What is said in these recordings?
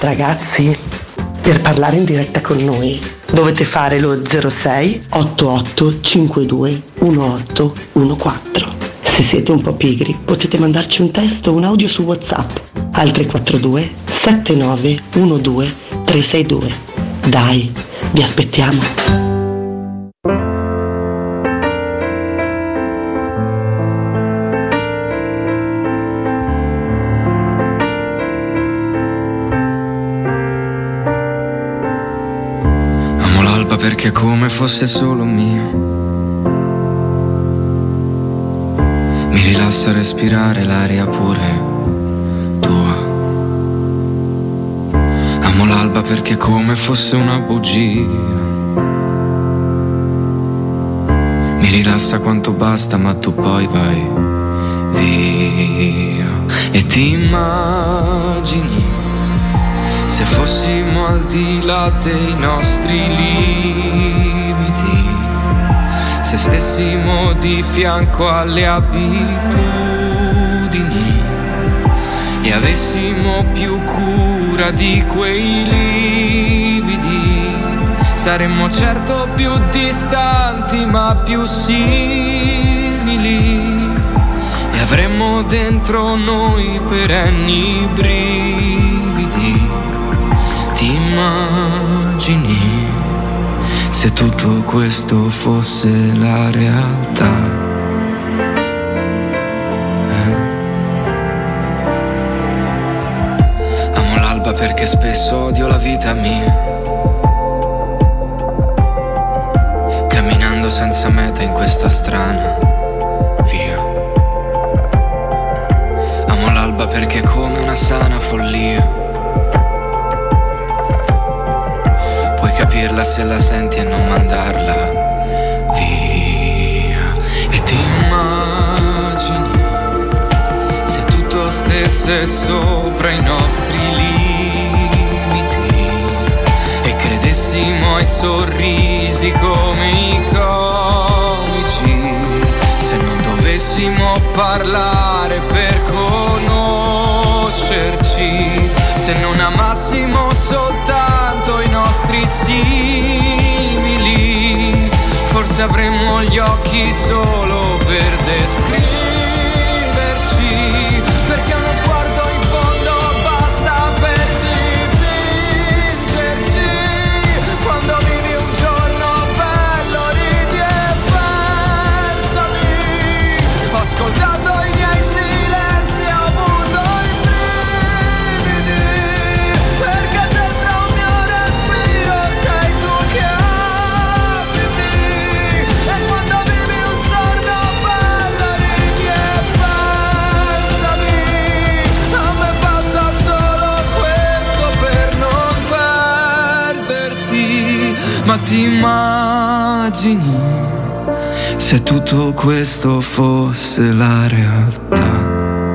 Ragazzi, per parlare in diretta con noi dovete fare lo 06 88 52 1814. Se siete un po' pigri potete mandarci un testo o un audio su WhatsApp al 342 79 12 362. Dai, vi aspettiamo. Perché come fosse solo mia, mi rilassa respirare l'aria pure tua. Amo l'alba perché come fosse una bugia, mi rilassa quanto basta ma tu poi vai via. E ti immagini se fossimo al di là dei nostri limiti, se stessimo di fianco alle abitudini e avessimo più cura di quei lividi, saremmo certo più distanti ma più simili e avremmo dentro noi perenni brividi. Ti immagini se tutto questo fosse la realtà? Amo l'alba perché spesso odio la vita mia, camminando senza meta in questa strana via. Amo l'alba perché è come una sana follia, capirla se la senti e non mandarla via. E ti immagini se tutto stesse sopra i nostri limiti e credessimo ai sorrisi come i comici, se non dovessimo parlare per conoscerci, se non amassimo soltanto i nostri simili, forse avremmo gli occhi solo per descriverci, perché uno sguardo in fondo basta per dipingerci. Quando vivi un giorno bello ridi e pensami, ho ascoltato i miei silenzi e ho avuto i brividi, perché dentro un mio respiro sei tu che abiti. E quando vivi un giorno bello ridi e pensami, a me basta solo questo per non perderti. Ma ti immagini se tutto questo fosse la realtà?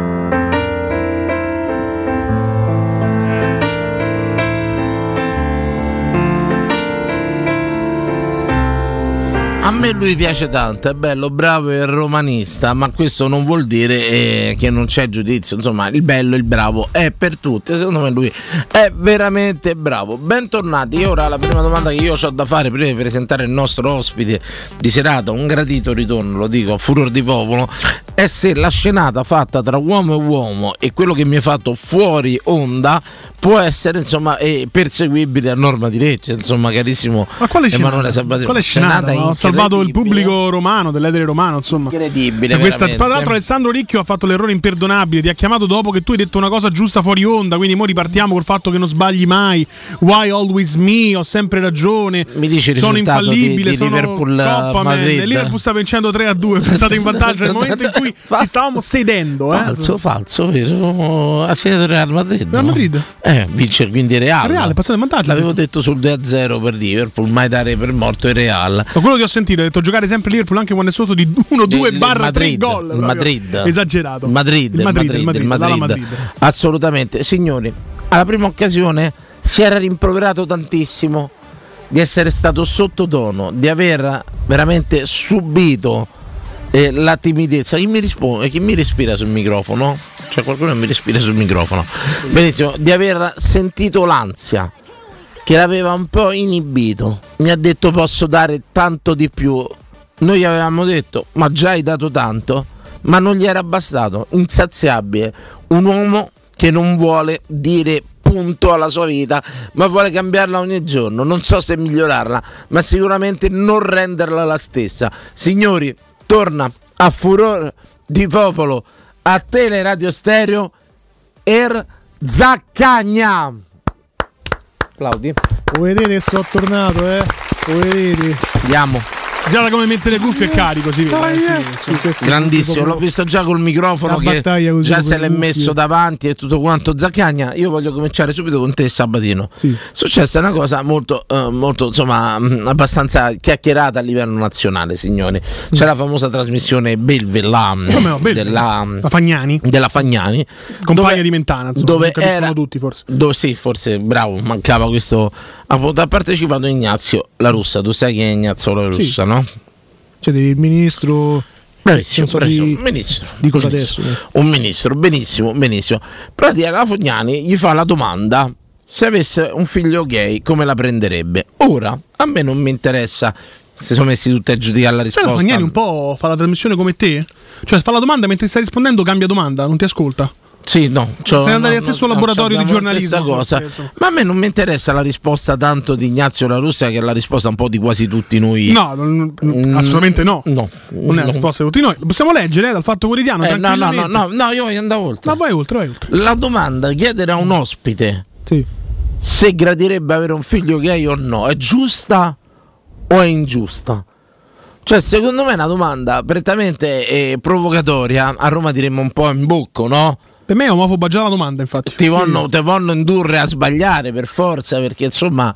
A me lui piace tanto, è bello, bravo e romanista, ma questo non vuol dire che non c'è giudizio. Insomma, il bello e il bravo è per tutti. Secondo me lui è veramente bravo. Bentornati. E ora la prima domanda che io ho da fare prima di presentare il nostro ospite di serata, un gradito ritorno, lo dico a furor di popolo, è se la scenata fatta tra uomo e uomo e quello che mi hai fatto fuori onda può essere, insomma, perseguibile a norma di legge, insomma, carissimo. Ma quale Emanuele Sabatini? Quale scenata? Ho salvato il pubblico romano, dell'edere romano, insomma. Incredibile. Tra l'altro Alessandro Ricchio ha fatto l'errore imperdonabile, ti ha chiamato dopo che tu hai detto una cosa giusta fuori onda, quindi mo ripartiamo col fatto che non sbagli mai. Why always me? Ho sempre ragione. Mi dici il sono risultato infallibile, di sono Liverpool Coppa, Madrid. man. Liverpool sta vincendo 3-2, pensate in vantaggio nel momento in cui ci stavamo sedendo. Falso, vero? Ha segnato Real Madrid. Real Madrid? Vince quindi Real. Real è passato in vantaggio. L'avevo detto sul 2-0 per Liverpool, mai dare per morto il Real. Ma quello che ho sentito, ho detto giocare sempre Liverpool anche quando è sotto di 1-2/3 gol. Il Madrid. Esagerato. Il Madrid. Assolutamente. Signori, alla prima occasione si era rimproverato tantissimo di essere stato sottotono, di aver veramente subito la timidezza. Chi mi risponde? Chi mi respira sul microfono? C'è qualcuno che mi respira sul microfono. Benissimo, di aver sentito l'ansia che l'aveva un po' inibito. Mi ha detto posso dare tanto di più. Noi gli avevamo detto ma già hai dato tanto, ma non gli era bastato. Insaziabile, un uomo che non vuole dire punto alla sua vita, ma vuole cambiarla ogni giorno. Non so se migliorarla, ma sicuramente non renderla la stessa. Signori, torna a Furor di Popolo, a Teleradio Stereo, Zaccagna. Claudi, lo vedete, sto tornato, lo vedete? Andiamo. Già da come mette le cuffie è carico, si vede. Grandissimo, l'ho visto già col microfono che già se l'è messo davanti e tutto quanto. Zaccagna, io voglio cominciare subito con te Sabatino. Sì. Successa una cosa molto insomma abbastanza chiacchierata a livello nazionale, signori. C'è la famosa trasmissione Belve della Fagnani, compagna di Mentana, insomma, dove era tutti forse. Sì, forse bravo, mancava questo. Ha partecipato Ignazio La Russa, tu sai che è Ignazio La Russa, no? Cioè il ministro. Benissimo. Ministro. Dico adesso. Un ministro, benissimo. Praticamente la Fagnani gli fa la domanda: se avesse un figlio gay, come la prenderebbe? Ora, a me non mi interessa se sono messi tutti a giudicare la risposta. La Fagnani un po' fa la trasmissione come te? Cioè fa la domanda mentre stai rispondendo, cambia domanda, non ti ascolta. Sì, no. Sei andato al stesso laboratorio di giornalismo. Cosa. Ma a me non mi interessa la risposta tanto di Ignazio La Russa, che è la risposta un po' di quasi tutti noi. No, assolutamente no. Non è la risposta di tutti noi. Lo possiamo leggere dal Fatto Quotidiano. No, io voglio andare oltre. Ma vai oltre. La domanda: chiedere a un ospite se gradirebbe avere un figlio gay o no, è giusta o è ingiusta? Cioè, secondo me è una domanda prettamente provocatoria. A Roma diremmo un po' in bocco, no? Per me è omofoba già la domanda, infatti. Ti vogliono indurre a sbagliare per forza, perché insomma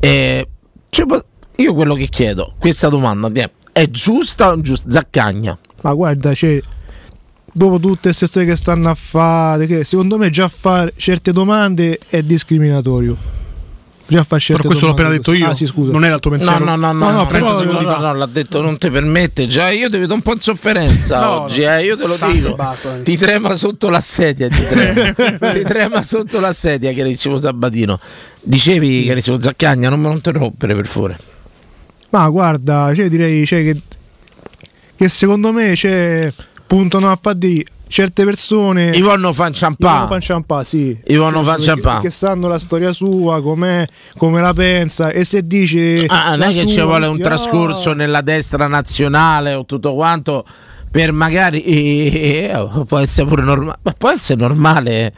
io quello che chiedo, questa domanda è giusta o ingiusta? Zaccagna. Ma guarda, dopo tutte queste storie che stanno a fare, che secondo me già fare certe domande è discriminatorio. Per questo l'ho appena detto io. Sì, scusa. Non era il tuo pensiero. No, l'ha detto, non ti permette. Già io ti vedo un po' in sofferenza oggi, io te lo dico. Ti trema sotto la sedia, ti trema sotto la sedia, carissimo Sabatino. Dicevi, carissimo Zaccagna, non me lo interrompere, per favore. Ma guarda, direi che secondo me puntano a far di certe persone Ivonno Fanciampà, sì. Che sanno la storia sua, come la pensa, e se dice non è che ci vuole un trascorso nella destra nazionale o tutto quanto per magari può essere pure normale, ma può essere normale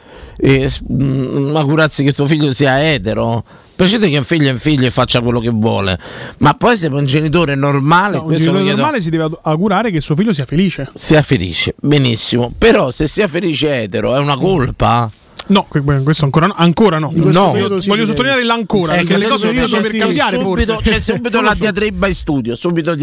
augurarsi che tuo figlio sia etero. Piacete che un figlio è un figlio e faccia quello che vuole, ma poi se un genitore normale, un genitore normale si deve augurare che suo figlio sia felice. Benissimo. Però se sia felice etero è una colpa? No, questo ancora no. Voglio sottolineare l'ancora, perché le cose devono per cambiare. C'è subito la diatriba in studio.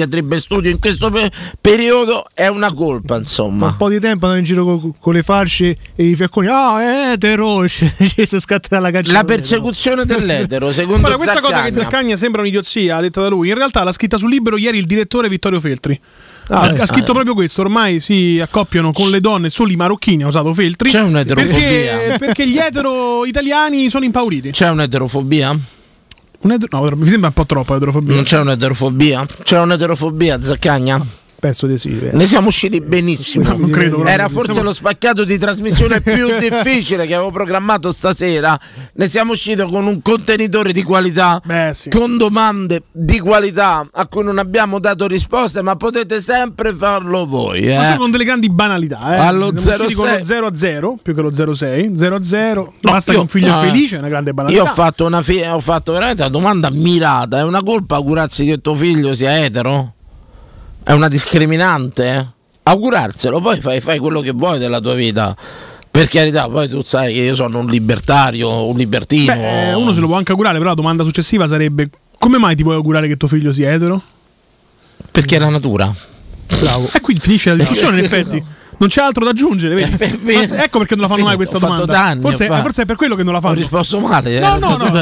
In questo periodo è una colpa, insomma. Un po' di tempo andare in giro con le fasce e i fiacconi. È etero, si scatta la caccia. La persecuzione dell'etero, secondo Zaccagna. Questa cosa che Zaccagna sembra un'idiozia, detta da lui, in realtà l'ha scritta sul Libero ieri il direttore Vittorio Feltri. Ha scritto proprio questo: ormai si accoppiano con le donne solo i marocchini, ha usato Feltri. C'è un'eterofobia perché gli etero italiani sono impauriti. C'è un'eterofobia? No, mi sembra un po' troppo l'eterofobia. Non c'è un'eterofobia? C'è un'eterofobia, Zaccagna? Penso di sì. Ne siamo usciti benissimo. Non credo, era forse lo spaccato di trasmissione più difficile che avevo programmato stasera. Ne siamo usciti con un contenitore di qualità, con domande di qualità a cui non abbiamo dato risposte, ma potete sempre farlo voi. Ma con delle grandi banalità. Allo 06 con lo 0-0 più che lo 0-6. 0-0. Basta che un figlio è felice, è una grande banalità. Io ho fatto veramente una domanda mirata. È una colpa augurarsi che tuo figlio sia etero? È una discriminante? Augurarselo, poi fai quello che vuoi della tua vita. Per carità, poi tu sai che io sono un libertario, un libertino. Uno se lo può anche augurare, però la domanda successiva sarebbe: come mai ti puoi augurare che tuo figlio sia etero? Perché è la natura. Bravo. E qui finisce la discussione, in effetti. Non c'è altro da aggiungere, vedi? Ecco perché non la fanno mai questa domanda. Forse è per quello che non la fanno. Ho risposto male. No.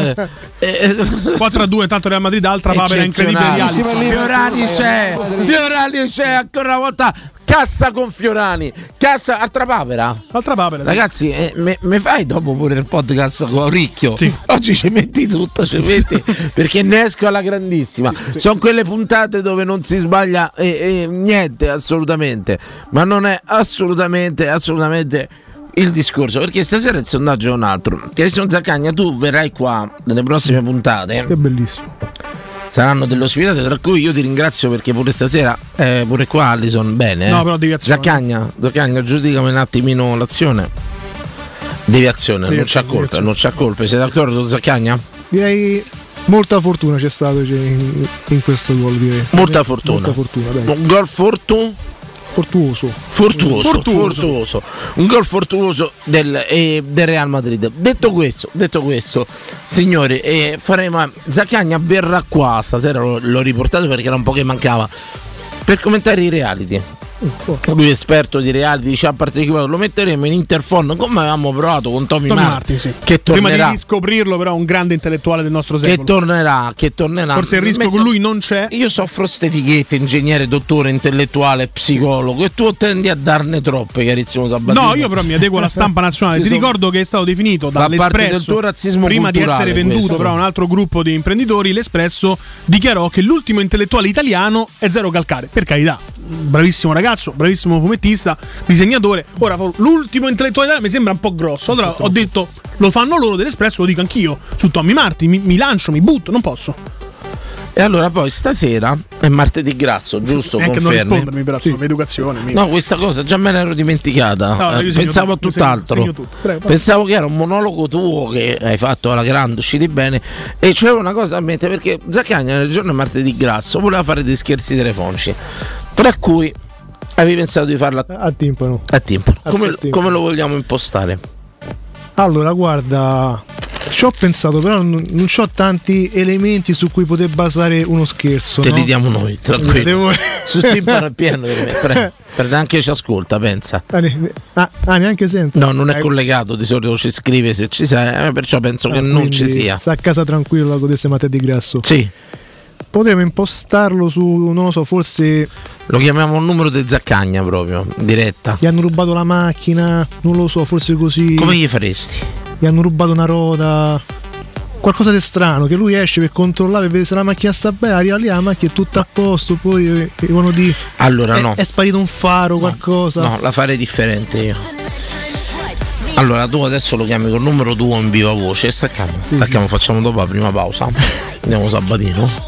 4-2, tanto Real Madrid, altra papera incredibile. Fiorani c'è ancora una volta. Cassa con Fiorani, cassa altra papera. Ragazzi, mi fai dopo pure il podcast con Auricchio? Sì. Oggi ci metti tutto, perché ne esco alla grandissima. Sì. Sono quelle puntate dove non si sbaglia niente, assolutamente. Ma non è assolutamente il discorso, perché stasera il sondaggio è un altro. Che sono Zaccagna, tu verrai qua nelle prossime puntate. Che bellissimo. Saranno delle ospitate, tra cui io ti ringrazio perché pure stasera, pure qua Allison bene. No, però deviazione. Zaccagna, giudicami un attimino l'azione. Deviazione, non c'ha colpe. Sei d'accordo, Zaccagna? Direi molta fortuna c'è stato in questo gol, direi. Molta fortuna, dai. Un gol fortuoso. Un gol fortuoso del Real Madrid. Detto questo, signori, Zaccagna verrà qua stasera, l'ho riportato perché era un po' che mancava, per commentare i reality. Lui è esperto di reality, ci ha partecipato, lo metteremo in interphone come avevamo provato con Tommy Martin, sì. Che tornerà. Prima di riscoprirlo, però, un grande intellettuale del nostro secolo. Che tornerà. Forse il rischio con lui non c'è. Io soffro ste etichette, ingegnere, dottore, intellettuale, psicologo, e tu tendi a darne troppe, carissimo Sabatino. No, io però mi adeguo alla stampa nazionale. Ti ricordo che è stato definito dall'Espresso del tuo razzismo prima di essere venduto questo. però a un altro gruppo di imprenditori. L'Espresso dichiarò che l'ultimo intellettuale italiano è Zero Calcare. Per carità, bravissimo ragazzo, bravissimo fumettista, disegnatore. Ora l'ultimo intellettuale italiano mi sembra un po' grosso. Allora ho detto, lo fanno loro dell'Espresso, lo dico anch'io su Tommy Martin, mi lancio, mi butto, non posso. E allora poi stasera è martedì grasso, giusto? Neanche non Confermi? rispondermi per la educazione mia. No, questa cosa già me l'ero dimenticata. No, pensavo a tutt'altro. Segno tutto. Prego. Pensavo che era un monologo tuo che hai fatto alla grande, usciti bene. E c'era una cosa a mente, perché Zaccagna nel giorno martedì grasso voleva fare dei scherzi telefonici, tra cui avevi pensato di farla a timpano. Come lo vogliamo impostare? Allora, guarda, ci ho pensato, però non ho tanti elementi su cui poter basare uno scherzo. Te li diamo noi, tranquillo. Su timpano è pieno per anche ci ascolta, pensa. Neanche sento. No, non è collegato, di solito ci scrive se ci sei, perciò penso che non ci sia. Sta a casa tranquillo, la godesse martedì grasso. Sì. Potremmo impostarlo su, non lo so, forse lo chiamiamo un numero di Zaccagna proprio, diretta. Gli hanno rubato la macchina, non lo so, forse così. Come gli faresti? Gli hanno rubato una ruota, qualcosa di strano, che lui esce per controllare, per vedere se la macchina sta bene, arriva lì, la macchina è tutta a posto, poi devono dire allora è sparito un faro, qualcosa. No, la farei differente io. Allora tu adesso lo chiami col numero tuo in viva voce, stacchiamo, facciamo dopo la prima pausa, andiamo Sabatino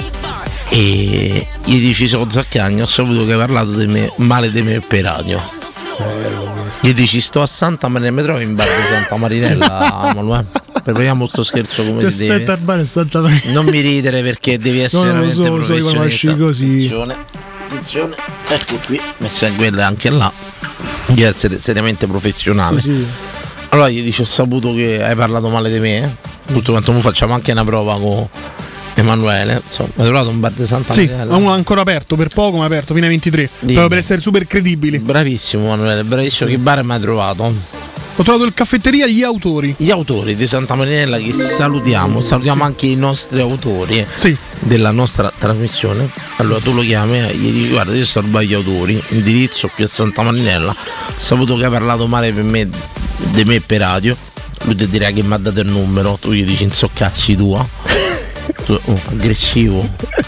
e gli dici: sono Zaccagna, ho saputo che hai parlato di me, male di me per radio. Gli dici: sto a Santa Maria, mi trovo in bar di Santa Marinella, Manuel. Prepariamo sto scherzo come si deve. Aspetta al bar Santa Maria. Non mi ridere perché devi essere veramente professionista. Così. Attenzione, ecco qui, messa in quella anche là. Devi essere seriamente professionale. Sì. Allora gli dici: ho saputo che hai parlato male di me. Tutto quanto, mo facciamo anche una prova con Emanuele. Insomma, hai trovato un bar di Santa Maria? Sì, ancora aperto, per poco ma aperto fino ai 23. Proprio per essere super credibili. Bravissimo Emanuele, bravissimo. Che bar mi hai trovato? Ho trovato il caffetteria Gli Autori. Gli autori di Santa Marinella, che salutiamo anche i nostri autori sì. della nostra trasmissione. Allora tu lo chiami e gli dici: guarda, io sto agli autori, indirizzo qui a Santa Marinella, ho saputo che hai parlato male per me, di me per radio. Lui ti dirà che mi ha dato il numero, tu gli dici: non so cazzi tua. Aggressivo,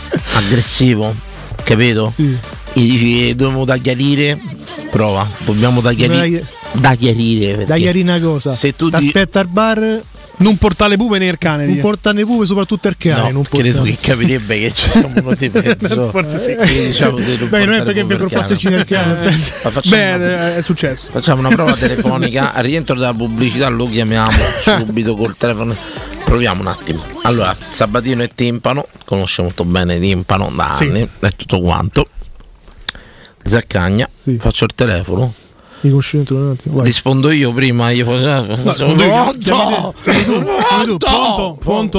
capito? Sì. Gli dici: dobbiamo da chiarire, prova, dobbiamo da chiarire. Da chiarire una cosa. Se tu aspetta al bar, non portare pupe né il cane. Non portare pupe, soprattutto il cane. No, non credo che capirebbe che ci siamo venuti mezzo. Forse sì. Diciamo non è perché per colparsi nel cane. Beh, è successo. Facciamo una prova telefonica. Al rientro della pubblicità lo chiamiamo subito col telefono. Proviamo un attimo. Allora, Sabatino e Timpano, conosce molto bene Timpano da anni, è tutto quanto. Zaccagna, faccio il telefono. Rispondo io prima, io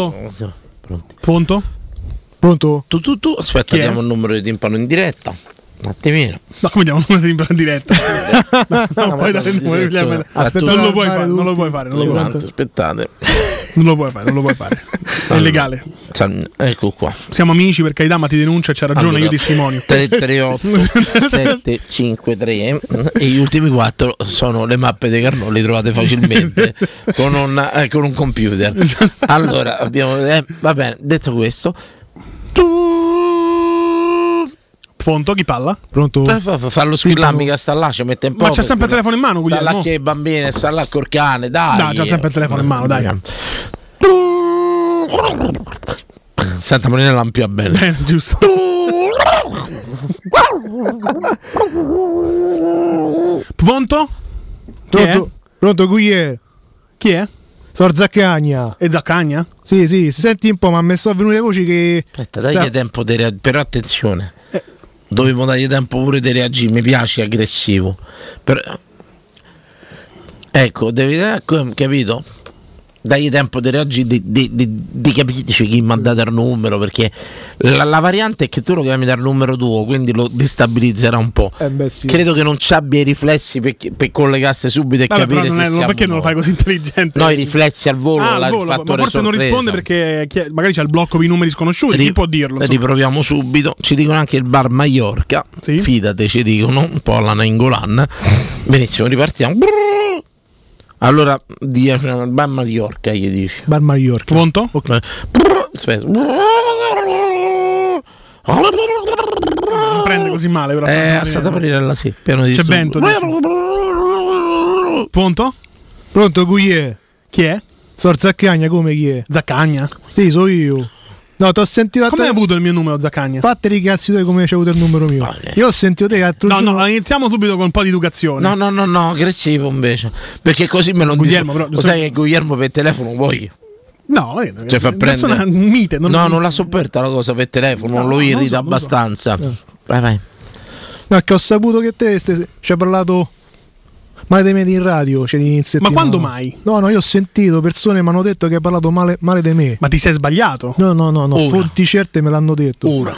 Pronto? Tu aspetta, diamo il numero di Timpano in diretta. Un attimino. No, come diamo il numero di in diretta? No, puoi dare il numero di Aspetta, non lo puoi fare, non lo puoi fare. Aspettate. Non lo puoi fare. È illegale. Ecco qua. Siamo amici, per carità, ma ti denuncia, c'ha ragione, io testimonio. 338 753 e gli ultimi 4 sono le mappe dei Carnot, li trovate facilmente con un computer. Allora, va bene, detto questo. Pronto, chi parla? Pronto? Fallo squillare, mica sta là, ci mette un po'. Ma c'è sempre il telefono in mano, Guglielmo. Sta là che i bambini, sta là col cane, dai. C'ha sempre il telefono in mano, dai. Senta, Molinella l'ampia bene. Giusto. Pronto? Pronto, Guglielmo. Chi è? Sor Zaccagna. E Zaccagna? Sì, si senti un po', ma mi sono venute voci che... Aspetta, dagli tempo di reagire, però attenzione. Dovevo dargli tempo pure di reagire, mi piace aggressivo. Ecco, devi capito? Dagli tempo di reagire, di capire chi mi ha dato il numero, perché la variante è che tu lo chiami dal numero tuo, quindi lo destabilizzerà un po'. Sì. Credo che non ci abbia i riflessi per collegarsi subito e capire se perché non lo fai così intelligente? No, i riflessi al volo, al volo, ma forse non risponde perché magari c'è il blocco di numeri sconosciuti, chi può dirlo? Riproviamo subito. Ci dicono anche il bar Mallorca, sì? Fidate, ci dicono un po' alla Nangolan. Benissimo, ripartiamo. Allora, il bar Mallorca, gli dici. Bar Mallorca. Pronto? Okay. Aspetta. Non prende così male, però. È stata parire sì, piano di c'è vento. Pronto? Pronto, Guglielmo. Chi è? Sor Zaccagna, come chi è? Zaccagna? Sì, so io. No, ti ho sentito. Come hai avuto il mio numero, Zaccagna? Fate i cazzi tu come c'hai avuto il numero mio. Io ho sentito te l'altro giorno. No, iniziamo subito con un po' di educazione. No, aggressivo invece. Perché così me lo Guglielmo, però, lo sai che Guglielmo per telefono vuoi? No, cioè fa prendere mite, non l'ha sofferta la cosa per telefono, non lo irrita abbastanza. Vai. No, che ho saputo che te ci hai parlato male di me in radio, cioè di iniziativa. Ma quando mai? No, io ho sentito persone mi hanno detto che hai parlato male di me. Ma ti sei sbagliato? No, fonti certe me l'hanno detto. Ora.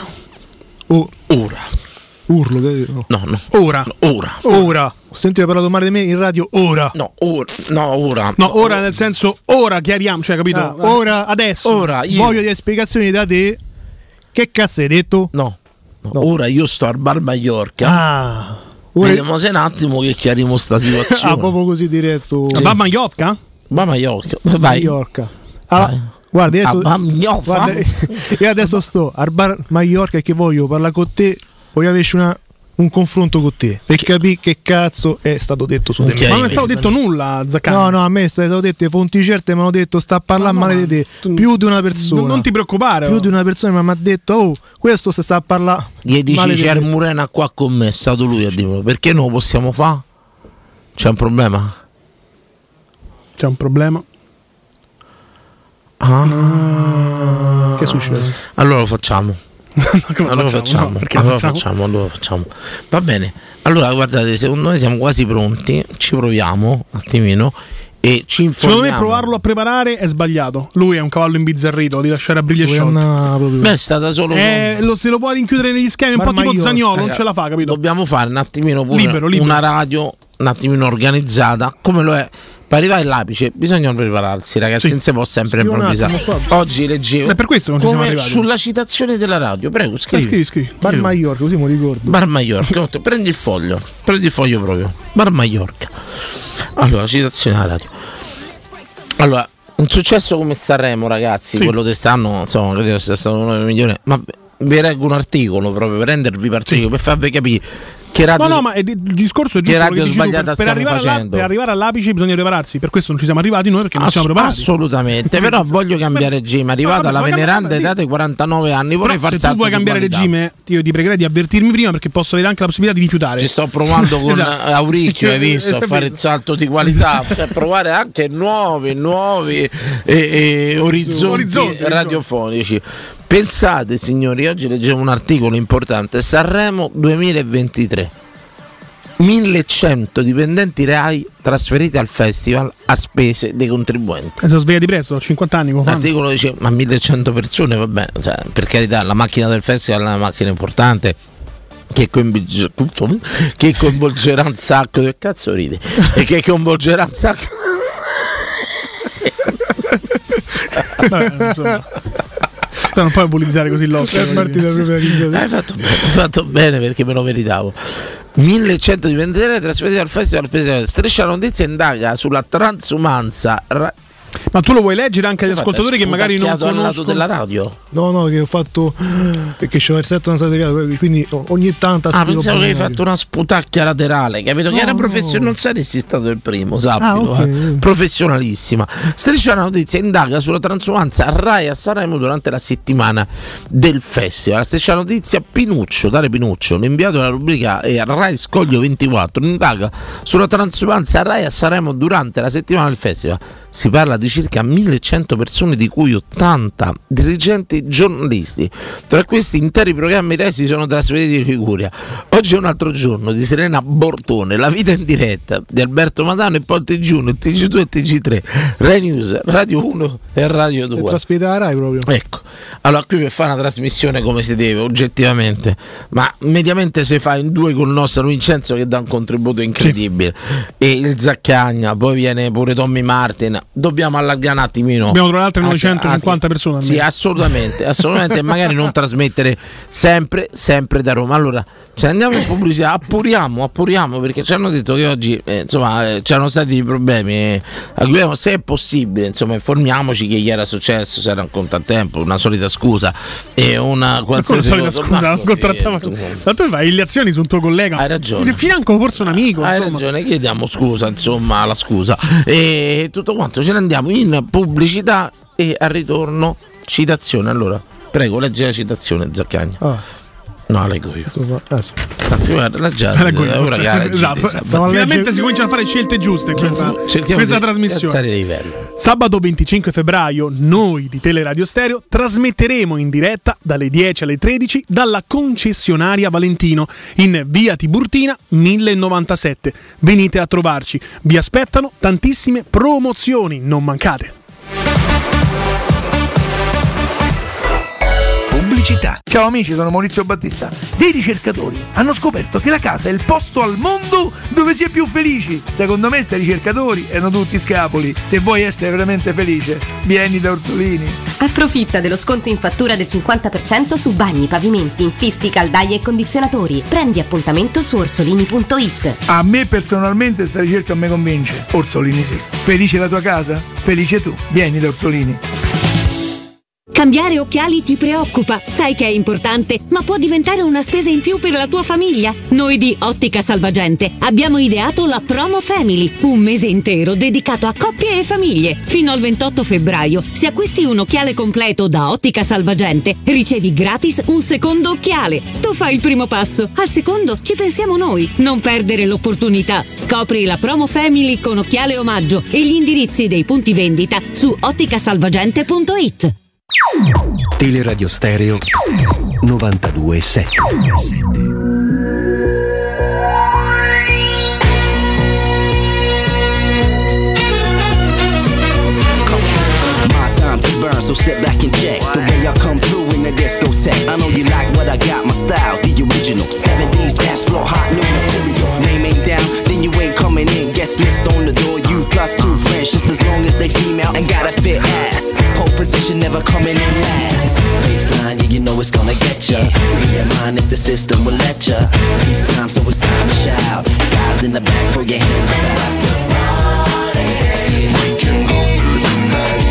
Urlo, no. No. Ora. Ho sentito che hai parlato male di me in radio ora. Ora. No, ora nel senso ora chiariamo, cioè capito? Ora. Adesso. Ora io voglio delle spiegazioni da te. Che cazzo hai detto? No. Ora io sto al bar Mallorca. Vediamo se un attimo che chiarimo sta situazione. Proprio così diretto. Bar Mallorca? Bar Mallorca. Vai. Mallorca. Guarda, io adesso sto al bar Mallorca e che voglio parlare con te, voglio averci un confronto con te per capire che cazzo è stato detto su di me. Ma non è stato detto nulla, Zaccagna. No, a me è stato detto, fonti certe mi hanno detto sta a parlare male di te. Più di una persona. Non ti preoccupare. Più di una persona mi ha detto, questo sta a parlare. Gli dici c'è il Murena qua con me, è stato lui a dirlo. Perché non lo possiamo fare? C'è un problema? C'è un problema? Che succede? Allora lo facciamo. Allora facciamo. Va bene. Allora guardate, secondo me siamo quasi pronti. Ci proviamo un attimino e ci informiamo. Secondo me provarlo a preparare è sbagliato. Lui è un cavallo imbizzarrito, lo devi lasciare a briglie sciolte. Beh, è stata solo se lo può rinchiudere negli schemi un po' tipo Zaniolo, non ce la fa, capito? Dobbiamo fare un attimino pure libero. Una radio un attimino organizzata, come lo è. Per arrivare all'apice bisogna prepararsi, ragazzi, non si può sempre improvvisare. Oggi leggevo. È per questo non ci siamo arrivati. Sulla citazione della radio, prego, scrivi. Bar Mallorca, così mi ricordo. Bar Mallorca, prendi il foglio proprio. Bar Mallorca. Allora, citazione della radio. Allora, un successo come Sanremo, ragazzi, quello di quest'anno, insomma, credo sia stato uno dei migliori. Ma vi leggo un articolo proprio per rendervi partecipi, per farvi capire. Che radio, no, ma il discorso è giusto. Che radio sbagliata stiamo facendo? Per arrivare all'apice bisogna prepararsi. Per questo non ci siamo arrivati noi, perché non siamo preparati. Assolutamente. Però voglio cambiare regime. Arrivata alla veneranda età dei 49 anni, vorrei far salto. Se tu vuoi cambiare regime, io ti pregherei di avvertirmi prima, perché posso avere anche la possibilità di rifiutare. Ci sto provando con Auricchio, hai visto, a fare il salto di qualità, per provare anche nuovi orizzonti radiofonici. Pensate, signori, oggi leggevo un articolo importante. Sanremo 2023. 1100 dipendenti RAI trasferiti al festival a spese dei contribuenti. Sono svegliati presto, a 50 anni. L'articolo dice: ma 1100 persone, va bene, cioè, per carità, la macchina del festival è una macchina importante, che coinvolgerà un sacco di cazzo ride e che coinvolgerà un sacco non puoi bullizzare così l'Oscar. Hai fatto bene perché me lo meritavo. 1100 dipendenze trasferiti al festival. Striscia la notizia indaga sulla transumanza. Ma tu lo vuoi leggere anche agli ascoltatori che magari non conoscono della radio? No, che ho fatto perché c'è un versetto quindi ogni tanto pensavo che hai fatto una sputacchia laterale, capito? Che era professionale, non saresti stato il primo, sappilo, okay. Professionalissima. Striscia la notizia indaga sulla transumanza a Rai a Sanremo durante la settimana del festival. Striscia la notizia Tale Pinuccio, l'inviato della rubrica e Rai Scoglio 24, indaga sulla transumanza a Rai a Sanremo durante la settimana del festival. Si parla di circa 1100 persone, di cui 80 dirigenti giornalisti. Tra questi interi programmi Rai si sono trasferiti in Liguria. Oggi è un altro giorno di Serena Bortone, la vita in diretta di Alberto Matano e poi TG1, TG2 e TG3, Rai News, Radio 1 e Radio 2. Trasferita Rai proprio. Ecco, allora qui per fare una trasmissione come si deve, oggettivamente, ma mediamente si fa in due col nostro Vincenzo che dà un contributo incredibile, e il Zaccagna, poi viene pure Tommy Martin. Dobbiamo allargare un attimino. Abbiamo tra l'altro 950 persone. Sì, assolutamente, e magari non trasmettere sempre da Roma. Allora, andiamo in pubblicità, appuriamo perché ci hanno detto che oggi c'erano stati dei problemi. Se è possibile, informiamoci che ieri era successo, se era un contrattempo, una solita scusa e una qualsiasi solita scusa, non contrattiamo. Ma tu fai le azioni su un tuo collega. Hai ragione. Financo forse un amico. Hai ragione, chiediamo scusa, la scusa. E tutto quanto, ce ne andiamo in pubblicità e al ritorno citazione. Allora, prego, leggi la citazione, Zaccagna. No, leggo io. Finalmente si cominciano a fare scelte giuste in questa trasmissione. Sabato 25 febbraio noi di Teleradio Stereo trasmetteremo in diretta dalle 10 alle 13 dalla concessionaria Valentino in via Tiburtina 1097. Venite a trovarci, vi aspettano tantissime promozioni, non mancate. Pubblicità. Ciao amici, sono Maurizio Battista. Dei ricercatori hanno scoperto che la casa è il posto al mondo dove si è più felici. Secondo me sti ricercatori erano tutti scapoli. Se vuoi essere veramente felice, vieni da Orsolini. Approfitta dello sconto in fattura del 50% su bagni, pavimenti, infissi, caldaie e condizionatori. Prendi appuntamento su orsolini.it. A me personalmente sta ricerca mi convince. Orsolini sì. Felice la tua casa? Felice tu. Vieni da Orsolini. Cambiare occhiali ti preoccupa, sai che è importante, ma può diventare una spesa in più per la tua famiglia. Noi di Ottica Salvagente abbiamo ideato la Promo Family, un mese intero dedicato a coppie e famiglie. Fino al 28 febbraio, se acquisti un occhiale completo da Ottica Salvagente, ricevi gratis un secondo occhiale. Tu fai il primo passo, al secondo ci pensiamo noi. Non perdere l'opportunità. Scopri la Promo Family con occhiale omaggio e gli indirizzi dei punti vendita su otticasalvagente.it. Teleradio Stereo 92.7. Burn, so sit back and check the way I come through in the discotheque. I know you like what I got, my style, the original 70s dance floor, hot new material. Name ain't down, then you ain't coming in. Guest list on the door, you plus two friends, just as long as they female and got a fit ass. Pole position never coming in last. Baseline, yeah, you know it's gonna get ya. Free your mind if the system will let ya. Peace time, so it's time to shout. Guys in the back, throw your hands about. We can go through the night.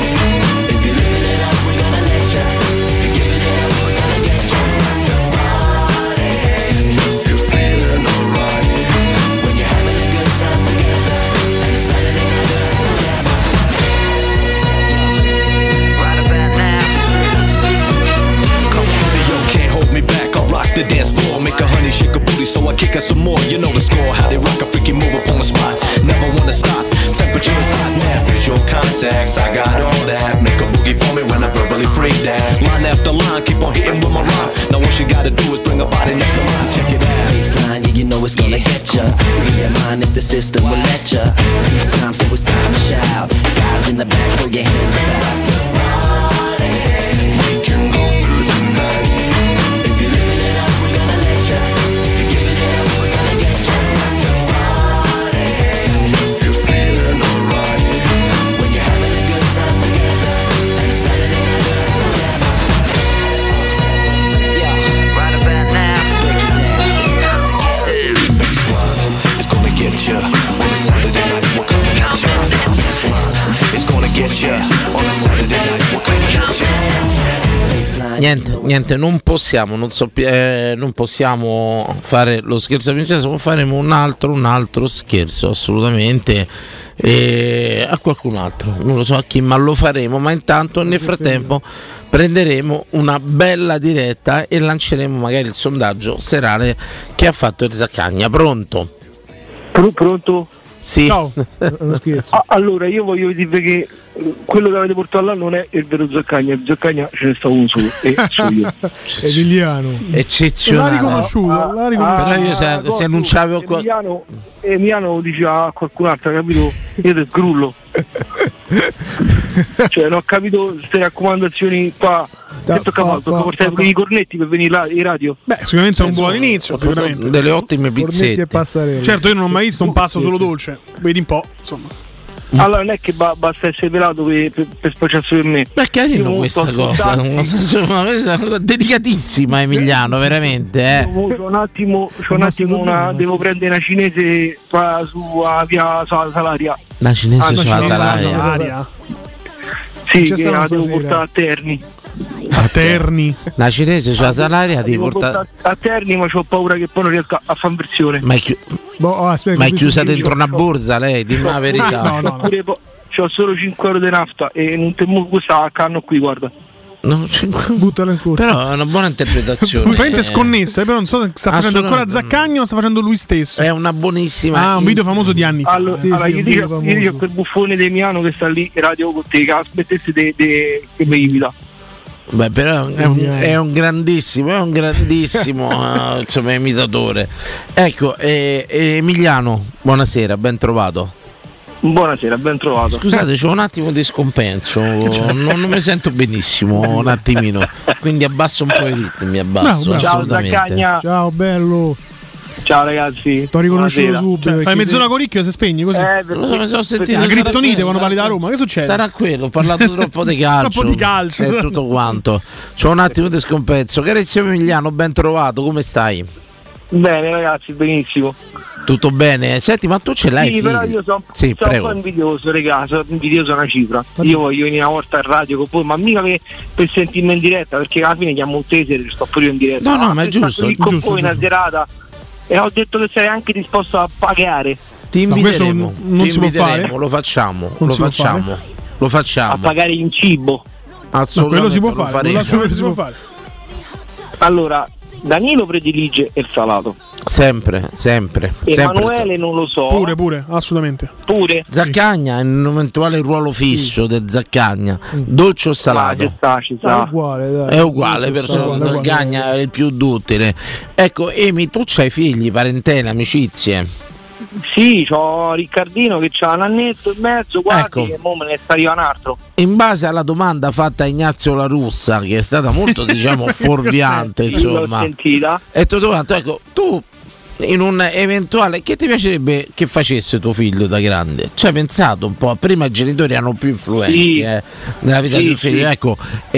The dance floor, make a honey shake a booty, so I kick her some more. You know the score, how they rock a freaky move up on the spot. Never wanna stop, temperature is hot now. Visual contact, I got all that. Make a boogie for me when I verbally freak that. Line after line, keep on hitting with my rhyme. Now what you gotta do is bring a body next to mine. Check it out. Baseline, yeah, you know it's gonna get ya. Free your mind if the system will let ya. Peace time, so it's time to shout. Guys in the back, throw your hands about. We can go through the night. If you're living it up, we're gonna let ya. Niente, non possiamo fare lo scherzo a Vincenzo, faremo un altro scherzo assolutamente a qualcun altro, non lo so a chi, ma lo faremo. Ma intanto nel frattempo prenderemo una bella diretta e lanceremo magari il sondaggio serale che ha fatto il Zaccagna. Pronto? Pronto? Sì. Ciao. Allora io voglio dirvi che quello che avete portato là non è il vero Zaccagna. Il Zaccagna ce ne sta uno solo e sono io. Emiliano eccezionale. L'ha riconosciuto. Però io se annunciavo Emiliano dice a qualcun altro, capito? Io te sgrullo. Cioè non ho capito queste raccomandazioni qua. Che tocca portare i cornetti per venire là in radio? Beh, sicuramente è un buon inizio, sicuramente. Delle ottime pizzette. Certo, io non ho mai visto un pasto solo dolce. Vedi un po', insomma. Allora non è che basta essere pelato per spacciarsi per me. Ma è carino questa cosa. Dedicatissima Emiliano, veramente. C'ho un attimo devo prendere una cinese qua su via Salaria. La cinese sulla Salaria. Sì, che la devo portare a Terni. A Terni? La cinese sulla Salaria ti porta a Terni, ma c'ho paura che poi non riesca a fare versione. Ma è chiusa dentro una borsa lei, dimmi la verità. No. C'ho solo 5 euro di nafta e non te questa a canno qui, guarda. No, buttala in corso. Però è una buona interpretazione. Probabilmente sconnessa, però non so se sta facendo ancora Zaccagno o sta facendo lui stesso. È una buonissima. Un video famoso di anni fa. Allora, io dico quel buffone di Miano che sta lì in radio con te, che aspettesse che mi imita. Beh, però è un grandissimo insomma, imitatore. Ecco, Emiliano, buonasera, ben trovato. Buonasera, ben trovato. Scusate, c'ho un attimo di scompenso, non mi sento benissimo un attimino, quindi abbasso un po' i ritmi, Ciao Zaccagna. Ciao bello. Ciao ragazzi. T'ho riconosciuto subito. Fai mezz'ora con Ricchio se spegni così. Mi sono sentito la criptonite quando parli da Roma, che succede? Sarà quello, ho parlato troppo di calcio. Troppo di calcio. È tutto quanto. C'ho un attimo di scompenso. Carissimo Emiliano, ben trovato, come stai? Bene ragazzi, benissimo. Tutto bene? Senti, ma tu ce l'hai? Sì, però io sono un po' invidioso, raga, sono invidioso una cifra. Io voglio venire una volta in radio con voi, ma mica per sentirmi in diretta, perché alla fine chiamo un tesere, sto pure io in diretta. No, ma è giusto. Con voi una serata e ho detto che sarei anche disposto a pagare. Ti inviteremo, non si può fare. Lo facciamo. A pagare in cibo. Assolutamente. Quello si può fare. Allora, Danilo predilige il salato. Sempre. Emanuele non lo so. Pure, assolutamente. Pure. Zaccagna è un eventuale ruolo fisso del Zaccagna. Dolce o salato? È uguale, perché Zaccagna è il più duttile. Ecco, Emi, tu c'hai figli, parentela, amicizie? Sì, c'ho Riccardino che c'ha un annetto e mezzo, guardi, ecco. E mo me ne sta arrivando un altro. In base alla domanda fatta a Ignazio La Russa, che è stata molto, diciamo, fuorviante, insomma. L'ho sentita. E tutto quanto, ecco, tu in un eventuale, che ti piacerebbe che facesse tuo figlio da grande? Cioè, pensato un po', prima i genitori erano più influenti nella vita del figlio, ecco,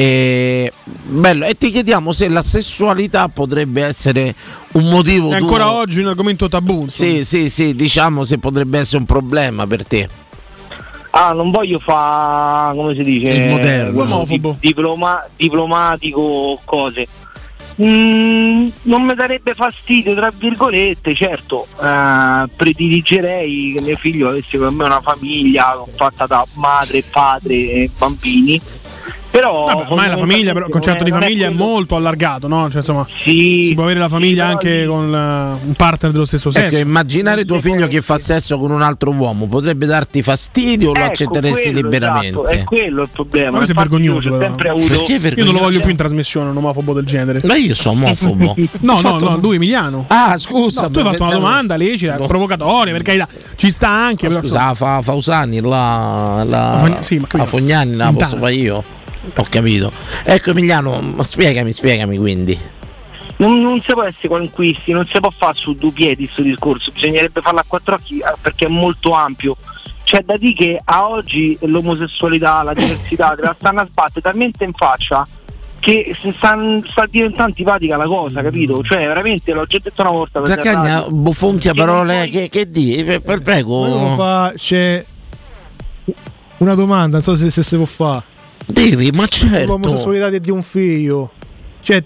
bello. E ti chiediamo se la sessualità potrebbe essere un motivo. È ancora oggi un argomento tabù. Sì, diciamo se potrebbe essere un problema per te. Non voglio fare, come si dice, il moderno, omofobo, diplomatico, cose. Non mi darebbe fastidio, tra virgolette, certo. Prediligerei che mio figlio avesse con me una famiglia fatta da madre, padre e bambini. Però ormai la famiglia, però il concetto di famiglia è molto allargato, no? Cioè, insomma, si può avere la famiglia anche con un partner dello stesso sesso. Immaginare tuo figlio che fa sesso con un altro uomo potrebbe darti fastidio o lo accetteresti liberamente? Esatto, è quello il problema. Ma sei vergognoso, sempre avuto... Perché io non lo voglio più in trasmissione un omofobo del genere. Ma io sono omofobo. No, lui Emiliano. Scusa, tu hai fatto una domanda lecita, provocatoria, per carità, ci sta anche. Scusa, Fausani, la Fognani, la posso fare io. Ho capito. Ecco Emiliano, spiegami quindi. Non si può essere conquisti, non si può fare su due piedi questo discorso, bisognerebbe farlo a quattro occhi perché è molto ampio. C'è da dire che a oggi l'omosessualità, la diversità te la stanno a sbattere talmente in faccia che sta diventando antipatica la cosa, capito? Cioè veramente l'ho già detto una volta. Zaccagna bofonchia parole, che di? Prego. C'è una domanda, non so se si può fare. Devi, ma certo. L'omosessualità di un figlio. Cioè,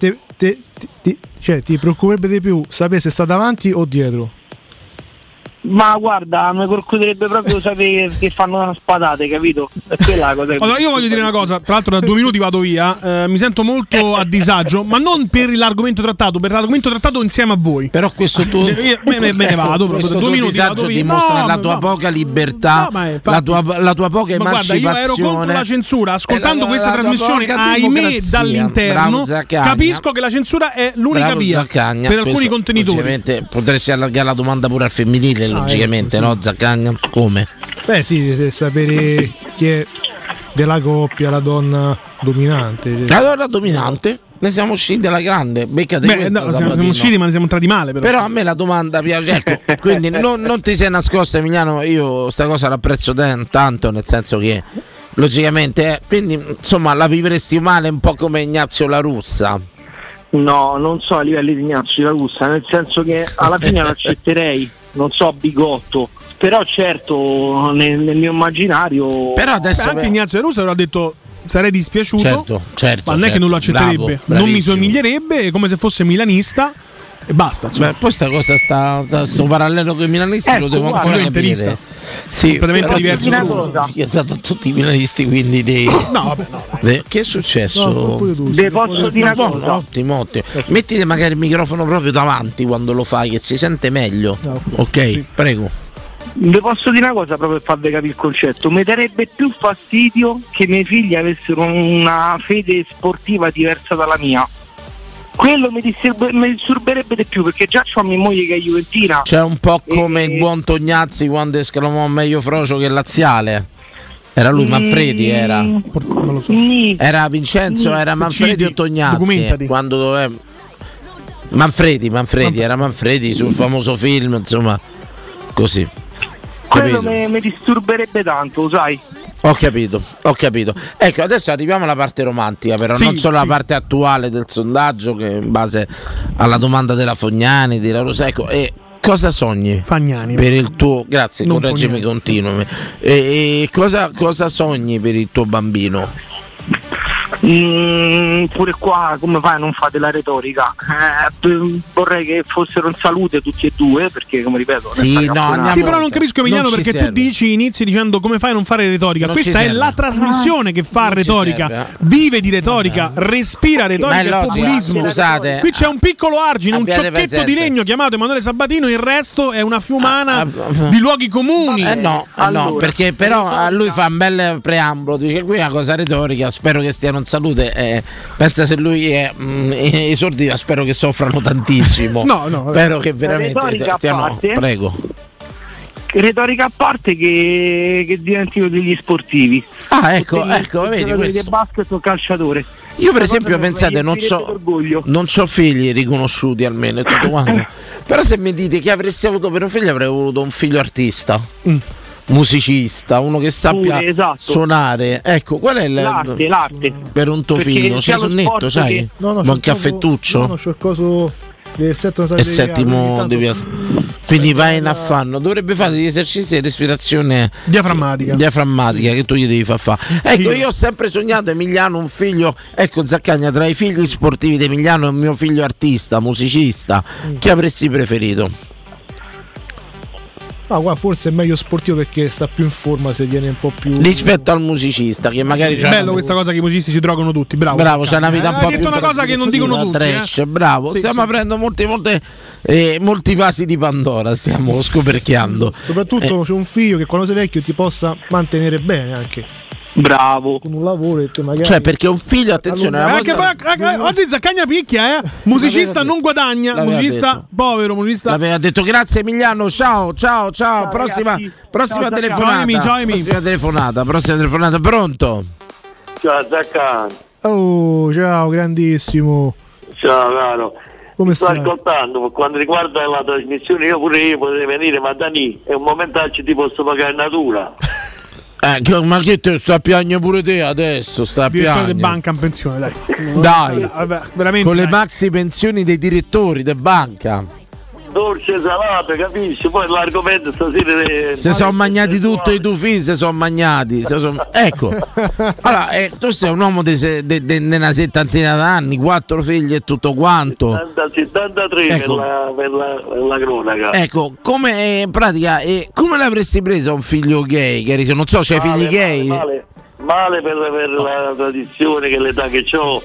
ti preoccuperebbe di più sapere se sta davanti o dietro? Ma guarda, mi preoccuperebbe proprio sapere che fanno una spadate, capito? È quella la cosa. Allora, io voglio dire una cosa, tra l'altro da 2 minuti vado via, mi sento molto a disagio, ma non per l'argomento trattato, per l'argomento trattato insieme a voi. Però questo tuo me ne vado, questo 2 minuti disagio vado via. dimostra la tua poca libertà, la tua poca emancipazione. Guarda, io ero contro la censura, ascoltando questa trasmissione, ahimè, dall'interno, capisco che la censura è l'unica via Zaccagna, per alcuni contenitori. Ovviamente potresti allargare la domanda pure al femminile, logicamente, no Zaccagna? Come? Beh sì, sapere chi è della coppia la donna dominante. La donna dominante? Ne siamo usciti alla grande. Siamo usciti, ma ne siamo entrati male. Però a me la domanda piace. Ecco, quindi non ti sei nascosto, Emiliano. Io sta cosa l'apprezzo tanto, nel senso che logicamente, quindi insomma, la vivresti male un po' come Ignazio La Russa. No, non so a livelli di Ignazio La Russa, nel senso che alla fine l'accetterei, non so bigotto, però certo nel mio immaginario. Però adesso anche Ignazio La Russa aveva detto sarei dispiaciuto, certo, ma non è che non lo accetterebbe, non mi somiglierebbe, è come se fosse milanista e basta. Beh, poi sta cosa sto parallelo con i milanisti lo devo ancora capire. Sì, completamente diverso. Io ho dato a tutti i milanisti, quindi che è successo? Posso dire una cosa? Ottimo. Mettite magari il microfono proprio davanti quando lo fai, che si sente meglio. Ok, sì. Prego. Vi posso dire una cosa proprio per farvi capire il concetto. Mi darebbe più fastidio che i miei figli avessero una fede sportiva diversa dalla mia. Quello mi disturberebbe di più, perché già c'ho mia moglie che è juventina. C'è un po' come il buon Tognazzi quando esclamò meglio Frocio che Laziale. Era lui, Manfredi era. Non lo so. Era Vincenzo, era Manfredi o Tognazzi? Quando Manfredi, era Manfredi sul famoso film, insomma, così. Quello mi disturberebbe tanto, sai? Ho capito. Ecco, adesso arriviamo alla parte romantica, però non solo la parte attuale del sondaggio, che in base alla domanda della Fognani, di La Rosa. Ecco, e cosa sogni Fagnani per il tuo? Grazie, correggimi, continuami. E cosa sogni per il tuo bambino? Pure qua come fai a non fate la retorica? Vorrei che fossero in salute tutti e due, perché come ripeto però non capisco, Emiliano, perché tu inizi dicendo come fai a non fare retorica. Questa è la trasmissione che fa retorica, vive di retorica, respira retorica e populismo. Scusate, qui c'è un piccolo argine, un ciocchetto di legno chiamato Emanuele Sabatino, il resto è una fiumana di luoghi comuni. No, perché però a lui fa un bel preambolo, dice qui è una cosa retorica, spero che stiano in salute, pensa se lui è i sordi, spero che soffrano tantissimo. Spero che veramente stiano. Prego. Retorica a parte, che diventino degli sportivi. Ecco, vedi questo. Di basket o calciatore. Io per esempio, pensate, non c'ho figli riconosciuti almeno, tutto quanto. Però se mi dite che avresti avuto per un figlio, avrei voluto un figlio artista. Musicista, uno che sappia suonare. Ecco, qual è l'arte per un tuo figlio? Sei sonnetto, sai? Buon caffettuccio? No, c'ho il coso del settimo deviato. Quindi vai in affanno. Dovrebbe fare degli esercizi di respirazione diaframmatica che tu gli devi fare. Ecco, io ho sempre sognato, Emiliano, un figlio. Ecco, Zaccagna, tra i figli sportivi di Emiliano e un mio figlio artista, musicista, chi avresti preferito? Guarda, forse è meglio sportivo perché sta più in forma, se viene un po' più rispetto al musicista, che magari è bello questa cosa che i musicisti si drogano tutti. Bravo, c'è una vita un po' più una cosa che non dicono tutti, trash, bravo. Stiamo aprendo molti vasi di Pandora, stiamo scoperchiando. Soprattutto c'è un figlio che quando sei vecchio ti possa mantenere bene anche. Bravo, con un lavoro e magari... Cioè, perché un figlio, attenzione, oggi Zaccagna picchia, musicista non guadagna, musicista detto. Povero, musicista. L'aveva detto. Grazie Emiliano, ciao. Prossima telefonata, pronto? Ciao Zaccagna. Oh, ciao, grandissimo. Ciao caro. Come sto ascoltando, per quanto riguarda la trasmissione io potrei venire, ma da lì è un momentaccio ti posso pagare in natura. Ma che te sta a piangere pure te adesso? Sta a piangere. Banca in pensione, dai. Vabbè, veramente. Con le maxi pensioni dei direttori di banca. dolce salato, capisci? Poi l'argomento stasera se sono mangiati tutto i tuoi figli, se sono mangiati. Ecco, allora, tu sei un uomo di una settantina d'anni, 4 figli e tutto quanto. 73 ecco. per la cronaca. Ecco, come in pratica, come l'avresti preso un figlio gay? Che non so, c'hai figli gay? Male per la tradizione, che l'età che ho.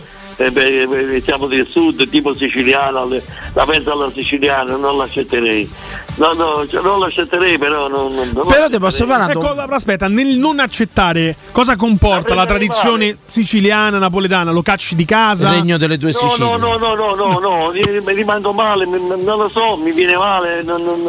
Siamo del sud, tipo siciliano, la penso alla siciliana, non l'accetterei. Non l'accetterei, però però ti posso fare una aspetta, nel non accettare, cosa comporta la tradizione siciliana, napoletana? Lo cacci di casa? Il regno delle due Sicilie. No, mi rimango male, non lo so, mi viene male,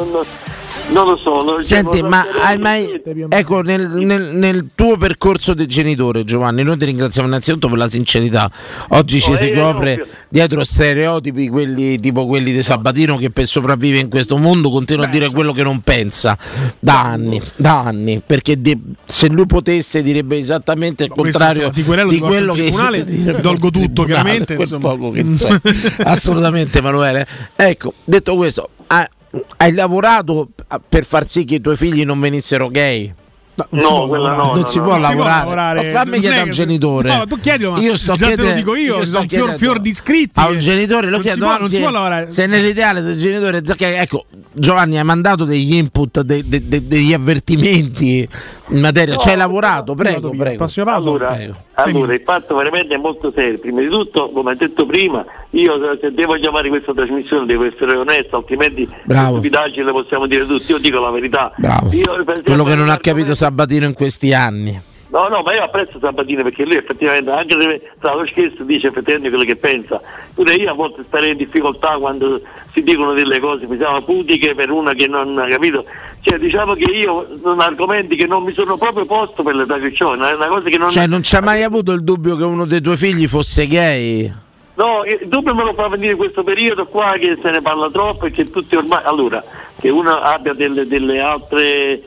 non lo so. Senti, ma hai mai, ecco, nel tuo percorso di genitore, Giovanni, noi ti ringraziamo innanzitutto per la sincerità. Oggi ci si copre dietro stereotipi, tipo quelli di Sabatino, che per sopravvivere in questo mondo continua a dire quello che non pensa da anni, perché se lui potesse direbbe esattamente il contrario di quello che dolgo tutto, chiaramente, poco che assolutamente, Emanuele. Ecco, detto questo, hai lavorato per far sì che i tuoi figli non venissero gay? Non si può lavorare. Fammi chiedere a un genitore. No, tu chiedilo, io sto già te lo dico io, sto fior di iscritti. A un genitore lo chiedo non si può lavorare. Se nell'ideale del genitore, ecco, Giovanni, hai mandato degli input, degli avvertimenti in materia, ci hai lavorato, prego. Allora, il fatto veramente è molto serio. Prima di tutto, come ho detto prima, io se devo chiamare questa trasmissione devo essere onesto, altrimenti stupidaggini le possiamo dire tutti. Io dico la verità. Quello che non ha capito Sabatino in questi anni. No, ma io apprezzo Sabatino, perché lui effettivamente, anche tra lo scherzo, dice effettivamente quello che pensa. Pure io a volte starei in difficoltà quando si dicono delle cose, mi chiama putiche per una che non ha capito. Cioè, diciamo che io sono argomenti che non mi sono proprio posto per l'età che ho, è una cosa che non. Cioè, non c'è mai avuto il dubbio che uno dei tuoi figli fosse gay? No, il dubbio me lo fa venire questo periodo qua, che se ne parla troppo e che tutti ormai. Allora, che uno abbia delle altre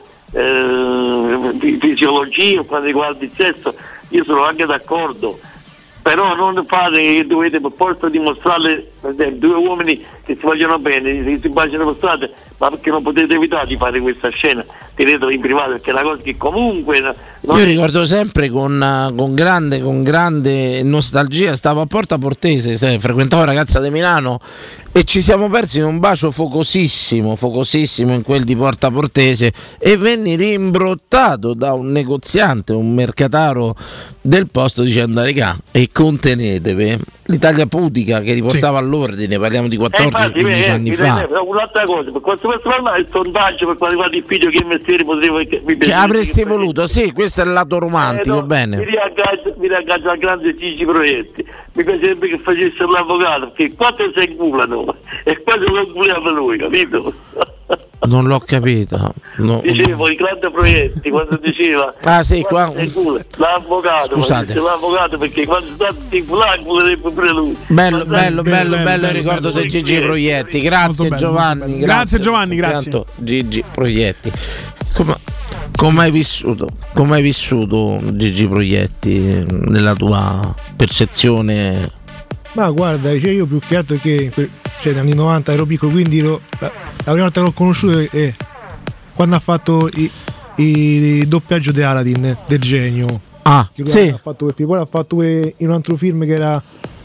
fisiologie quando riguarda il sesso, io sono anche d'accordo, però non fate che dovete per forza dimostrarle due uomini che si vogliono bene, che si baciano per strada, ma perché non potete evitare di fare questa scena, tenetelo in privato, perché è una cosa che comunque io ricordo sempre con grande nostalgia, stavo a Porta Portese, frequentavo la ragazza di Milano e ci siamo persi in un bacio focosissimo in quel di Porta Portese, e venni rimbrottato da un negoziante, un mercataro del posto, dicendo: regà, e contenetevi, l'Italia putica che riportava all'ordine, parliamo di 14-15 anni fa. Un'altra cosa, per quanto riguarda il sondaggio, per quanto riguarda il figlio, che mestiere che avresti voluto? Sì, questo è il lato romantico, bene. Mi riaggaggio al grande Gigi Proietti, mi piacerebbe che facesse l'avvocato, perché quanto si inculano e quando lo inculiamo lui, capito? Non l'ho capito. No. Dicevo, il grande Proietti quando diceva l'avvocato, scusate, l'avvocato, perché quando sta inculerebbe pure lui. Bello il ricordo di Gigi Proietti. Grazie Giovanni. Grazie Giovanni, grazie. Gigi Proietti. Come hai vissuto Gigi Proietti nella tua percezione? Ma guarda, io più che altro che negli anni 90 ero piccolo, quindi la prima volta che l'ho conosciuto è quando ha fatto il doppiaggio di Aladdin, del genio. Sì. Poi ha fatto in un altro film che era,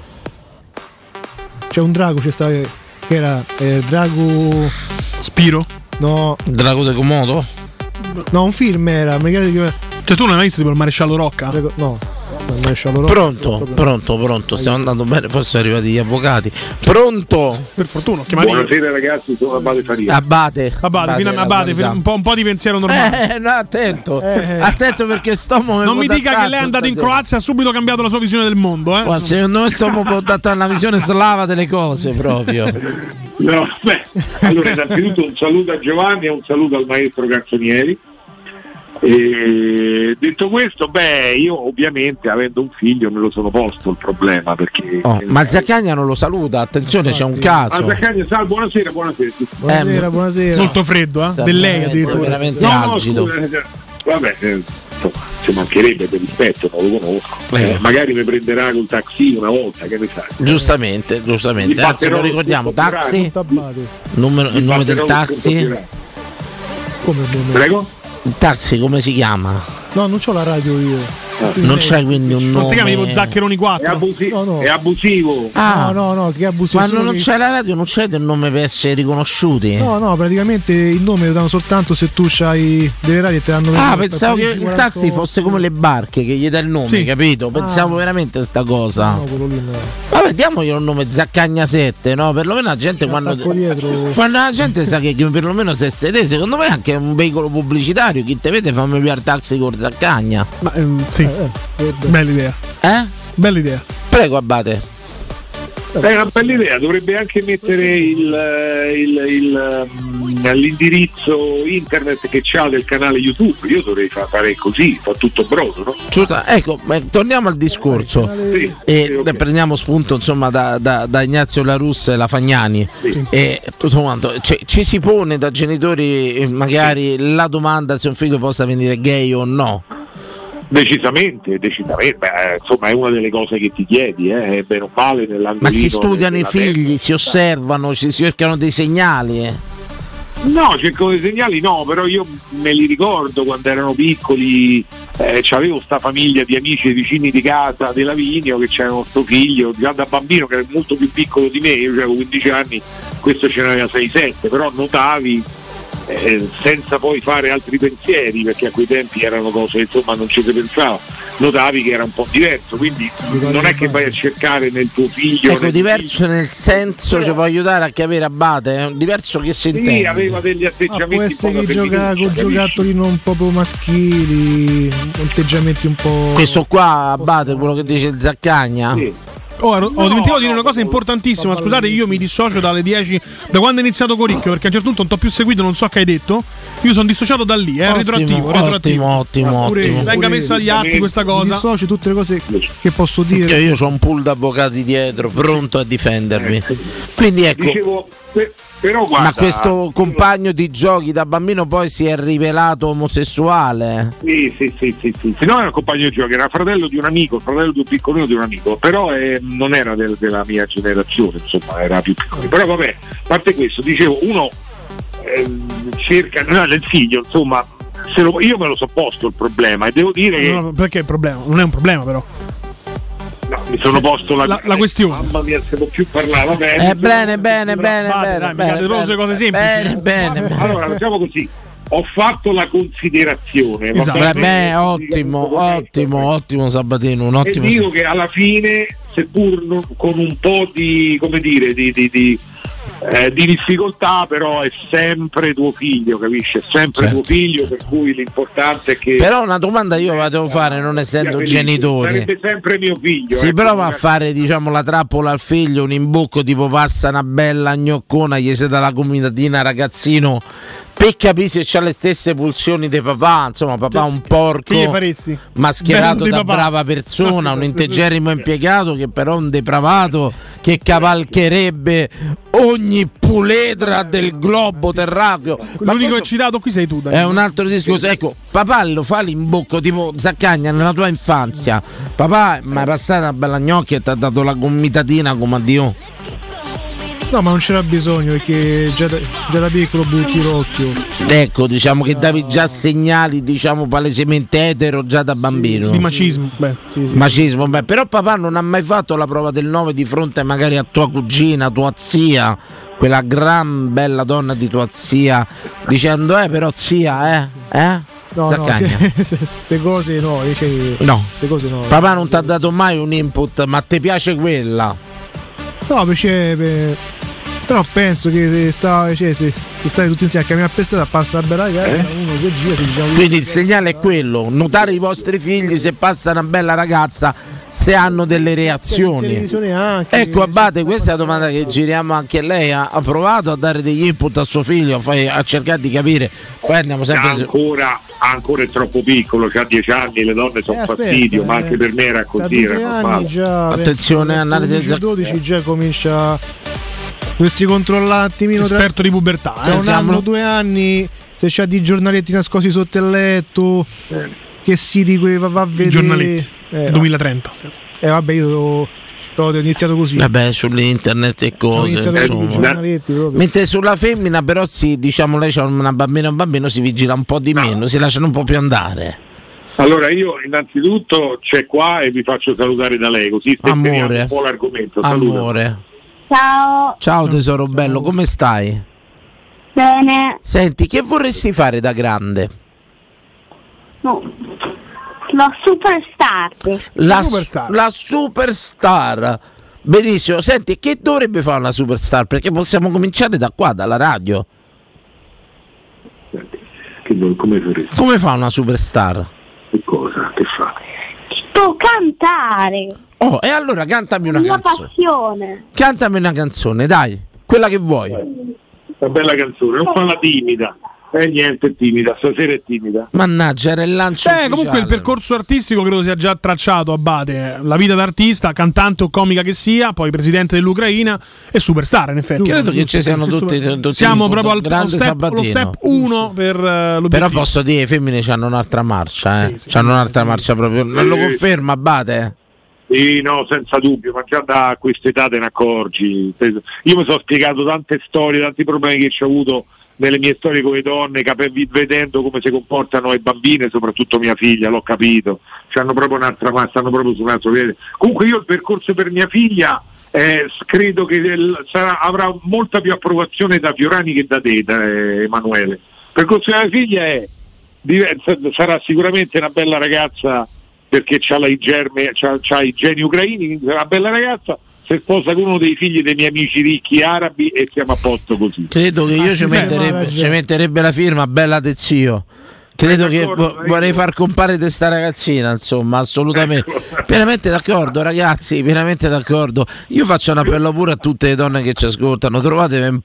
c'è un drago, che era Drago Spiro? No. Drago de Komodo? No, un film era. Cioè, tu non hai visto tipo il maresciallo Rocca? No. Pronto, stiamo andando bene, forse sono arrivati gli avvocati. Pronto? Per fortuna. Buonasera ragazzi, sono Abate Faria. Abate, un po' di pensiero normale. No, attento perché non mi dica che lei è andata in Croazia e ha subito cambiato la sua visione del mondo. Guarda, secondo me stiamo portando una visione slava delle cose proprio. No, allora innanzitutto un saluto a Giovanni e un saluto al maestro Canzonieri. E detto questo, io ovviamente avendo un figlio me lo sono posto il problema, perché ma Zaccagna non lo saluta, attenzione, c'è un caso. Zaccagna, buonasera. Molto freddo, del lei addirittura, veramente algido. Vabbè, ci mancherebbe, per rispetto, non lo conosco. Magari mi prenderà col taxi una volta, che ne sai. Giustamente. Anzi, lo ricordiamo, taxi. Il nome del taxi. Come il nome? Prego? Il taxi come si chiama? No, non c'ho la radio io. Non c'è quindi un nome. Non ti chiami tipo Zaccheroni 4? È abusivo. No, che è abusivo. Quando non c'è la radio non c'è del nome per essere riconosciuti. No, praticamente il nome lo danno soltanto se tu c'hai delle radio e te l'hanno. Pensavo che il taxi fosse come le barche che gli dà il nome, sì. Capito? Pensavo veramente a sta cosa. No, quello lì no. Vabbè, diamogli un nome Zaccagna 7, no? Perlomeno la gente quando la gente sa che perlomeno se siete, secondo me è anche un veicolo pubblicitario. Chi te vede fammi via il taxi con Zaccagna. Ma sì. Bella idea. Bella idea. Prego, Abate. È una bella idea, dovrebbe anche mettere l'indirizzo internet che c'ha del canale YouTube. Io dovrei fare così, fa tutto brodo, no? Giusto, ecco, torniamo al discorso. Okay. Prendiamo spunto insomma da Ignazio La Russa e la Fagnani. Sì. E tutto quanto. Ci si pone da genitori magari la domanda se un figlio possa venire gay o no. Decisamente. Insomma è una delle cose che ti chiedi, è bene o male nell'angolino. Ma si studiano i figli, si osservano, si cercano dei segnali. No, cercano dei segnali no, però io me li ricordo quando erano piccoli, c'avevo sta famiglia di amici e vicini di casa di Lavinio che c'erano sto figlio, già da bambino che era molto più piccolo di me, io avevo 15 anni, questo ce n'aveva 6-7, però notavi senza poi fare altri pensieri, perché a quei tempi erano cose insomma non ci si pensava, notavi che era un po' diverso, quindi non è che vai a cercare nel tuo figlio, ecco, diverso nel senso ci può aiutare a capire Abate, diverso che si intende. Sì, aveva degli atteggiamenti può essere che gioca con giocattoli non proprio maschili, atteggiamenti un po'. Questo qua Abate, quello che dice il Zaccagna? Sì. Ho dimenticato di dire una cosa importantissima. Scusate, io mi dissocio dalle 10 da quando è iniziato Coricchio, perché a un certo punto non t'ho più seguito, non so che hai detto. Io sono dissociato da lì, retroattivo. Ottimo. Venga messa agli atti questa cosa. Dissocio tutte le cose che posso dire. Perché io ho un pool d'avvocati dietro, pronto a difendermi. Quindi ecco. Dicevo, però guarda, ma questo compagno di giochi da bambino poi si è rivelato omosessuale? Sì. No, era un compagno di giochi, era fratello di un amico, fratello di un piccolino di un amico, però non era della mia generazione, insomma, era più piccolo. Però vabbè, a parte questo, dicevo, uno cerca del figlio, insomma, io me lo so posto il problema e devo dire che. No, perché il problema? Non è un problema però. No, mi sono posto la questione. Mamma mia, se può più parlare, bene. Bene. Allora, facciamo così. Ho fatto la considerazione. Esatto. Ottimo Sabatino, un ottimo. E dico che alla fine, seppur con un po' di, come dire, di difficoltà, però è sempre tuo figlio, capisci? È sempre tuo figlio, per cui l'importante è che. Però una domanda io la devo fare, non essendo genitori. Sarebbe sempre mio figlio. Si prova a fare, diciamo, la trappola al figlio, un imbocco tipo passa una bella gnoccona, gli si dà la comitatina ragazzino, per capire se c'ha le stesse pulsioni di papà, insomma, papà un porco mascherato da brava persona, un integerrimo impiegato che però è un depravato che cavalcherebbe ogni puledra del globo terracqueo. L'unico eccitato qui sei tu, Daniele. È un altro discorso. Ecco, papà lo fa l'imbocco tipo Zaccagna nella tua infanzia. Papà, mi è passata una bella gnocchia e ti ha dato la gomitatina come a Dio. No, ma non c'era bisogno perché già da piccolo butti l'occhio. Ecco, diciamo che davi già segnali, diciamo, palesemente etero già da bambino. Di macismo. Macismo, però papà non ha mai fatto la prova del 9 di fronte magari a tua cugina, tua zia, quella gran bella donna di tua zia, dicendo però zia, No, Zaccagna. Queste cose no, queste cose no. Papà non ti ha dato mai un input, ma ti piace quella? No, però penso che se stai tutti insieme a camminare per strada passa una bella ragazza, uno che gira, diciamo. Quindi il segnale è quello, notare i vostri figli se passa una bella ragazza, se hanno delle reazioni. Ecco Abate, questa è la domanda che giriamo anche a lei. Ha provato a dare degli input a suo figlio, a cercare di capire. Poi andiamo sempre ancora è troppo piccolo, c'ha 10 anni, le donne sono fastidio, ma anche per me era così, era normale. Attenzione, analisi 12 già comincia questi controllare un attimino esperto di pubertà, da un anno, 2 anni, se c'ha di giornaletti nascosti sotto il letto, che siti va a vedere. I giornaletti 2030. Vabbè, io ho iniziato così. Vabbè, sull'internet e cose. Mentre sulla femmina, però, sì, diciamo, lei c'ha una bambina e un bambino, si vigila un po' di meno, si lasciano un po' più andare. Allora io innanzitutto c'è qua e vi faccio salutare da lei, così amore, un po' l'argomento. Amore. Ciao tesoro bello, come stai? Bene. Senti, che vorresti fare da grande? No. La superstar. La superstar. Benissimo. Senti, che dovrebbe fare una superstar? Perché possiamo cominciare da qua, dalla radio. Come fa una superstar? Che cosa? Che fa? Sto cantare. Oh, e allora cantami una canzone. Passione. Cantami una canzone, dai, quella che vuoi. Una bella canzone, non fa la timida. Niente, è timida, stasera è timida. Mannaggia, era il lancio ufficiale. Comunque il percorso artistico credo sia già tracciato, Abate. La vita d'artista, cantante o comica che sia, poi presidente dell'Ucraina e superstar, in effetti. Credo che ci siano tutti siamo proprio allo step 1 per l'obiettivo. Però posso dire, i femmine hanno un'altra marcia, c'hanno un'altra marcia proprio. Non lo conferma, Abate? Sì, no, senza dubbio, ma già da quest'età te ne accorgi. Io mi sono spiegato tante storie, tanti problemi che ci ho avuto nelle mie storie con le donne, vedendo come si comportano le bambine, soprattutto mia figlia, l'ho capito. C'hanno proprio un'altra massa, stanno proprio su un altro piede. Comunque io il percorso per mia figlia credo che avrà molta più approvazione da Fiorani che da te, Emanuele. Il percorso della figlia è diverso, sarà sicuramente una bella ragazza perché c'ha i geni ucraini, sarà una bella ragazza. Se sposa con uno dei figli dei miei amici ricchi arabi e siamo a posto così. Credo che io ci metterebbe la firma, bella te zio. Credo che vorrei far comparire sta ragazzina, insomma, assolutamente. Pienamente d'accordo, ragazzi, pienamente d'accordo. Io faccio un appello pure a tutte le donne che ci ascoltano: trovatene un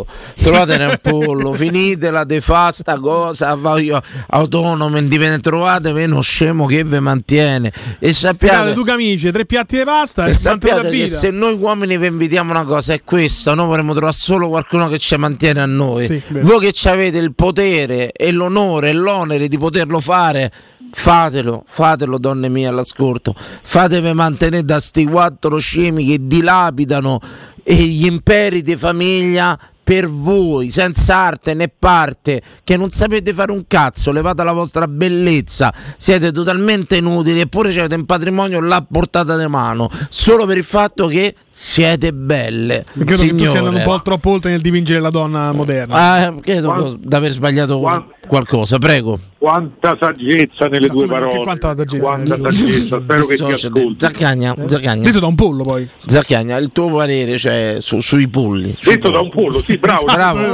pollo, finitela di fa sta cosa, voglio autonomo, indipendente, trovatevi uno scemo che vi mantiene. E sappiate, 2 camicie, 3 piatti di pasta e sappiate che se noi uomini vi invitiamo una cosa è questa: noi vorremmo trovare solo qualcuno che ci mantiene a noi. Sì, voi che avete il potere e l'onore e l'onere di poterlo fare, fatelo donne mie all'ascolto, fatevi mantenere da sti 4 scemi che dilapidano gli imperi di famiglia per voi, senza arte né parte, che non sapete fare un cazzo, levate la vostra bellezza, siete totalmente inutili, eppure avete un patrimonio là a portata di mano, solo per il fatto che siete belle. Credo che tu sia andato un po' troppo oltre nel dipingere la donna moderna. Credo di aver sbagliato qualcosa, prego. Quanta saggezza nelle tue parole. Quanta saggezza, spero che ti ascolti. Zaccagna. Detto da un pollo, poi. Zaccagna, il tuo parere, cioè sui polli. Detto da un pollo, sì, bravo.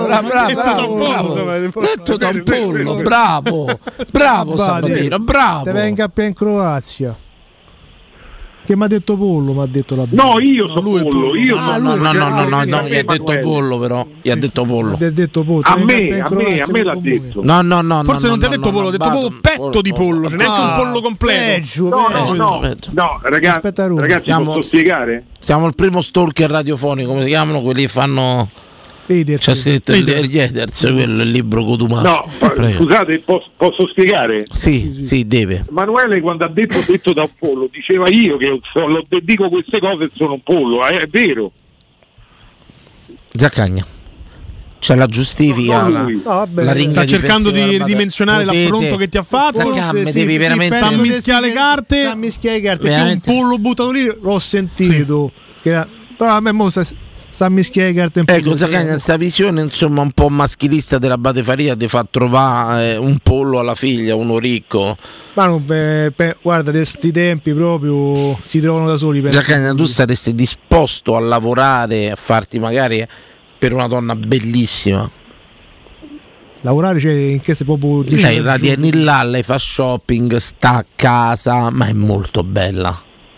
Detto da un pollo, bravo Sabatino, bravo. Te venga in Croazia. Che mi ha detto pollo, mi ha detto la No, io sono pollo. Io no, gli ha detto pollo, però. Gli ha detto pollo. A me l'ha detto. No. Forse non ti ha detto pollo, ha detto proprio petto di pollo, cioè neanche un pollo completo. No, ragazzi, posso spiegare? Siamo il primo stalker radiofonico, come si chiamano quelli che fanno. C'è scritto gli Eders, quello è il libro Cotumaccio. No, scusate, posso spiegare? Sì, deve. Emanuele quando ha detto da un pollo diceva io che dico queste cose e sono un pollo, è vero. Zaccagna. C'è la giustifica, la ringa. Sta cercando di ridimensionare l'affronto che ti ha fatto. Devi veramente sta a mischiare le carte. Perché un pollo buttato lì l'ho sentito. Però a me sta a mischiare carte un po'. Ecco, Zaccagna, questa visione insomma un po' maschilista della Batefaria ti fa trovare un pollo alla figlia, uno ricco. Ma non, guarda, di questi tempi proprio si trovano da soli. Zaccagna, tu saresti disposto a lavorare, a farti magari per una donna bellissima? Lavorare, cioè, in che se proprio lei la tieni là, lei fa shopping, sta a casa, ma è molto bella.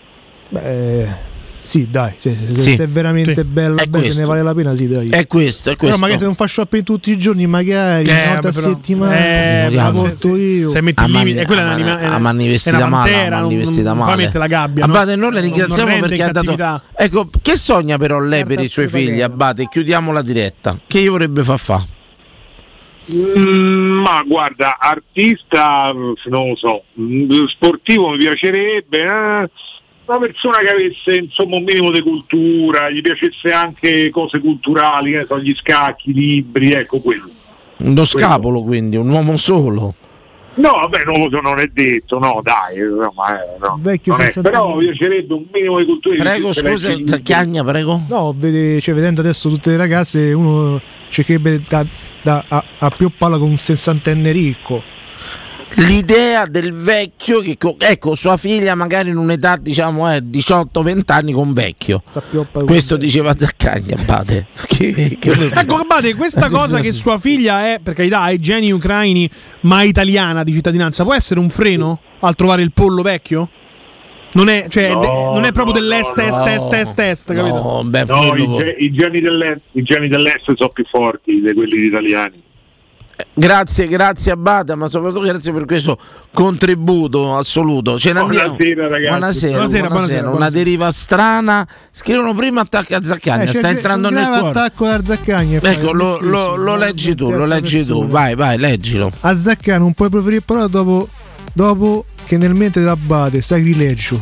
Sì, dai, se è veramente bella, se ne vale la pena, sì, dai. È questo. Però magari se non fa shopping tutti i giorni, magari una volta a settimana la porto io. Se metti il limite, quella è una manni vestita male, poi mette la gabbia. Abate, noi la ringraziamo perché ha dato. Ecco, che sogna però lei per i suoi figli, Abate? Chiudiamo la diretta. Che gli vorrebbe far fa? Ma guarda, artista non lo so, sportivo mi piacerebbe, una persona che avesse insomma un minimo di cultura, gli piacesse anche cose culturali, che ne so, gli scacchi, i libri, ecco quello. Uno scapolo, quindi, un uomo solo. No, vabbè, non lo so, non è detto, no, dai, insomma, no. Vecchio, Però mi piacerebbe un minimo di cultura. Prego, scusa, Zacchiagna, prego. No, vedendo adesso tutte le ragazze, uno cercherebbe a più palla con un sessantenne ricco. L'idea del vecchio che ecco sua figlia magari in un'età 18-20 anni con vecchio. Questo diceva Zaccagna, Abate. Ecco Abate, questa cosa che sua figlia è, per carità, ha i geni ucraini ma italiana di cittadinanza, può essere un freno al trovare il pollo vecchio? Non è, non è proprio dell'est, est, capito? I geni dell'est sono più forti di quelli italiani. Grazie Abate, ma soprattutto grazie per questo contributo assoluto. Ce Buonasera ragazzi. Buonasera. Una deriva strana. Scrivono prima attacca a Zaccagna, sta entrando nel cuore. Attacco da Zaccagna. Ecco, lo leggi tu, vai, leggilo. A Zaccagna non puoi preferire però dopo che nel mente d'Abate sacrilegio.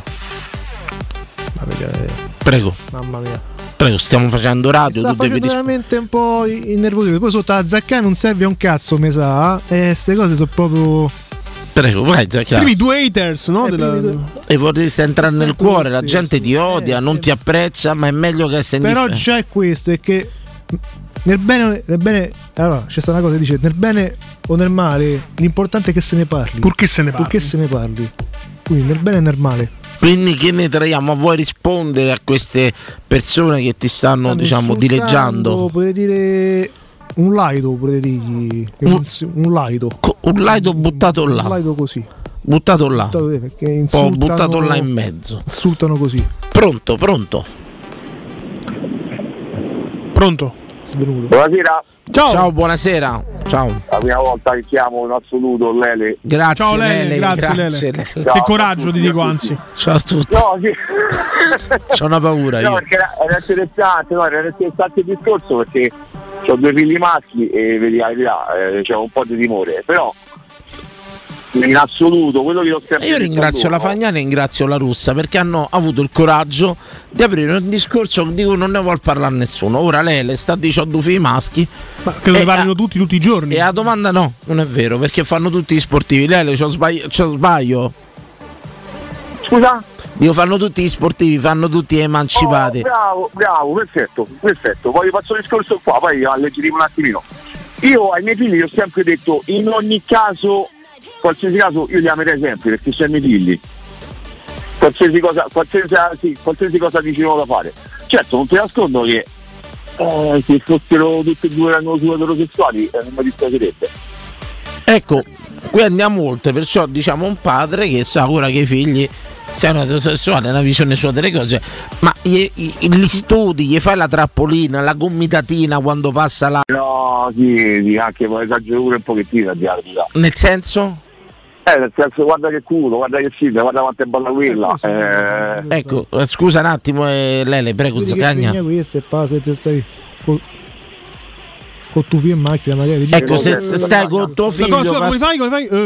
Prego. Mamma mia. Prego, stiamo facendo radio. Sta facendo veramente un po' innervosito. Poi sotto a Zaccagna non serve a un cazzo, mi sa. Queste cose sono proprio. Prego, vai Zaccagna. I primi due haters, no? E vorresti entrare nel cuore, la gente ti odia, non ti apprezza, ma è meglio che se Però già è questo, è che nel bene. Allora, c'è stata una cosa che dice: nel bene o nel male, l'importante è che se ne parli. Purché se ne parli. Quindi nel bene e nel male. Quindi che ne traiamo? Vuoi rispondere a queste persone che ti stanno dileggiando? Potete dire un laido, potete dirgli un laido. Un laido buttato là. Un laido così. Buttato là. Perché buttato là in mezzo. Insultano così. Pronto. Svenuto. Buonasera. Ciao, buonasera. Ciao. La prima volta che chiamo in assoluto Lele. Grazie. Ciao Lele, grazie. Lele. Che coraggio ti dico, anzi. Ciao a tutti. No, sì. C'ho una paura io. No, perché era interessante il discorso, perché ho 2 figli maschi e vedi la verità, c'è un po' di timore, però in assoluto quello che ho sempre io ringrazio la Fagnani e ringrazio la Russa perché hanno avuto il coraggio di aprire un discorso di cui non ne vuol parlare nessuno. Ora lei le sta dicendo figli maschi, ma credo che parlino tutti i giorni. E la domanda no, non è vero, perché fanno tutti gli sportivi. Lei sbaglio? Scusa? Io fanno tutti gli sportivi, fanno tutti emancipati. Bravo, perfetto. Poi faccio il discorso qua, poi alleggerimo un attimino. Io ai miei figli ho sempre detto, in ogni caso, qualsiasi caso io li amerei sempre perché sono i miei figli. Qualsiasi cosa dicevano da fare. Certo, non ti nascondo che se fossero tutti e due erano eterosessuali non mi dispiacerebbe. Ecco, qui andiamo oltre, perciò diciamo un padre che sa ora che i figli siano eterosessuali, una visione sua delle cose, ma gli studi, gli fai la trappolina, la gomitatina quando passa la... No, sì, anche poi esagero pure un pochettino di realtà. Nel senso? Nel senso, guarda che culo, guarda che figa, guarda quanto è bella quella. Ecco, scusa un attimo, Lele, prego, Zaccagna. Questo è se stai con tuo figlio in macchina magari. Ecco, se stai con tuo figlio... Come fai?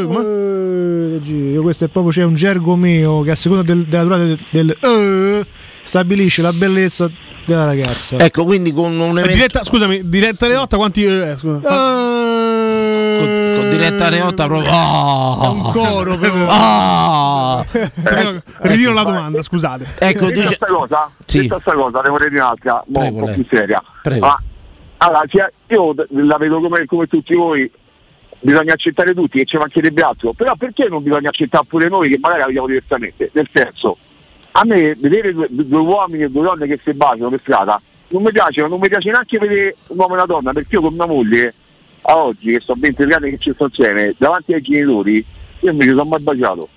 Questo è proprio, c'è un gergo mio che a seconda della durata del stabilisce la bellezza della ragazza. Ecco, quindi con un diretta Reotta quanti con diretta Reotta proprio un coro proprio. Ritiro la domanda, scusate. Ecco, dice questa cosa, ne vorrei dire un'altra, un po' più seria. Allora, io la vedo come tutti voi, bisogna accettare tutti, e ci mancherebbe altro, però perché non bisogna accettare pure noi che magari la vediamo diversamente? Nel senso, a me vedere due uomini e 2 donne che si baciano per strada non mi piace neanche vedere un uomo e una donna, perché io con mia moglie a oggi, che sono 20 anni che ci sto insieme, davanti ai genitori, io mi ci sono mai baciato.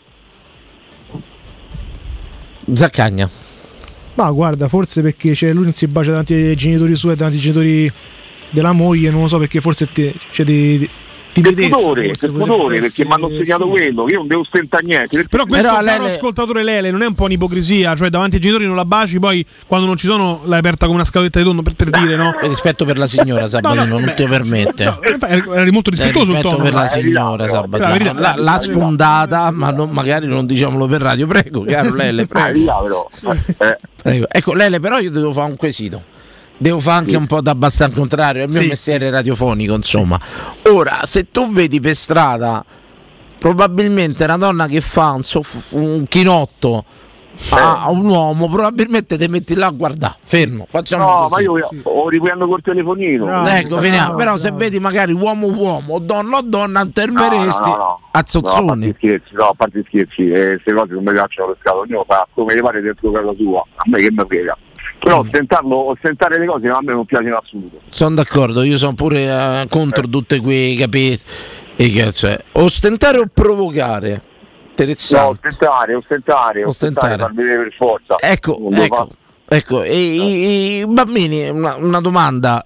Zaccagna. Ma guarda, forse perché lui non si bacia davanti ai genitori suoi e davanti ai genitori della moglie, non lo so, perché forse pudore, perché mi hanno insegnato quello, io non devo stentare niente. Però questo caro ascoltatore Lele non è un po' un'ipocrisia, cioè davanti ai genitori non la baci, poi quando non ci sono l'hai aperta come una scatoletta di tonno per dire, no? Rispetto per la signora Sabatino, non ti permette. Eri molto rispettoso il rispetto tono. per la signora Sabatino. L'ha sfondata, ma magari non diciamolo per radio, prego, caro Lele, prego. Prego. Ecco Lele, però io devo fare un quesito. Devo fare anche un po' da abbastanza contrario, è il mio mestiere radiofonico, insomma. Ora, se tu vedi per strada probabilmente una donna che fa un chinotto a un uomo, probabilmente ti metti là a guardare, fermo, facciamo così. Ma io ho riprendo col telefonino. Ecco, finiamo. Però se vedi magari uomo o donna interveresti a zozzoni. A parte scherzi, queste cose non mi piacciono per scatole, ognuno fa come le pare dentro casa sua, a me che mi frega. Però ostentare le cose a me non piace in assoluto. Sono d'accordo, io sono pure contro tutte quei capite. Ostentare o provocare? Interessante. No, ostentare, far vedere per forza. Ecco, i bambini, una domanda.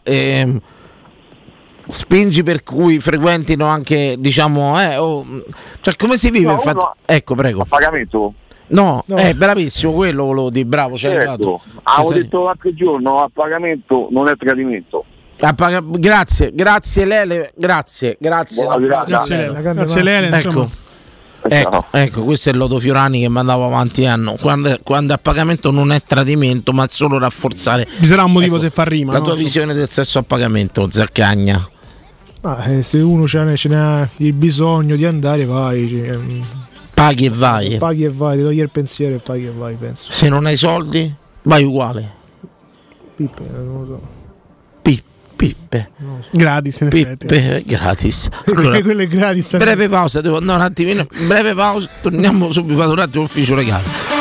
Spingi per cui frequentino anche, diciamo, cioè come si vive? Ecco, prego. A pagamento? No, è bravissimo, quello volevo dire, bravo, c'è arrivato. Avevo detto l'altro giorno, a pagamento non è tradimento. Grazie Lele, grazie Lele, ecco, questo è il Lodo Fiorani che mandavo avanti anno. Quando a pagamento non è tradimento, ma solo rafforzare. Ci sarà un motivo se fa rima. La tua visione del sesso a pagamento, Zaccagna. Se uno ce n'ha il bisogno di andare, vai. Paghi e vai, ti togli il pensiero e paghi e vai, penso. Se non hai soldi, vai uguale. Pippe, non lo so. Pippe. Non lo so. Gratis, in Pippe, gratis. Allora, quello è gratis. Breve pausa, devo andare un attimino. Breve pausa, torniamo subito, vado un attimo all'ufficio legale.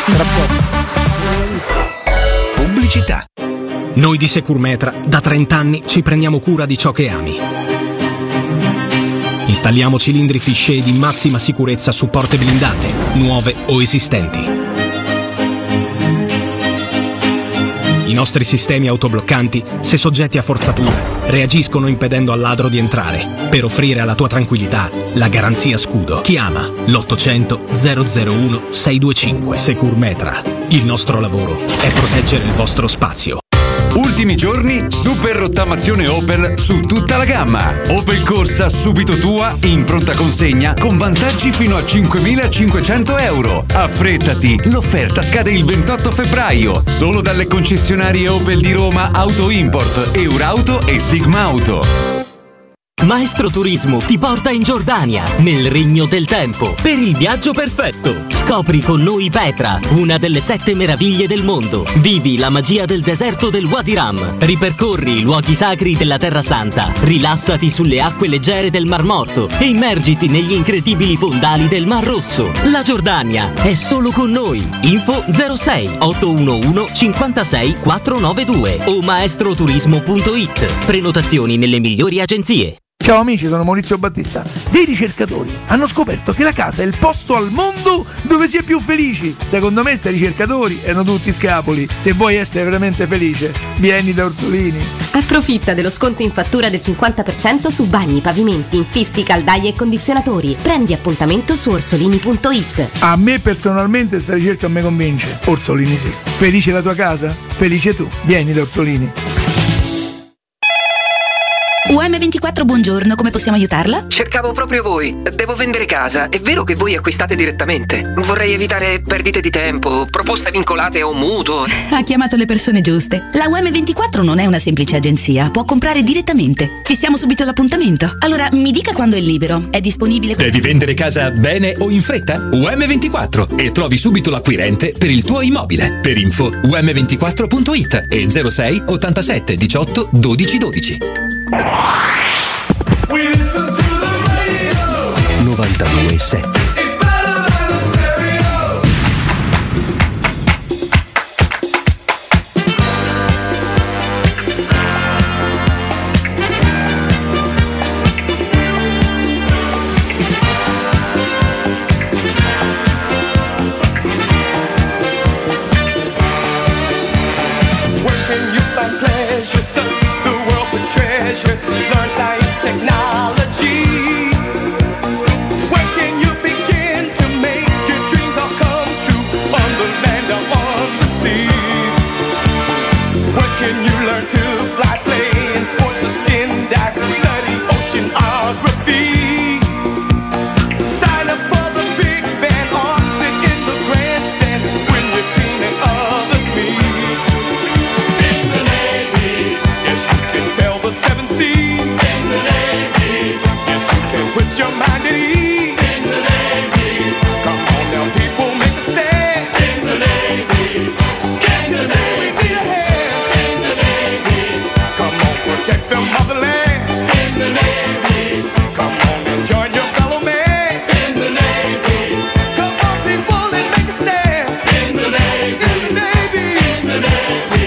Pubblicità. Noi di Securmetra da 30 anni ci prendiamo cura di ciò che ami. Installiamo cilindri fisce di massima sicurezza su porte blindate, nuove o esistenti. I nostri sistemi autobloccanti, se soggetti a forzatura, reagiscono impedendo al ladro di entrare, per offrire alla tua tranquillità la garanzia scudo. Chiama l'800 001 625. Securmetra. Il nostro lavoro è proteggere il vostro spazio. Ultimi giorni, super rottamazione Opel su tutta la gamma. Opel Corsa subito tua, in pronta consegna, con vantaggi fino a 5.500 euro. Affrettati, l'offerta scade il 28 febbraio, solo dalle concessionarie Opel di Roma, Auto Import, Eurauto e Sigma Auto. Maestro Turismo ti porta in Giordania, nel Regno del Tempo, per il viaggio perfetto. Scopri con noi Petra, una delle 7 meraviglie del mondo. Vivi la magia del deserto del Wadi Rum. Ripercorri i luoghi sacri della Terra Santa. Rilassati sulle acque leggere del Mar Morto e immergiti negli incredibili fondali del Mar Rosso. La Giordania è solo con noi. Info 06 811 56 492 o maestroturismo.it. Prenotazioni nelle migliori agenzie. Ciao amici, sono Maurizio Battista. Dei ricercatori hanno scoperto che la casa è il posto al mondo dove si è più felici. Secondo me sti ricercatori erano tutti scapoli. Se vuoi essere veramente felice, vieni da Orsolini. Approfitta dello sconto in fattura del 50% su bagni, pavimenti, infissi, caldaie e condizionatori. Prendi appuntamento su orsolini.it. A me personalmente sta ricerca mi convince. Orsolini sì. Felice la tua casa? Felice tu. Vieni da Orsolini. UM24, buongiorno, come possiamo aiutarla? Cercavo proprio voi. Devo vendere casa. È vero che voi acquistate direttamente? Vorrei evitare perdite di tempo, proposte vincolate o mutuo. Ha chiamato le persone giuste. La UM24 non è una semplice agenzia, può comprare direttamente. Fissiamo subito l'appuntamento. Allora, mi dica quando è libero. È disponibile? Devi vendere casa bene o in fretta? UM24 e trovi subito l'acquirente per il tuo immobile. Per info um24.it e 06 87 18 12 12. 92.7. Learn science, technology. your mind at ease. In the Navy. Come on now, people, make a stand. In the Navy. Can't you see we need a hand? In the Navy. Come on, protect the motherland. In the Navy. Come on and join your fellow man. In the Navy. Come on, people, and make a stand. In the Navy. In the Navy. In the Navy.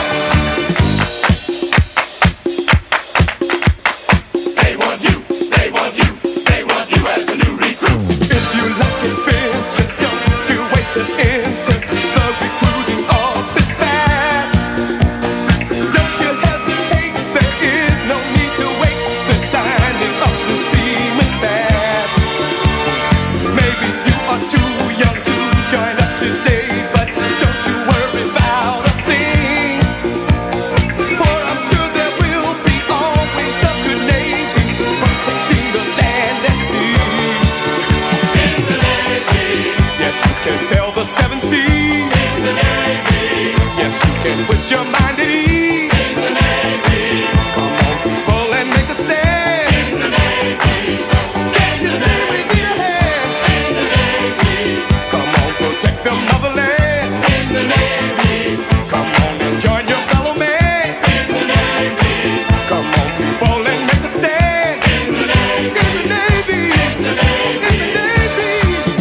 They want you. They want you. They want you as a new recruit. If you like adventure, don't you wait to enter the recruiting office fast. Don't you hesitate, there is no need to wait. The signing up will seem fast. Maybe you are too young to join up today, but don't you worry about a thing. For I'm sure there will be always a good Navy protecting the land and sea. In the Navy. Yes, you can sail the seven seas. In the Navy. Yes, you can put your mind at ease. In the Navy. Come on, people, and make a stand. In the Navy. Can't you see we need a hand? In the Navy. Come on, protect the motherland. In the Navy. Come on and join your fellow man. In the Navy. Come on, people, and make a stand. In the Navy. In the Navy. In the Navy. In the Navy.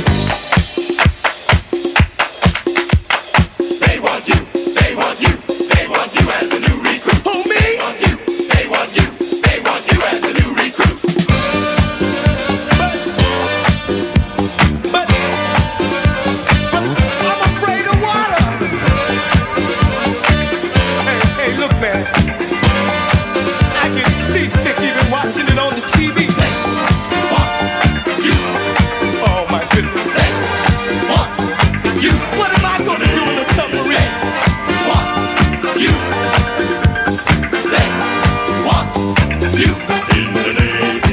They want you. They want you. They want you as a new recruit. Who, me? They want you. They want you. They want you as a new recruit. But I'm afraid of water. Hey, look, man. I get seasick even watching it on the TV. They want you. Oh my goodness. They want you. What am I gonna do in a submarine? They want you. They want you. In the Navy.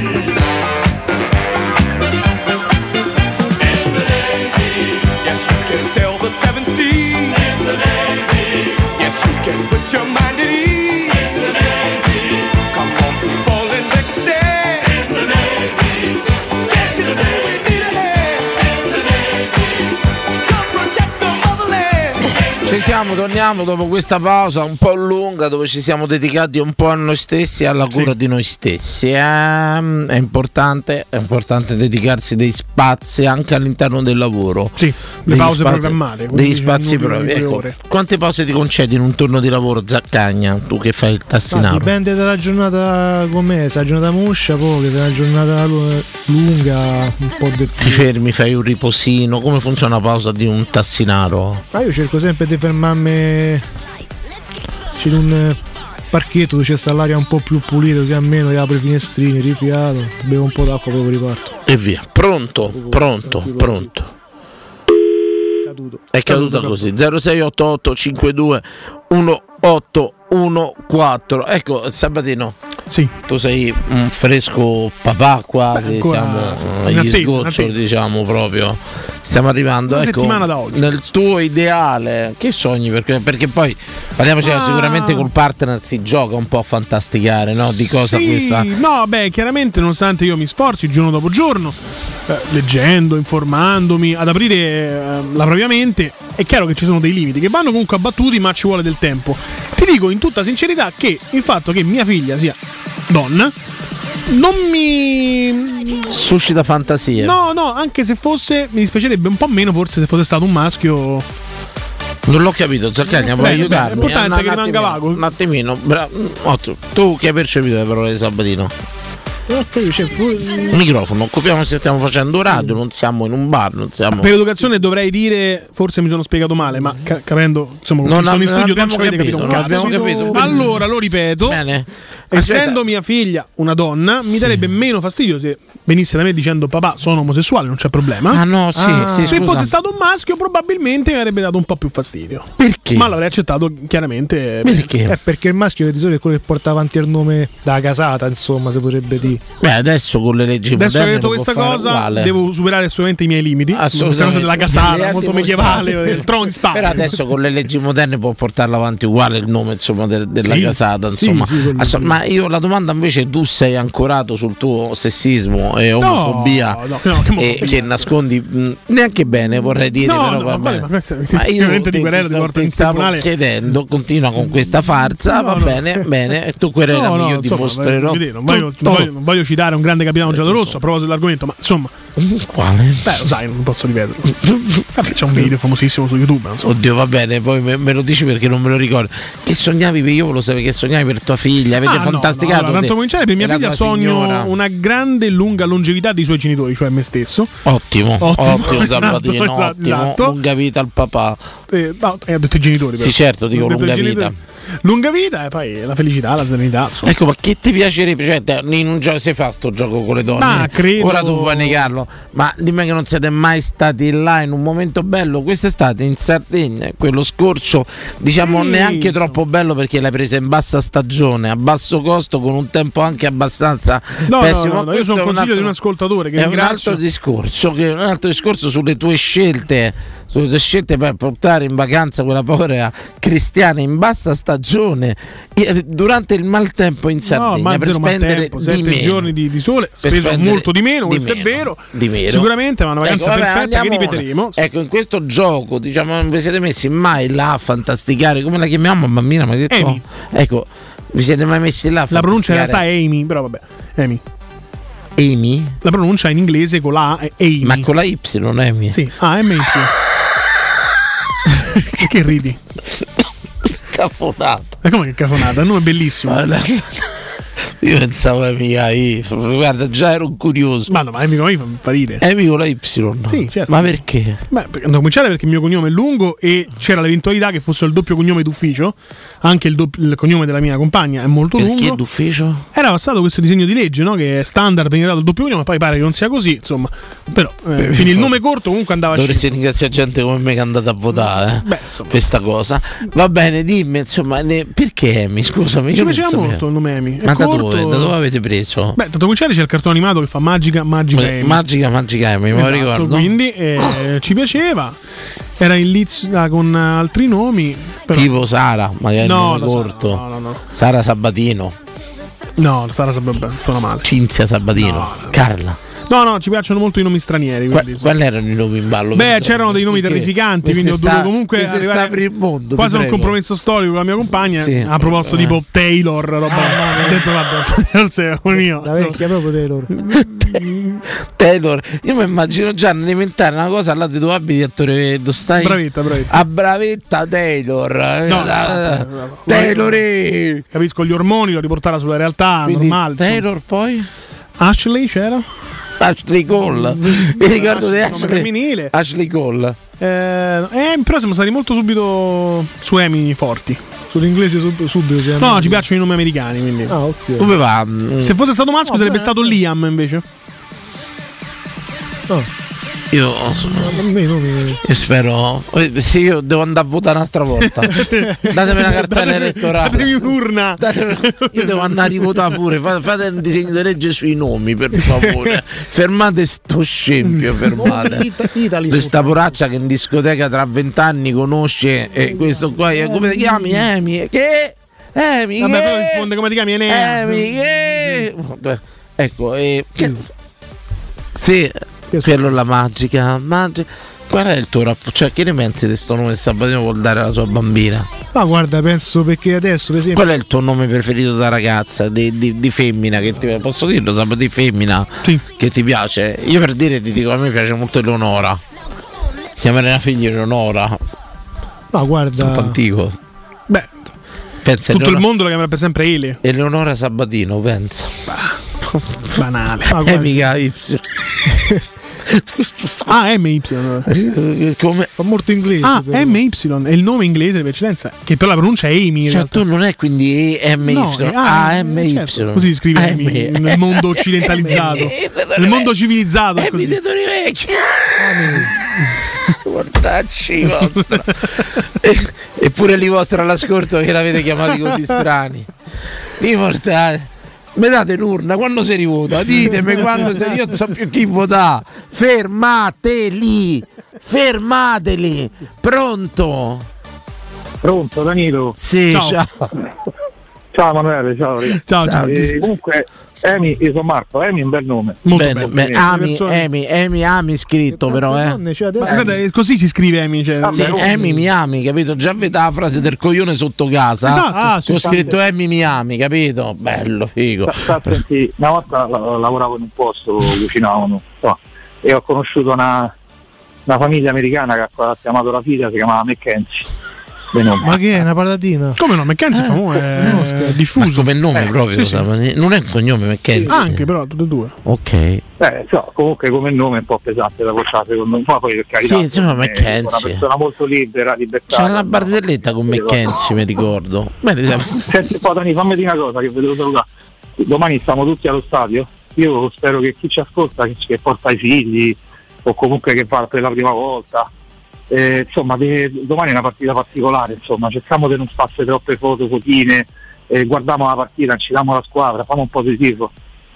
In the Navy. Yes, you can sail the seven seas. In the Navy. Yes, you can put your mind at ease. In the Navy. Come on, people, and make a stand. In the Navy. Can't you see we need a hand? In the Navy. Come protect the motherland. Ci siamo, torniamo dopo questa pausa un po' lunga dove ci siamo dedicati un po' a noi stessi e alla cura di noi stessi. È importante dedicarsi dei spazi anche all'interno del lavoro. Sì, le pause programmate. Degli spazi propri. Ecco, quante pause ti concedi in un turno di lavoro, Zaccagna? Tu che fai il tassinaro? Dipende dalla giornata com'è, se la giornata moscia poche, se la giornata lunga un po' di più. Ti fermi, fai un riposino? Come funziona la pausa di un tassinaro? Ma io cerco sempre di fermarmi, c'è un parchetto dove c'è sta l'aria un po' più pulita, così almeno apro i finestrini, rifiato, bevo un po' d'acqua, poi riparto. E via, pronto. È caduta così. 0688 52 1814. Ecco, Sabatino. Sì. Tu sei un fresco papà quasi, siamo agli sgoccioli, diciamo proprio. Stiamo arrivando, una ecco, settimana da oggi. nel tuo ideale. Che sogni? Perché poi parliamoci, sicuramente col partner si gioca un po' a fantasticare, no? Di cosa questa. No, beh, chiaramente, nonostante io mi sforzi giorno dopo giorno, leggendo, informandomi, ad aprire la propria mente, è chiaro che ci sono dei limiti che vanno comunque abbattuti, ma ci vuole del tempo. Ti dico in tutta sincerità che il fatto che mia figlia sia donna non mi suscita fantasia. No, anche se fosse, mi dispiacerebbe un po' meno forse se fosse stato un maschio. Non l'ho capito, Zaccagna, puoi aiutarmi? È importante che rimanga vago. Un attimino, tu che hai percepito le parole di Sabatino? Microfono, occupiamo se stiamo facendo radio, non siamo in un bar, non siamo. Per educazione dovrei dire, forse mi sono spiegato male, ma capendo, insomma, non sono in studio, non ci avete capito un cazzo. Allora, lo ripeto. Bene. Essendo mia figlia una donna, mi darebbe meno fastidio se venisse da me dicendo papà sono omosessuale, non c'è problema. Ah no, sì, se fosse stato un maschio probabilmente mi avrebbe dato un po' più fastidio. Perché? Ma l'avrei accettato chiaramente. Perché? Perché il maschio di solito è quello che porta avanti il nome da casata, insomma, si potrebbe dire. Beh, adesso con le leggi moderne che ho detto questa cosa uguale. devo superare assolutamente i miei limiti. Questa cosa della casata molto medievale, del trono di spade. Però adesso con le leggi moderne può portarlo avanti uguale il nome, insomma, della casata, insomma. Ma Ma io la domanda invece, tu sei ancorato sul tuo sessismo e omofobia, che nascondi neanche bene, vorrei dire, però va bene. Ma io ti stavo chiedendo, continua con questa farsa, va bene, bene, tu querelami, io dimostrerò. Non voglio citare un grande capitano giallorosso a proposito dell'argomento, ma insomma. Quale? Beh, lo sai, non posso ripeterlo. C'è un video famosissimo su YouTube. Oddio, va bene, poi me lo dici perché non me lo ricordo. Che sognavi? Io volevo sapere che sognavi per tua figlia. Avete fantasticato. Tanto cominciare per mia figlia sogno una grande lunga longevità dei suoi genitori, cioè me stesso. Ottimo Sabatino, ottimo. Lunga vita al papà. No, ho detto i genitori. Sì, certo, dico lunga vita. Lunga vita e poi la felicità, la serenità. Insomma. Ecco, ma che ti piacerebbe? Cioè, in un gioco si fa sto gioco con le donne? Ma credo... Ora tu vuoi negarlo, ma dimmi che non siete mai stati là in un momento bello. Quest'estate in Sardegna, quello scorcio, diciamo neanche troppo bello perché l'hai presa in bassa stagione, a basso costo, con un tempo anche abbastanza pessimo. No, io sono un consiglio di un ascoltatore che è ringrazio. un altro discorso sulle tue scelte per portare in vacanza quella povera cristiana in bassa stagione durante il maltempo in Sardegna, per spendere di meno. Giorni di sole, speso molto di meno, questo è vero, sicuramente, ma una vacanza perfetta che ripeteremo. Ecco, in questo gioco, diciamo, non vi siete messi mai là a fantasticare, come la chiamiamo, bambina? Mi hai detto? Amy. Ecco, vi siete mai messi là a la pronuncia in realtà è Amy, però vabbè, Amy? La pronuncia in inglese con la A è Amy. Ma con la Y, Amy? Sì, M-Y. Che ridi? Cafonata. Ma come che cafonata? Il nome è bellissimo. Io pensavo Amy, guarda, già ero curioso. Ma no, ma Amy fa parire. Amy con la Y? Sì, certo. Ma perché? Beh, devo cominciare perché il mio cognome è lungo e c'era l'eventualità che fosse il doppio cognome d'ufficio. Anche il cognome della mia compagna è molto lungo. Perché d'ufficio? Era passato questo disegno di legge, no? Che è standard veniva dato il doppio cognome, poi pare che non sia così, insomma. Però quindi il nome corto comunque andava a dovresti ringraziare gente come me che è andata a votare questa cosa. Va bene, dimmi, insomma, perché Amy? Scusami. Ci piaceva molto il nome Amy. Ma da dove avete preso? Beh, tanto cominciare c'è il cartone animato che fa Magica Amy. Magica Amy, me lo ricordo. Quindi ci piaceva. Era in lizza con altri nomi. Però... Tipo Sara, magari nome corto. No. Sara Sabatino. No, Sara Sabatino suona male. Cinzia Sabatino. Carla. No, ci piacciono molto i nomi stranieri. Quali erano i nomi in ballo? Beh, c'erano dei nomi terrificanti, quindi ho dovuto comunque arrivare per il mondo, quasi a un compromesso storico con la mia compagna. Sì. A proposito tipo Taylor, roba. Ho detto vabbè, forse è mio. La vecchia proprio Taylor. Io mi immagino già inventare una cosa là di tu abiti attore, lo stai? Bravetta. A bravetta Taylor. No. Taylor. Capisco gli ormoni, lo riportare sulla realtà. Quindi, normale. Taylor poi? Ashley c'era? Ashley Cole, mi ricordo di Ashley Cole. Però siamo stati molto subito su Amy forti. Sull'inglese subito. No, ci piacciono i nomi americani, quindi. Ok. Come va? Se fosse stato maschio sarebbe stato Liam invece. Io spero. Sì, io devo andare a votare un'altra volta. Datemi una cartella elettorale. Datemi un'urna. Io devo andare a rivotare pure. Fate un disegno di legge sui nomi, per favore. Fermate sto scempio, fermate. Questa poraccia che in discoteca tra 20 anni conosce questo qua. Come ti chiami? Amy? Che? Amy? Vabbè, però risponde come ti chiami? Amy? Che? Ecco, sì. Quello è la magica. Qual è il tuo rapporto? Cioè, che ne pensi di sto nome che Sabatino vuol dare alla sua bambina? Ma guarda, penso perché adesso per esempio. Qual è il tuo nome preferito da ragazza? Di femmina? Che ti, posso dirlo, Sabatino, di femmina? Sì. Che ti piace? Io per dire ti dico, a me piace molto Eleonora. Chiamare la figlia Eleonora. Ma guarda. Un po' antico. Beh, pensa tutto il mondo lo chiamerà per sempre Ele. Eleonora Sabatino, pensa. Banale. È mica Y. MY. Come? Fa molto inglese. MY è il nome inglese per eccellenza, che però la pronuncia è Amy. Cioè tu non è quindi MY, MY. Certo. Così si scrive Amy nel mondo occidentalizzato. Nel mondo civilizzato è così. Mortacci vostra. Eppure lì vostra all'ascolto che l'avete chiamati così strani. Li mortali. Mi date un'urna quando si rivota? Ditemi quando io non so più chi votare. Fermateli. Pronto, Danilo? Sì, ciao. Ciao Emanuele, ciao ragazzi. Ciao. Comunque Emi, io sono Marco, Emi è un bel nome. Ami scritto però Guarda, così si scrive Emi, Emi mi ami, capito? Già vedi la frase del coglione sotto casa. Ho scritto Emi mi ami, capito? Bello, figo. Senti, una volta lavoravo in un posto, cucinavano e ho conosciuto una famiglia americana che ha chiamato la figlia, si chiamava Mackenzie. Ma che è una patatina? Come no? Mackenzie è famoso, è diffuso. Ma come nome proprio, sì. Non è un cognome Mackenzie. Anche però tutte e due. Ok. Comunque come nome è un po' pesante da portare secondo me, poi per carità. Sì, insomma, Mackenzie. Una persona molto libera, libertà. C'è una barzelletta con Mackenzie, mi ricordo. Senti, poi Dani, fammi dire una cosa che vedevo salutare. Domani stiamo tutti allo stadio. Io spero che chi ci ascolta, che porta i figli o comunque che va per la prima volta. Insomma, domani è una partita particolare, insomma, cerchiamo di non farsi troppe foto, fotine, guardiamo la partita, incidiamo la squadra, facciamo un po' di tifo,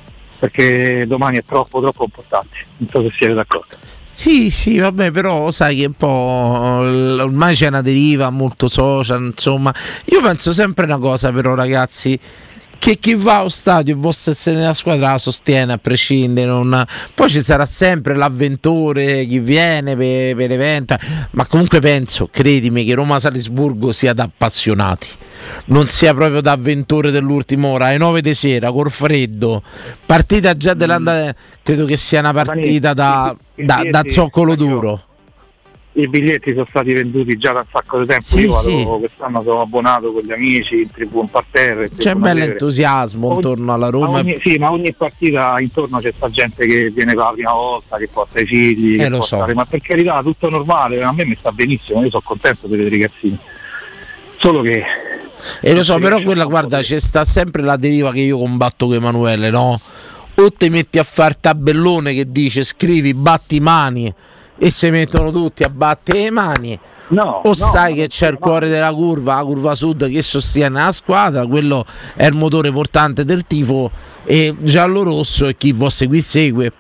perché domani è troppo importante, non so se siete d'accordo. Sì, vabbè, però sai che un po' ormai c'è una deriva molto social, insomma. Io penso sempre una cosa però, ragazzi, che chi va allo stadio e vuole essere nella squadra la sostiene a prescindere, poi ci sarà sempre l'avventore, chi viene per l'evento, ma comunque penso, credimi, che Roma-Salisburgo sia da appassionati, non sia proprio da avventore dell'ultima ora, alle 9 di sera, col freddo, partita già dell'andata, credo che sia una partita da zoccolo duro. I biglietti sono stati venduti già da un sacco di tempo. Quest'anno sono abbonato con gli amici in tribuna parterre. C'è un bel entusiasmo intorno alla Roma. Ma ogni partita intorno c'è sta gente che viene per la prima volta, che porta i figli, ma per carità tutto normale, a me mi sta benissimo, io sono contento di vedere i ragazzini. Solo che lo so, però quella, guarda, c'è sta sempre la deriva che io combatto con Emanuele, no? O ti metti a far tabellone che dice scrivi batti mani e si mettono tutti a battere le mani, sai che c'è il cuore della curva, la curva sud, che sostiene la squadra, quello è il motore portante del tifo, e giallo-rosso e chi vuol seguire segue.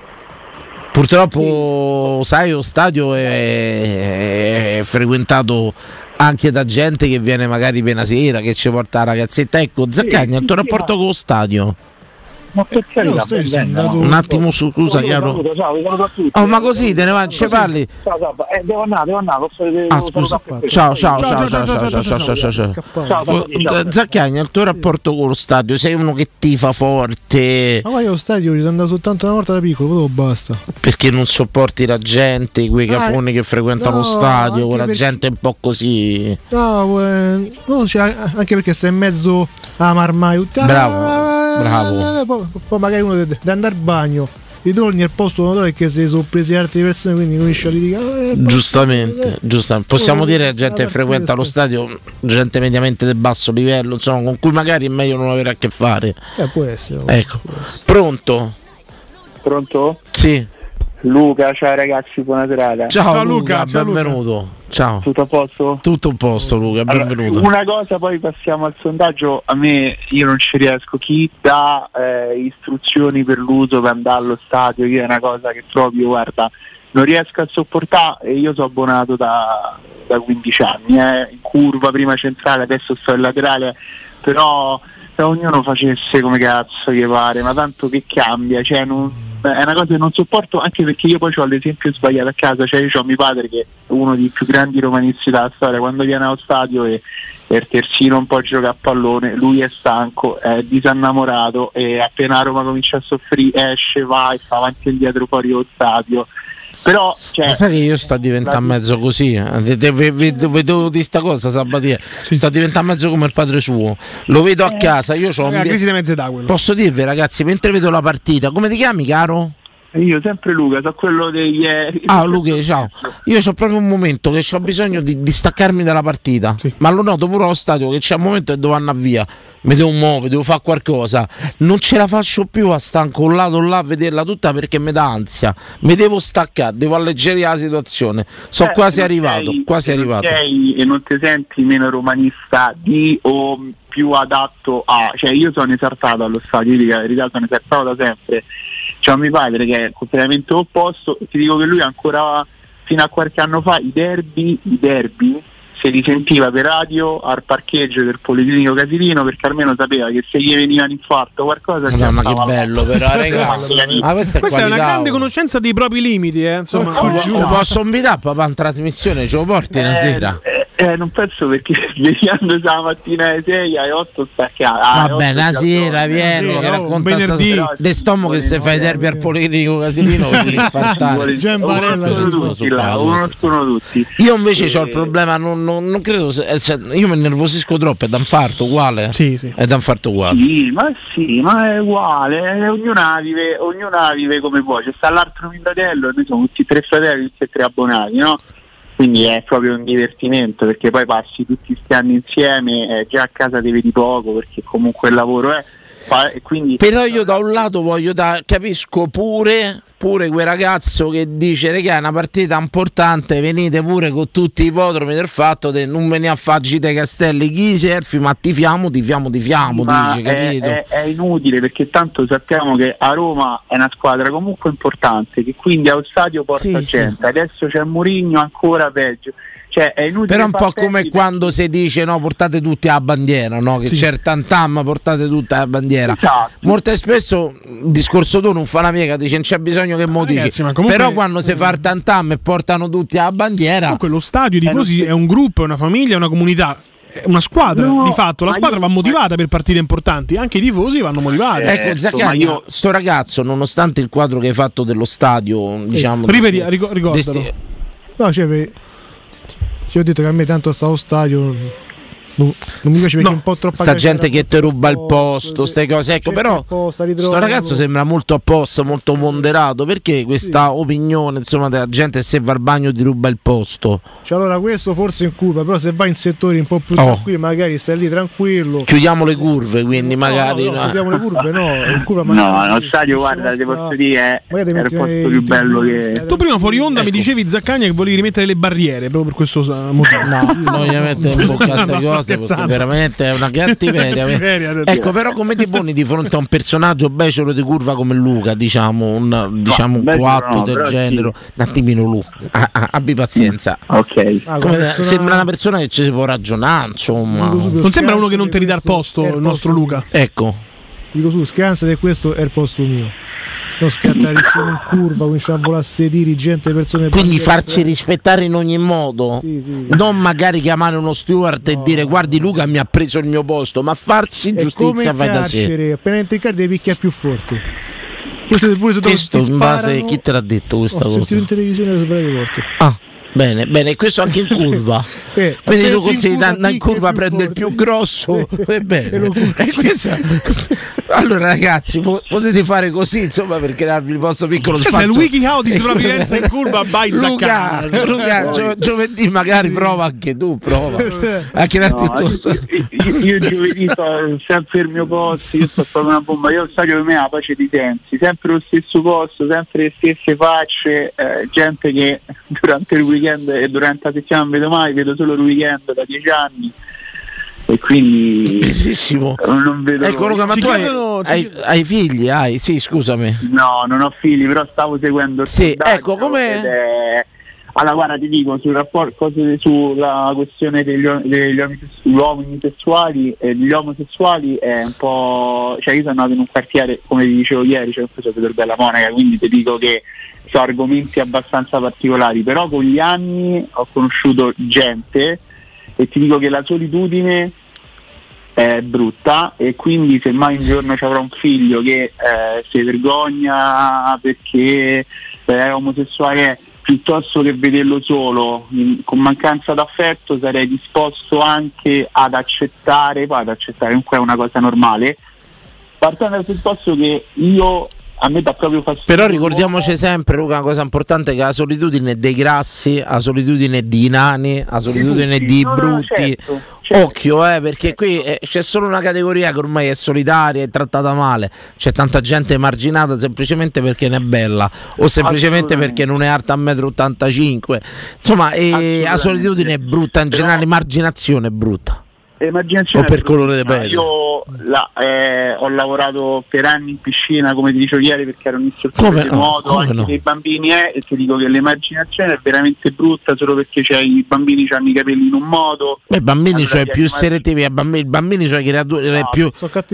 Purtroppo sai, lo stadio è frequentato anche da gente che viene magari appena sera, che ci porta la ragazzetta. Ecco, Zaccagni, il tuo rapporto con lo stadio? Ma per carità, un attimo, scusa, chiaro. Ma così te ne vai, ci parli? Devo andare, scusa. Ciao. Zaccagni, il tuo rapporto con lo stadio? Sei uno che tifa forte? Ma io allo stadio ci sono andato soltanto una volta da piccolo, poi basta. Perché non sopporti la gente, quei cafoni che frequentano lo stadio, quella gente un po' così? No, cioè, anche perché sei in mezzo a marmaio. Bravo. Poi magari uno deve andare al bagno, ritorni al posto notare che si sono presi altre persone, quindi comincia a litigare. Giustamente. Possiamo dire che gente che frequenta lo stadio, gente mediamente di basso livello, insomma, con cui magari è meglio non avere a che fare. Può essere. Ecco. Pronto? Sì. Luca, ciao ragazzi, buona serata. Ciao Luca, benvenuto. Ciao. Tutto a posto? Tutto a posto, Luca, benvenuto. Una cosa, poi passiamo al sondaggio. A me, io non ci riesco. Chi dà istruzioni per l'uso per andare allo stadio, io è una cosa che proprio, guarda, non riesco a sopportare. E io sono abbonato da 15 anni, in curva, prima centrale, adesso sto in laterale, però se ognuno facesse come cazzo gli pare, ma tanto che cambia, cioè è una cosa che non sopporto, anche perché io poi ho l'esempio sbagliato a casa, cioè io ho mio padre che è uno dei più grandi romanisti della storia, quando viene allo stadio e il terzino un po' gioca a pallone, lui è stanco, è disinnamorato e appena Roma comincia a soffrire esce, va e fa avanti e indietro fuori allo stadio. Però sai che io sto diventando mezzo così, vedo di sta cosa Sabatia, sto diventando mezzo come il padre suo, lo vedo a casa, io ho la crisi di mezza età, quello. Posso dirvi ragazzi, mentre vedo la partita, come ti chiami caro? Io sempre Luca, so quello dei ieri. Luca, ciao. Io ho proprio un momento che ho bisogno di staccarmi dalla partita, ma lo noto pure allo stadio che c'è un momento che devo andare via, mi devo muovere, devo fare qualcosa, non ce la faccio più a stare incollato là a vederla tutta perché mi dà ansia, mi devo staccare, devo alleggerire la situazione, sono quasi arrivato. E non ti senti meno romanista o più adatto a, cioè io sono esaltato allo stadio, in realtà sono esaltato da sempre. C'è mio padre che è completamente opposto, e ti dico che lui ancora fino a qualche anno fa i derby se li sentiva per radio al parcheggio del Policlinico Casilino, perché almeno sapeva che se gli veniva un infarto o qualcosa. Madonna, che bello però, ragazzi. Ma questa è una grande conoscenza dei propri limiti, insomma. Lo posso invitare papà in trasmissione, ce lo porti una sera? Non penso, perché svegliando la mattina alle 6 alle 8 staccato. Vabbè, una sera vieni, che racconta de stomo che se fai derby al Policlinico Casilino conoscono tutti. Io invece ho il problema, non credo, io mi nervosisco troppo, è da infarto uguale? Sì. È da infarto uguale. Sì, ma è uguale, ognuna vive come può. C'è sta l'altro mio fratello e noi siamo tutti 3 fratelli, tutti e 3 abbonati, no? Quindi è proprio un divertimento, perché poi passi tutti questi anni insieme, già a casa ti vedi poco perché comunque il lavoro è. Quindi... Però io da un lato capisco pure quel ragazzo che dice regà, è una partita importante, venite pure con tutti i ipodromi, del fatto che non venire a fare gite ai castelli chi serfi, ma tifiamo, dice, capito? È inutile, perché tanto sappiamo che a Roma è una squadra comunque importante, che quindi allo stadio porta gente. Adesso c'è Mourinho, ancora peggio. Cioè, è inutile. Però è un po' come quando si dice no, portate tutti la bandiera, no? Che c'è il tantam, portate tutta la bandiera. Esatto. Molto spesso il discorso tu non fa una piega, dice non c'è bisogno che mo dici. Comunque... Però quando si fa il tantam e portano tutti la bandiera. Comunque lo stadio di tifosi è un gruppo, è una famiglia, è una comunità. È una squadra, di fatto la squadra va motivata per partite importanti, anche i tifosi vanno motivati. Ecco, Zaccagni, sto ragazzo, nonostante il quadro che hai fatto dello stadio, diciamo, ricordalo. No, cioè, io ho detto che a me tanto sta allo stadio non mi piace, perché è un po' troppa sta gente che ti ruba il posto, ste cose, ecco. Però sto ragazzo sembra molto a posto, molto ponderato. Perché questa opinione, insomma, della gente, se va al bagno ti ruba il posto? Cioè, allora questo forse in curva, però se vai in settori un po' più tranquilli, magari stai lì tranquillo. Chiudiamo le curve, quindi magari chiudiamo le curve, in curva lo stadio, guarda, ti posso dire, è il posto più bello che... Tu prima fuori onda mi dicevi, Zaccagna, che volevi rimettere le barriere proprio per questo motivo. No, non gli mettere in bocca queste cose, perché veramente è una cattiveria. Ecco, però come ti poni di fronte a un personaggio becero di curva come Luca, diciamo un coatto del genere? Un attimino, Luca, abbi pazienza. Ok. Sembra una persona che ci si può ragionare, insomma. Non sembra uno che non ti ridà il posto, il nostro Luca. Ecco. Dico su, scansa che questo è il posto mio. Non scattare solo in curva, cominciare a volare sedili, gente, persone. Quindi farsi rispettare in ogni modo, non magari chiamare uno steward e dire guardi Luca mi ha preso il mio posto, ma farsi giustizia fai da sé. Appena entri in carcere devi picchiare più forte. Questo in base, chi te l'ha detto questa cosa? Sentito in televisione le svariate volte. Bene, questo anche in curva. Quindi tu consigli di andare in curva, prende il più grosso. Allora ragazzi, potete fare così, insomma, per crearvi il vostro piccolo spazio. È il WikiHow di sopravvivenza in curva by Zaccagni. Luca, giovedì magari prova anche tu, a crearti io giovedì sto sempre il mio posto, io sto proprio una bomba. Io stadio per me la pace di sensi, sempre lo stesso posto, sempre le stesse facce, gente che durante il weekend e durante la settimana non vedo mai, vedo solo il weekend da 10 anni e quindi bellissimo. Non vedo. Ecco Luca, ma tu hai figli? Sì, scusami. No, non ho figli, però stavo seguendo il sondaggio. Ecco come. Allora guarda, ti dico sul rapporto, sulla questione degli uomini sessuali e degli omosessuali è un po', cioè io sono nato in un quartiere, come vi dicevo ieri, c'è un episodio della Monaca, quindi ti dico che sono argomenti abbastanza particolari, però con gli anni ho conosciuto gente e ti dico che la solitudine è brutta, e quindi se mai un giorno ci avrò un figlio che si vergogna perché è omosessuale, piuttosto che vederlo solo con mancanza d'affetto, sarei disposto anche ad accettare comunque è una cosa normale, partendo dal presupposto che a me dà proprio fastidio. Però ricordiamoci sempre, Luca, una cosa importante, che la solitudine è dei grassi, la solitudine è di nani, la solitudine è di brutti. Certo. Occhio, perché qui c'è solo una categoria che ormai è solitaria e trattata male. C'è tanta gente emarginata semplicemente perché non è bella o semplicemente perché non è alta a 1,85 m. Insomma, la solitudine è brutta in generale, l'emarginazione è brutta. Emarginazione o per colore di pelle? Io ho lavorato per anni in piscina, come ti dicevo ieri, perché ero un istruttore di nuoto anche dei bambini, e ti dico che l'emarginazione è veramente brutta solo perché i bambini hanno i capelli in un modo. I bambini sono più selettivi, i bambini sono le creature più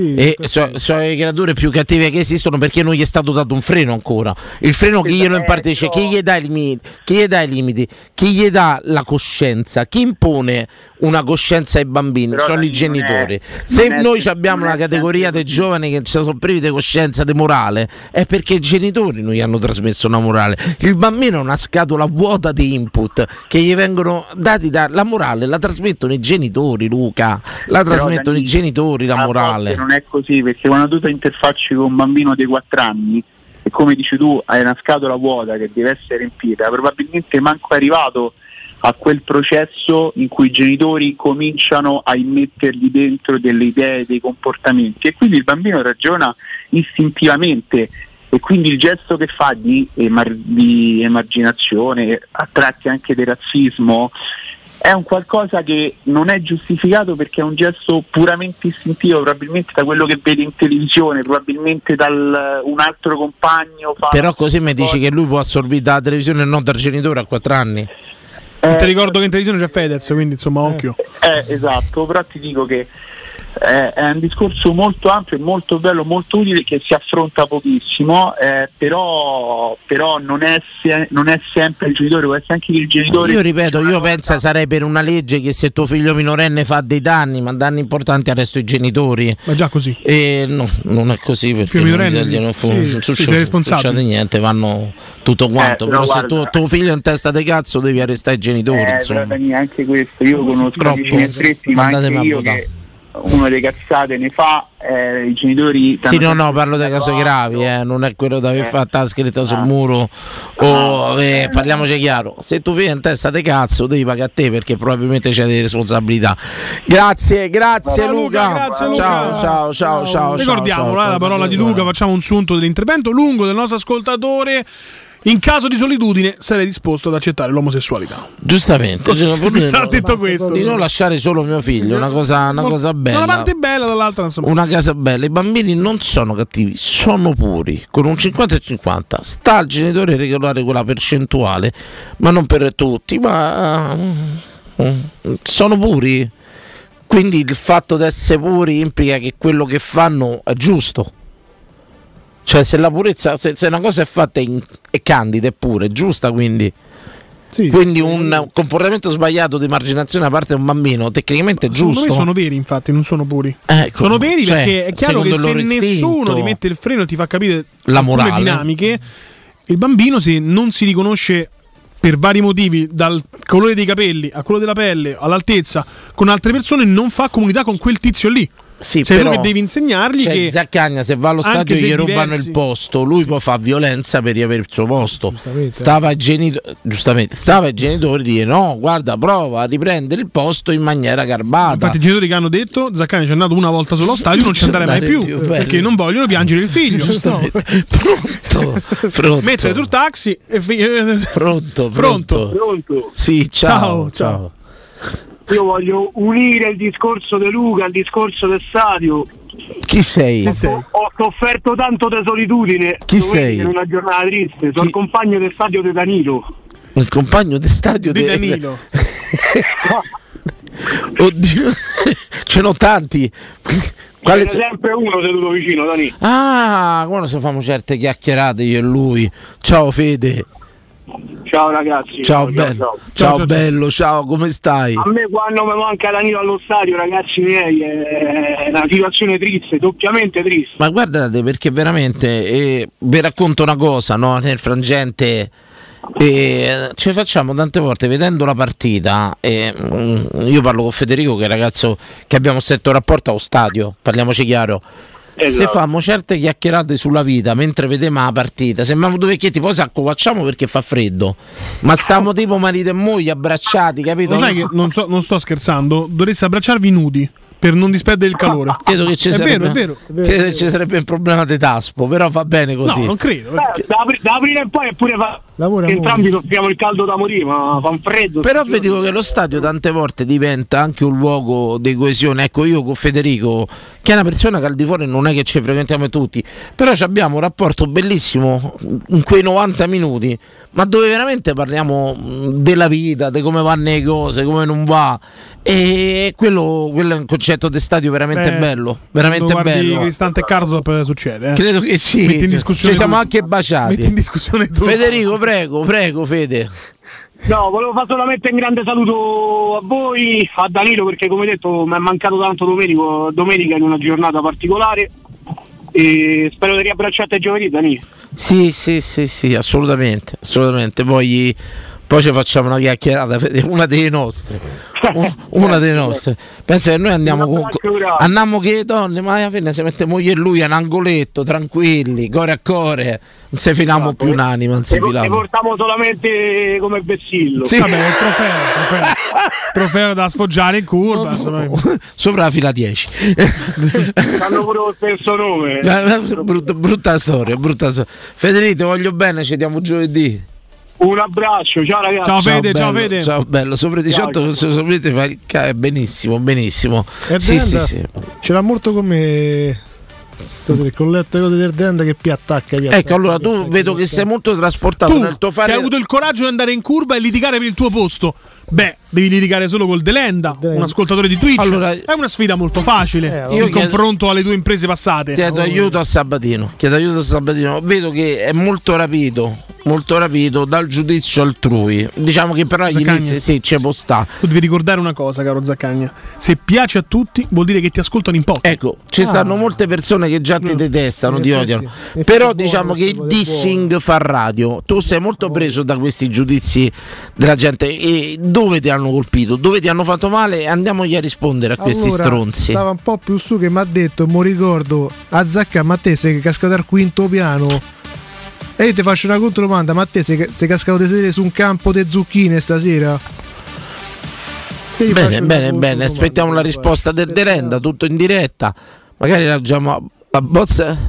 sono le creature più cattive che esistono, perché non gli è stato dato un freno ancora. Il freno chi glielo impartisce? Chi gli dà i limiti? Chi gli dà la coscienza? Chi impone una coscienza ai bambini? Però sono i genitori. Se noi abbiamo una categoria dei giovani che sono privi di coscienza, di morale, è perché i genitori non gli hanno trasmesso una morale. Il bambino è una scatola vuota di input che gli vengono dati la morale la trasmettono i genitori, Luca. La trasmettono i genitori, la morale. Non è così, perché quando tu ti interfacci con un bambino dei 4 anni e, come dici tu, hai una scatola vuota che deve essere riempita, probabilmente manco è arrivato a quel processo in cui i genitori cominciano a immettergli dentro delle idee, dei comportamenti, e quindi il bambino ragiona istintivamente, e quindi il gesto che fa di emarginazione, a tratti anche di razzismo, è un qualcosa che non è giustificato, perché è un gesto puramente istintivo, probabilmente da quello che vede in televisione, probabilmente un altro compagno. Però così mi dici che lui può assorbire dalla televisione e non dal genitore a 4 anni? Ti ricordo che in televisione c'è Fedez, quindi insomma occhio. Esatto, però ti dico che è un discorso molto ampio e molto bello, molto utile, che si affronta pochissimo, però non è sempre il genitore, può essere anche il genitore. Io ripeto, io penso sarei per una legge che se tuo figlio minorenne fa dei danni, ma danni importanti, arresto i genitori. Ma già così? No, non è così, perché non succede niente, vanno tutto quanto. Però se tuo figlio è in testa di cazzo devi arrestare i genitori. Insomma. Anche questo, io conosco vicini stretti, ma anche io che uno delle cazzate ne fa, i genitori. Sì, no, parlo di cose gravi, non è quello di aver fatto la scritta sul muro. Parliamoci chiaro: se tu figlio in testa di cazzo devi pagare a te, perché probabilmente c'è delle responsabilità. Grazie Luca. Ciao. Ricordiamo la parola di Luca, facciamo un sunto dell'intervento lungo del nostro ascoltatore. In caso di solitudine sarei disposto ad accettare l'omosessualità. Giustamente, detto questo, di non lasciare solo mio figlio, una cosa bella. Una parte bella, dall'altra insomma. Una casa bella. I bambini non sono cattivi, sono puri. Con un 50-50 sta al genitore regolare quella percentuale, ma non per tutti, ma sono puri. Quindi il fatto di essere puri implica che quello che fanno è giusto. Cioè, se la purezza, se una cosa è fatta è candida, è pura, è giusta, quindi un comportamento sbagliato di emarginazione da parte di un bambino tecnicamente è giusto. Secondo me sono veri, infatti, non sono puri. Sono veri, perché è chiaro che se nessuno ti mette il freno e ti fa capire la morale, le dinamiche, il bambino, se non si riconosce per vari motivi, dal colore dei capelli a quello della pelle, all'altezza, con altre persone, non fa comunità con quel tizio lì. Sì, sei però tu che devi insegnargli che Zaccagna, se va allo stadio gli rubano il posto, lui può fare violenza per riavere il suo posto. Stava ai genitori di dire no, guarda, prova a riprendere il posto in maniera garbata. Infatti i genitori che hanno detto Zaccagna ci è andato una volta sullo stadio, non ci andare mai più perché non vogliono piangere il figlio. Pronto. Mettere sul taxi e pronto. Sì, ciao. Io voglio unire il discorso di Luca al discorso del stadio. Chi sei? Ho sofferto tanto di solitudine. Chi sei? In una giornata triste. Sono il compagno del stadio di Danilo. Il compagno del stadio di Danilo? Oddio, ce n'ho tanti. C'è sempre uno seduto vicino, Danilo. Quando si fanno certe chiacchierate io e lui. Ciao Fede. Ciao ragazzi. Ciao bello, ciao, come stai? A me quando mi manca Danilo allo stadio, ragazzi miei, è una situazione triste, doppiamente triste. Ma guardate, perché veramente vi racconto una cosa, no? Nel frangente ci facciamo tante volte vedendo la partita, io parlo con Federico, che è il ragazzo che abbiamo stretto rapporto allo stadio, parliamoci chiaro. Se fanno certe chiacchierate sulla vita mentre vediamo la partita, sembriamo due vecchietti, poi si accovacciamo perché fa freddo, ma stiamo tipo marito e moglie abbracciati, capito? Lo sai che non sto scherzando, dovreste abbracciarvi nudi per non disperdere il calore. Credo che ci sarebbe, è vero. Credo che ci sarebbe un problema di taspo, però va bene così. No, non credo. Da aprire e poi è pure entrambi soffriamo il caldo da morire, ma fa un freddo. Però vi dico che lo stadio tante volte diventa anche un luogo di coesione. Ecco, io con Federico, che è una persona che al di fuori non è che ci frequentiamo tutti, però abbiamo un rapporto bellissimo in quei 90 minuti, ma dove veramente parliamo della vita, di come vanno le cose, come non va. E quello è un concetto di stadio veramente bello, veramente bello. Cristante e Karsdorp succede. Credo che sì. Metti in discussione ci siamo anche baciati. Metti in discussione tu. Federico, prego Fede. No, volevo fare solamente un grande saluto a voi, a Danilo, perché come detto mi è mancato tanto domenica in una giornata particolare, e spero di riabbracciarti giovedì, Danilo. Sì, assolutamente. Poi ci facciamo una chiacchierata, una delle nostre. Pensa che noi andiamo che le donne, ma alla fine si mette moglie e lui in angoletto, tranquilli, core a core, non si filiamo più un'anima, non si filiamo. Ti portiamo solamente come vessillo. Sì. Vabbè, un trofeo da sfoggiare in curva. Sopra la fila 10. Hanno pure lo stesso nome. brutta storia. Federico, voglio bene, ci diamo giovedì. Un abbraccio, ciao ragazzi. Ciao Fede. Ciao bello, sopra 18 non so fai benissimo. Sì. Ce l'ha molto con me. Con le cose del Denda che attacca. Ecco, allora tu vedo che sei molto trasportato nel tuo fare. Hai avuto il coraggio di andare in curva e litigare per il tuo posto. Beh, devi litigare solo col Delenda, un ascoltatore di Twitch. Allora, è una sfida molto facile in confronto alle tue imprese passate. Chiedo aiuto a Sabatino. Vedo che è molto rapito dal giudizio altrui. Diciamo che però agli inizi ci può stare. Tu devi ricordare una cosa, caro Zaccagna: se piace a tutti vuol dire che ti ascoltano in pochi. Ecco, ci stanno molte persone che già ti detestano, ti odiano. Però diciamo che il dissing fa radio. Tu sei molto preso da questi giudizi della gente. E dove ti hanno colpito? Dove ti hanno fatto male? Andiamogli a rispondere a questi stronzi. Stava un po' più su che mi ha detto, mo ricordo a Zacca, ma te sei cascato al quinto piano. E io ti faccio una controdomanda, ma te sei cascato di sedere su un campo di zucchine stasera? Bene, aspettiamo la risposta del Delenda, tutto in diretta. Magari raggiamo a bozza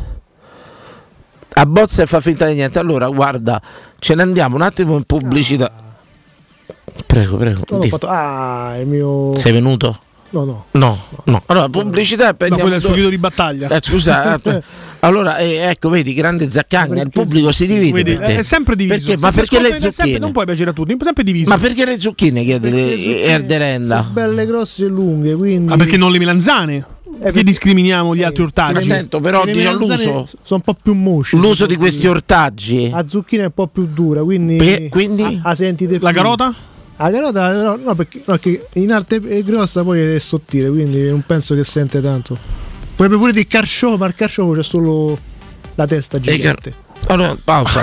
e fa finta di niente. Allora guarda, ce ne andiamo un attimo in pubblicità. Prego. Il mio. Sei venuto? No. Allora, pubblicità e prendiamo. Quello è il suo video di battaglia. Scusa. Allora, ecco, vedi, grande Zaccagna, il pubblico si divide. Vedi, è sempre diviso. Perché? Ma perché le zucchine? Non puoi piacere a tutti, è sempre diviso. Ma perché le zucchine, chiede Erdelenda? Sono belle grosse e lunghe, quindi. Ma perché non le melanzane? Perché discriminiamo gli altri ortaggi? Attento, però diciamo l'uso. Sono un po' più mosci. L'uso di questi ortaggi. La zucchina è un po' più dura, quindi. Quindi? La carota? La carota no, perché in arte è grossa, poi è sottile, quindi non penso che sente tanto. Poi pure di carciofo, ma il carciofo c'è solo la testa gigante. Allora, pausa.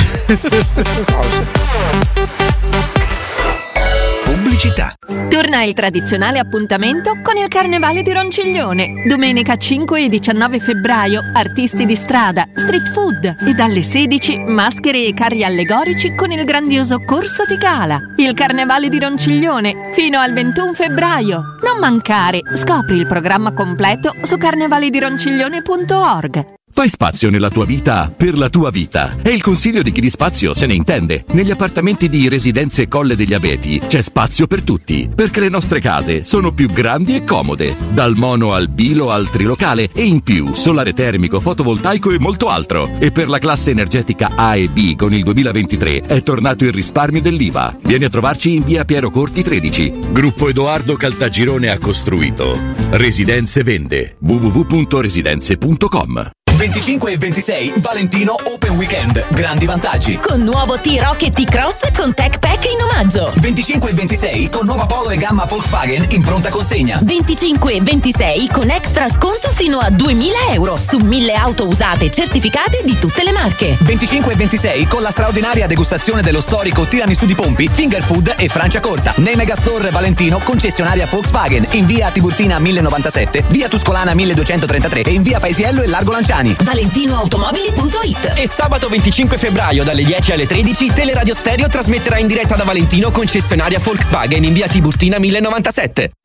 Pubblicità. Torna il tradizionale appuntamento con il Carnevale di Ronciglione. Domenica 5 e 19 febbraio, artisti di strada, street food e dalle 16 maschere e carri allegorici con il grandioso Corso di Cala. Il Carnevale di Ronciglione fino al 21 febbraio. Non mancare, scopri il programma completo su carnevaledironciglione.org. Fai spazio nella tua vita per la tua vita. È il consiglio di chi di spazio se ne intende. Negli appartamenti di Residenze Colle degli Abeti c'è spazio per tutti, perché le nostre case sono più grandi e comode, dal mono al bilo al trilocale, e in più solare termico, fotovoltaico e molto altro. E per la classe energetica A e B con il 2023 è tornato il risparmio dell'IVA. Vieni a trovarci in via Piero Corti 13. Gruppo Edoardo Caltagirone ha costruito. Residenze vende. www.residenze.com. 25 e 26 Valentino Open Weekend. Grandi vantaggi. Con nuovo T-Rock e T-Cross con Tech Pack in omaggio. 25 e 26 con nuova Polo e gamma Volkswagen in pronta consegna. 25 e 26 con extra sconto fino a 2.000 euro su 1.000 auto usate certificate di tutte le marche. 25 e 26 con la straordinaria degustazione dello storico tiramisù di Pompi, Finger Food e Franciacorta. Nei Megastore Valentino, concessionaria Volkswagen, in via Tiburtina 1097, via Tuscolana 1233 e in via Paesiello e Largo Lanciani. ValentinoAutomobili.it. E sabato 25 febbraio dalle 10 alle 13 Teleradio Stereo trasmetterà in diretta da Valentino, concessionaria Volkswagen in via Tiburtina 1097.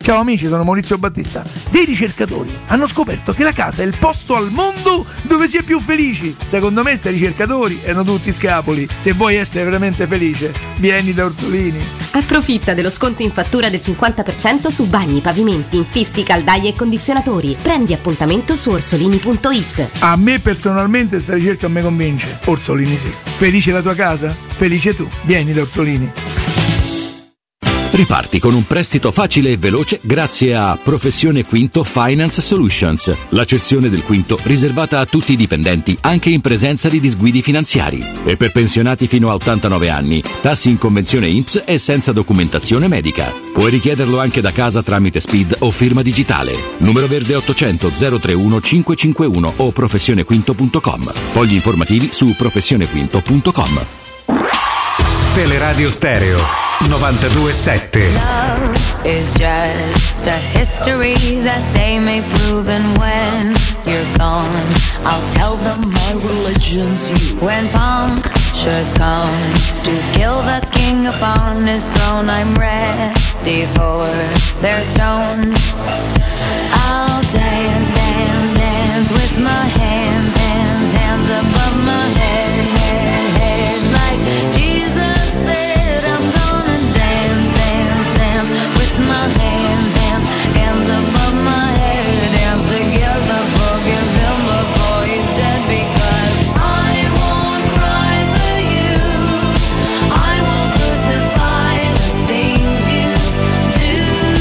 Ciao amici, sono Maurizio Battista. Dei ricercatori hanno scoperto che la casa è il posto al mondo dove si è più felici. Secondo me sti ricercatori erano tutti scapoli. Se vuoi essere veramente felice, vieni da Orsolini. Approfitta dello sconto in fattura del 50% su bagni, pavimenti, infissi, caldaie e condizionatori. Prendi appuntamento su orsolini.it. A me personalmente sta ricerca mi convince. Orsolini sì. Felice la tua casa? Felice tu. Vieni da Orsolini. Riparti con un prestito facile e veloce grazie a Professione Quinto Finance Solutions, la cessione del quinto riservata a tutti i dipendenti anche in presenza di disguidi finanziari. E per pensionati fino a 89 anni, tassi in convenzione INPS e senza documentazione medica. Puoi richiederlo anche da casa tramite SPID o firma digitale. Numero verde 800 031 551 o professionequinto.com. Fogli informativi su professionequinto.com. Teleradio Stereo 92.7. Love is just a history that they may prove, and when you're gone, I'll tell them my religion's you. When punctures come to kill the king upon his throne, I'm ready for their stones. I'll dance, dance, dance with my hands, hands, hands above my head, head, head, like Jesus said. I'm gonna dance, dance, dance with my hands, hands, hands above my head, dance together, forgive him before he's dead, because I won't cry for you, I won't crucify the things you do,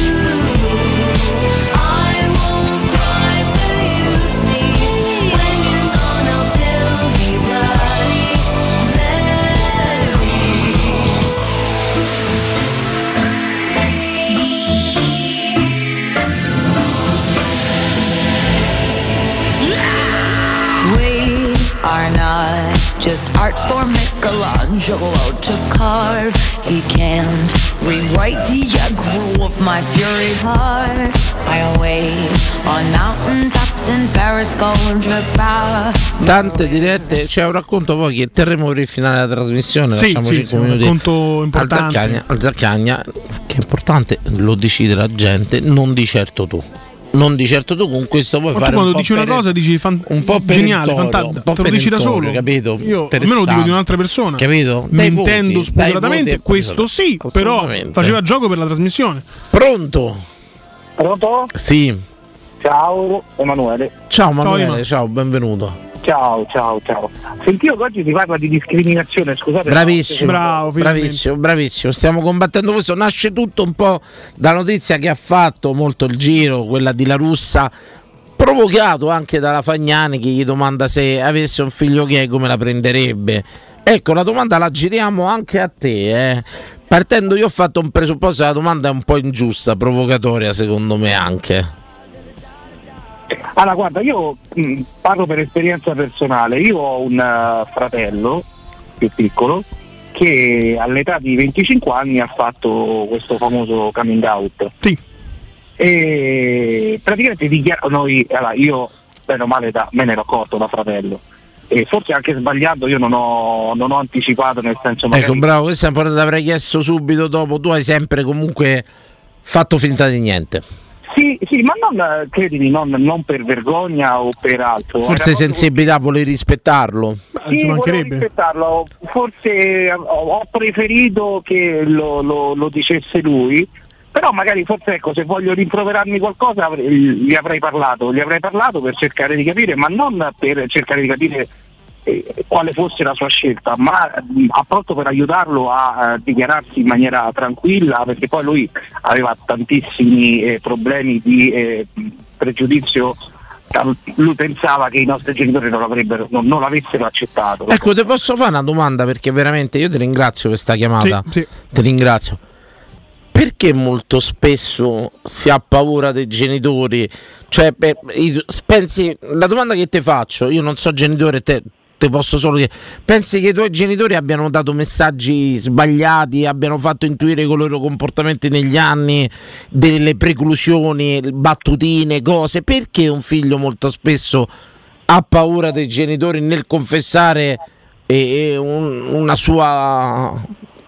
I won't cry for you, see, when you're gone I'll still be bloody Mary. We are not just art for Michelangelo to carve. He can't rewrite the aggro of my fury heart. I wait on mountaintops in Paris, gold drip power. Tante dirette, c'è un racconto poi che terremo per il finale della trasmissione. Sì, lasciamo sì, 5 un minuti racconto importante. al Zaccagna, che è importante, lo decide la gente, non di certo tu. Non di certo tu, con questo puoi fare quando un po' dici una cosa dici un po' geniale, perentorio, fantastico, te lo dici da solo, capito? Io almeno lo dico di un'altra persona, capito? Mentendo spudoratamente, questo sì, però faceva gioco per la trasmissione. Pronto? Pronto? Sì. Ciao Emanuele. Ciao Emanuele, ciao, benvenuto. Ciao. Sentivo che oggi si parla di discriminazione, scusate. Bravissimo, bravo, bravissimo. Stiamo combattendo questo. Nasce tutto un po' dalla notizia che ha fatto molto il giro, quella di La Russa, provocato anche dalla Fagnani, che gli domanda se avesse un figlio gay come la prenderebbe. Ecco, la domanda la giriamo anche a te, Partendo, io ho fatto un presupposto, la domanda è un po' ingiusta, provocatoria secondo me anche. Allora, guarda, io parlo per esperienza personale. Io ho un fratello più piccolo che all'età di 25 anni ha fatto questo famoso coming out. Sì. E praticamente io bene o male me ne ero accorto da fratello. E forse anche sbagliando io non ho anticipato, nel senso magari... Ecco, bravo, questo è un po' l'avrei chiesto subito dopo. Tu hai sempre comunque fatto finta di niente. Sì, ma non, credimi, non per vergogna o per altro. Forse sensibilità, volevi rispettarlo? Sì, volevo rispettarlo. Forse ho preferito che lo dicesse lui, però magari forse, ecco, se voglio rimproverarmi qualcosa gli avrei parlato per cercare di capire, ma non per cercare di capire quale fosse la sua scelta, ma appunto per aiutarlo a dichiararsi in maniera tranquilla, perché poi lui aveva tantissimi problemi di pregiudizio. Lui pensava che i nostri genitori non l'avessero accettato. Ecco, ti posso fare una domanda, perché veramente io ti ringrazio per questa chiamata. Sì. Ti ringrazio. Perché molto spesso si ha paura dei genitori? Cioè, pensi, la domanda che ti faccio, io non so genitore, te posso solo dire, pensi che i tuoi genitori abbiano dato messaggi sbagliati, abbiano fatto intuire con i loro comportamenti negli anni delle preclusioni, battutine, cose? Perché un figlio molto spesso ha paura dei genitori nel confessare una sua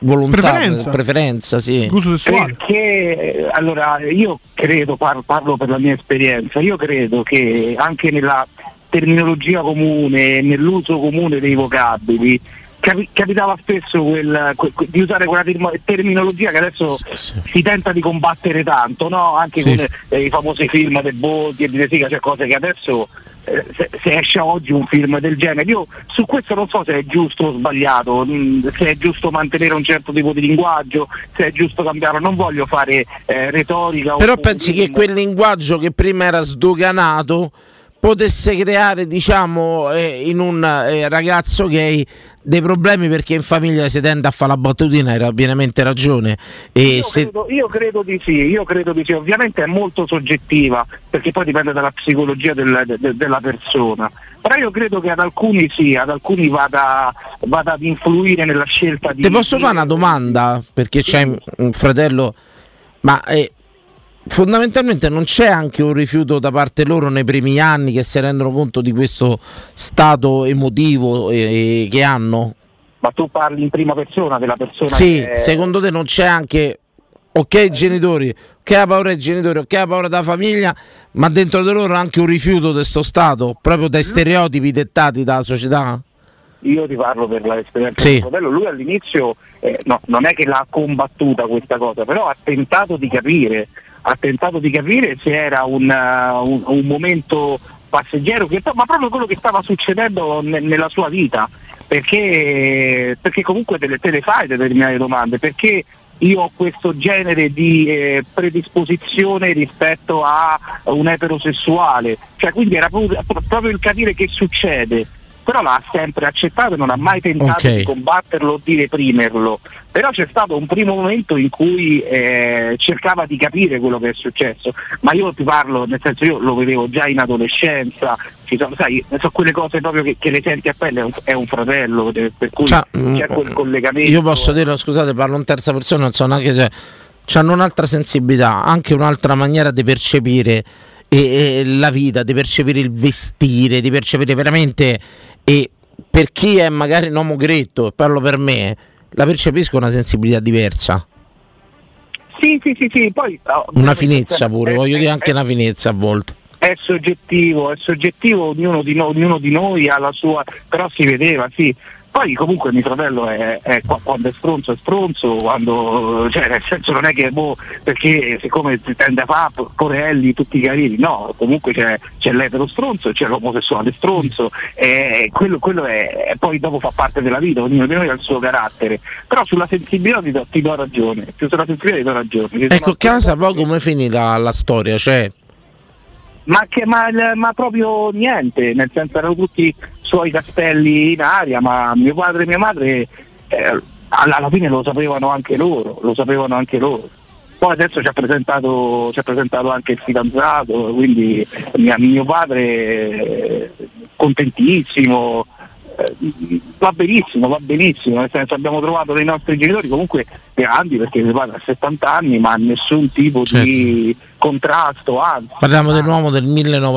volontà, preferenza, sì. Gusto sessuale. Perché allora io credo, parlo per la mia esperienza, io credo che anche nella terminologia comune, nell'uso comune dei vocaboli, capitava spesso di usare quella terminologia che adesso si tenta di combattere tanto, no? Anche con i famosi film del Boldi e di De Sica, cioè cose che adesso se esce oggi un film del genere, io su questo non so se è giusto o sbagliato, se è giusto mantenere un certo tipo di linguaggio, se è giusto cambiarlo, non voglio fare retorica. Però pensi che quel linguaggio che prima era sdoganato potesse creare, diciamo, in un ragazzo gay dei problemi, perché in famiglia si tende a fare la battutina, hai pienamente ragione. Io credo di sì, ovviamente è molto soggettiva, perché poi dipende dalla psicologia della persona, però io credo che ad alcuni vada ad influire nella scelta di... Ti posso fare una domanda? Perché c'hai un fratello, ma... fondamentalmente non c'è anche un rifiuto da parte loro nei primi anni, che si rendono conto di questo stato emotivo che hanno? Ma tu parli in prima persona della persona? Sì, secondo te non c'è anche, ok i genitori, ok la paura dei genitori, ok la paura della famiglia, ma dentro di loro anche un rifiuto di questo stato, proprio dai stereotipi dettati dalla società? Io ti parlo per l'esperienza del fratello, lui all'inizio non è che l'ha combattuta questa cosa, però ha tentato di capire se era un momento passeggero, ma proprio quello che stava succedendo nella sua vita, perché comunque te le fai determinate domande, perché io ho questo genere di predisposizione rispetto a un eterosessuale, cioè quindi era proprio il capire che succede. Però l'ha sempre accettato e non ha mai tentato di combatterlo o di reprimerlo. Però c'è stato un primo momento in cui cercava di capire quello che è successo, ma io ti parlo, nel senso, io lo vedevo già in adolescenza, sono quelle cose proprio che le senti a pelle, è un fratello, per cui c'è quel collegamento. Io posso dire, scusate, parlo in terza persona, non so neanche se c'hanno un'altra sensibilità, anche un'altra maniera di percepire la vita, di percepire il vestire, di percepire veramente, e per chi è magari un uomo gretto, parlo per me, la percepisco una sensibilità diversa. Sì, poi una finezza pure, voglio dire anche una finezza a volte. È soggettivo, ognuno di noi ha la sua, però si vedeva, sì. Poi comunque mio fratello quando è stronzo, quando, cioè nel senso non è che perché siccome si tende a fare porelli tutti carini, no, comunque c'è l'etero stronzo, c'è l'omosessuale stronzo, quello è poi dopo fa parte della vita, ognuno di noi ha il suo carattere, però sulla sensibilità ti do ragione, sulla sensibilità ti do ragione. Ecco, casa poi come finì la storia, cioè? Ma proprio niente, nel senso erano tutti suoi castelli in aria, ma mio padre e mia madre alla fine lo sapevano anche loro. Poi adesso ci ha presentato anche il fidanzato, quindi mio padre contentissimo. Va benissimo, nel senso abbiamo trovato dei nostri genitori comunque grandi, perché mio padre ha 70 anni, ma nessun tipo di contrasto, anzi. Parliamo dell'uomo del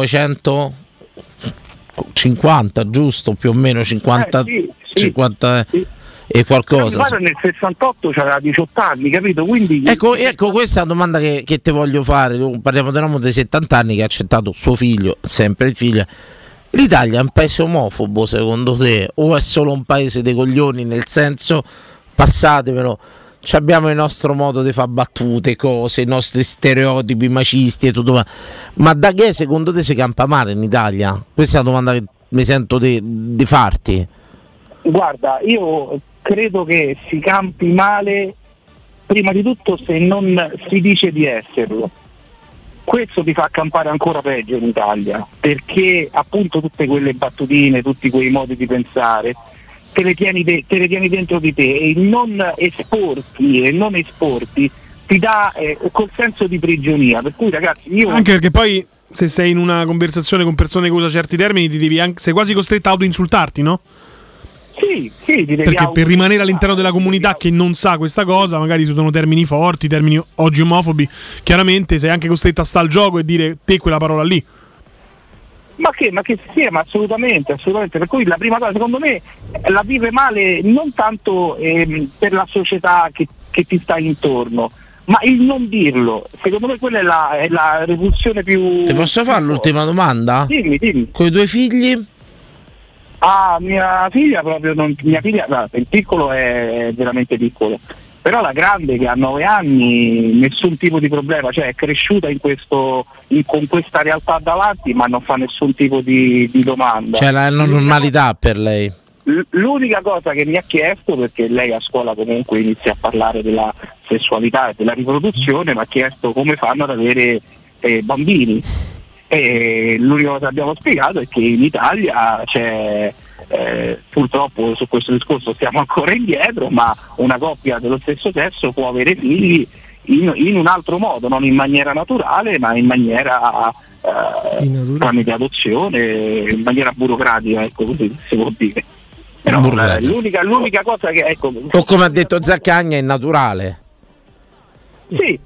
1950, giusto? Più o meno 50, sì. E qualcosa. Mio padre nel 68 aveva 18 anni, capito? Quindi ecco questa è una domanda che ti voglio fare. Parliamo dell'uomo dei 70 anni che ha accettato suo figlio, sempre il figlio. L'Italia è un paese omofobo secondo te, o è solo un paese dei coglioni, nel senso, passatemelo, abbiamo il nostro modo di fare battute, cose, i nostri stereotipi macisti e tutto, ma da che secondo te si campa male in Italia? Questa è una domanda che mi sento di farti. Guarda, io credo che si campi male prima di tutto se non si dice di esserlo. Questo ti fa campare ancora peggio in Italia, perché appunto tutte quelle battutine, tutti quei modi di pensare te le tieni dentro di te, e non esporti ti dà col senso di prigionia. Per cui ragazzi, anche perché poi se sei in una conversazione con persone che usano certi termini sei quasi costretto a autoinsultarti, no? Sì, perché per rimanere all'interno della comunità che non sa questa cosa, magari si usano termini forti, termini oggi omofobi, chiaramente sei anche costretto a stare al gioco e dire te quella parola lì. Ma che sì, ma assolutamente, per cui la prima cosa secondo me la vive male non tanto per la società che ti sta intorno, ma il non dirlo, secondo me quella è la repulsione più... Ti posso fare l'ultima domanda? Dimmi. Con i tuoi figli? Mia figlia proprio non... Mia figlia, guarda, il piccolo è veramente piccolo, però la grande che ha 9 anni nessun tipo di problema, cioè è cresciuta con questa realtà davanti, ma non fa nessun tipo di domanda. Cioè la normalità per lei. L'unica cosa che mi ha chiesto, perché lei a scuola comunque inizia a parlare della sessualità e della riproduzione, mi ha chiesto come fanno ad avere bambini, e l'unica cosa che abbiamo spiegato è che in Italia c'è purtroppo su questo discorso stiamo ancora indietro, ma una coppia dello stesso sesso può avere figli in un altro modo, non in maniera naturale, ma in maniera tramite adozione, in maniera burocratica, ecco, così si può dire. Però l'unica cosa che ecco, o come ha detto Zaccagna, è naturale. Sì.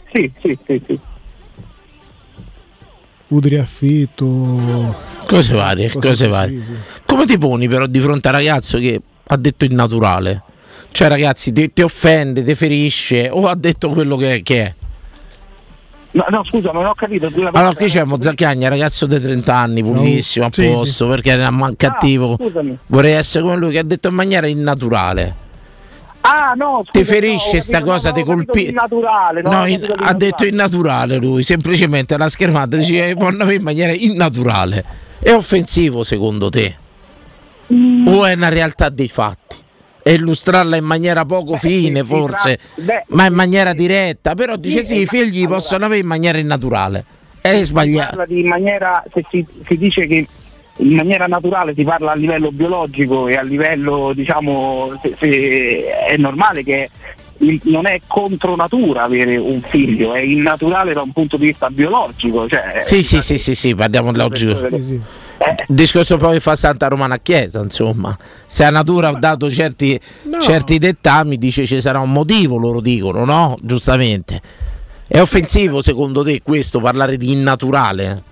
Utili affitto, cose varie. Sì. Come ti poni però di fronte a un ragazzo che ha detto il naturale? Cioè ragazzi, ti offende, ti ferisce, o ha detto quello che è? No, scusa, non ho capito. Allora qui c'è Zaccagna, ragazzo di 30 anni, pulissimo, a posto, perché era cattivo. Vorrei essere come lui, che ha detto in maniera innaturale. No, scusa, ti ferisce sta cosa, ti colpisce. Ha detto innaturale lui, semplicemente la schermata dice in maniera innaturale. È offensivo secondo te? O è una realtà dei fatti? E illustrarla in maniera poco fine forse, ma in maniera diretta, però dice sì, i figli possono avere in maniera innaturale. È sbagliato. Se si dice che in maniera naturale si parla a livello biologico e a livello, diciamo, è normale che non è contro natura avere un figlio, è innaturale da un punto di vista biologico. Cioè, sì, parliamo logico. Il discorso poi fa Santa Romana Chiesa, insomma, se la natura ha dato certi dettami, dice ci sarà un motivo, loro dicono, no? Giustamente. È offensivo secondo te questo, parlare di innaturale?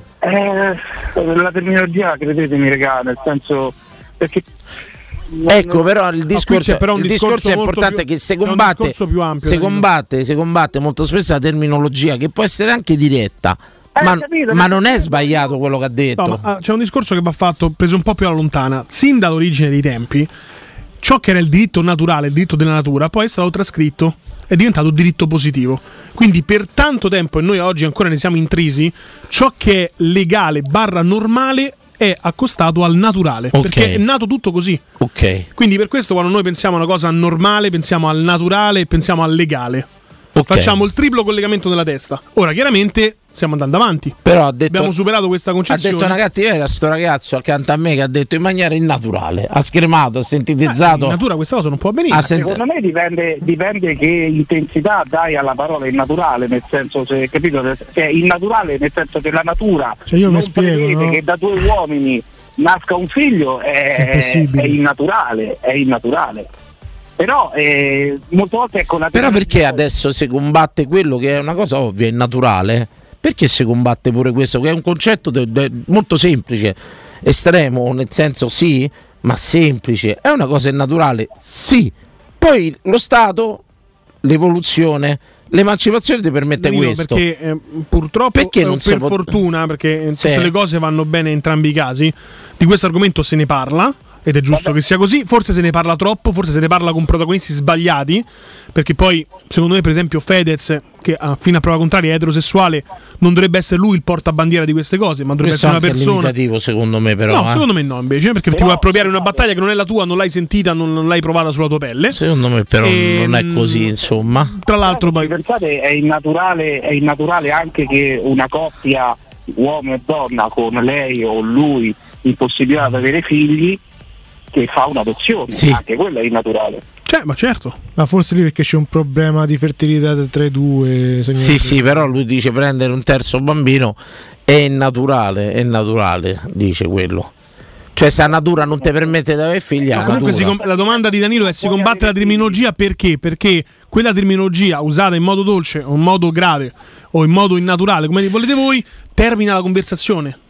La terminologia, credetemi regà, nel senso, perché ecco, però il discorso è importante, che si combatte molto spesso la terminologia, che può essere anche diretta. Ma non è sbagliato quello che ha detto. No, c'è un discorso che va fatto, preso un po' più alla lontana. Sin dall'origine dei tempi, ciò che era il diritto naturale, il diritto della natura, poi è stato trascritto, è diventato diritto positivo. Quindi per tanto tempo, e noi oggi ancora ne siamo intrisi, ciò che è legale / normale è accostato al naturale, perché è nato tutto così. Quindi per questo quando noi pensiamo a una cosa normale, pensiamo al naturale e pensiamo al legale. Facciamo il triplo collegamento nella testa. Ora chiaramente stiamo andando avanti, però abbiamo superato questa concezione. Ha detto una cattiveria sto ragazzo accanto a me, che ha detto in maniera innaturale, ha schermato, ha sintetizzato. In natura questa cosa non può avvenire. Secondo me dipende che intensità dai alla parola innaturale, nel senso, se capito, se è innaturale nel senso che la natura, cioè io non prevede, no? Che da 2 uomini nasca un figlio, è innaturale. Però molte volte Però perché adesso si combatte quello che è una cosa ovvia, è naturale? Perché si combatte pure questo, che è un concetto molto semplice, estremo, nel senso sì, ma semplice. È una cosa naturale, sì. Poi lo Stato, l'evoluzione, l'emancipazione ti permette questo. Perché purtroppo, perché non per fortuna, perché tutte le cose vanno bene in entrambi i casi, di questo argomento se ne parla. Ed è giusto che sia così, forse se ne parla troppo, forse se ne parla con protagonisti sbagliati, perché poi secondo me per esempio Fedez, che fino a prova contraria è eterosessuale, non dovrebbe essere lui il portabandiera di queste cose, ma dovrebbe essere una persona. È limitativo secondo me, però. No, secondo me no, invece, perché ti vuoi appropriare una battaglia che non è la tua, non l'hai sentita, non l'hai provata sulla tua pelle. Secondo me però non è così, insomma. Tra l'altro poi pensate, è innaturale anche che una coppia uomo e donna con lei o lui impossibilitata ad avere figli, che fa un'adozione, anche quella è innaturale. Ma certo. Ma forse lì perché c'è un problema di fertilità tra i due. Sì, però lui dice prendere un terzo bambino è naturale, dice quello. Cioè se la natura non ti permette di avere figli, comunque la domanda di Danilo è: si combatte la terminologia perché? Perché quella terminologia usata in modo dolce o in modo grave o in modo innaturale, come volete voi, termina la conversazione.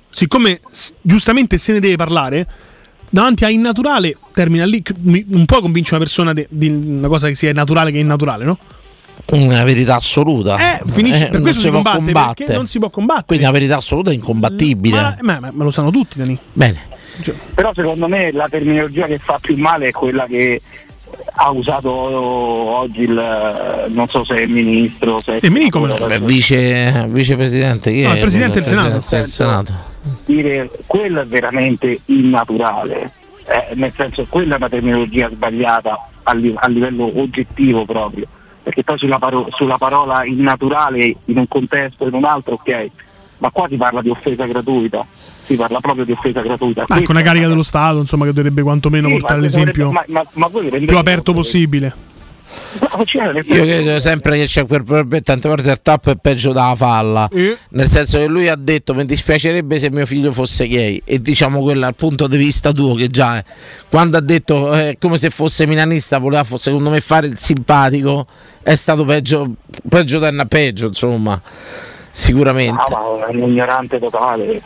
siccome giustamente se ne deve parlare, davanti a innaturale termina lì. Un po' convince una persona di una cosa che sia naturale che è innaturale, no? Una verità assoluta. Finisce, per questo si combatte, perché non si può combattere. Quindi la verità assoluta è incombattibile. Ma lo sanno tutti, Dani. Bene. Però secondo me la terminologia che fa più male è quella che ha usato oggi non so se è il ministro, se è vicepresidente, chi è? Il presidente del Senato. Dire quello è veramente innaturale, nel senso quella è una terminologia sbagliata a livello oggettivo proprio, perché poi sulla parola innaturale in un contesto in un altro ok, ma qua si parla di offesa gratuita. Si parla proprio di offesa gratuita. Con una carica dello Stato, insomma, che dovrebbe quantomeno portare l'esempio più aperto possibile. Io credo sempre che c'è quel problema, tante volte il tappo è peggio della falla, nel senso che lui ha detto mi dispiacerebbe se mio figlio fosse gay, e diciamo quello dal punto di vista tuo che già è, quando ha detto come se fosse milanista, voleva secondo me fare il simpatico, è stato peggio insomma. Sicuramente è un ignorante totale,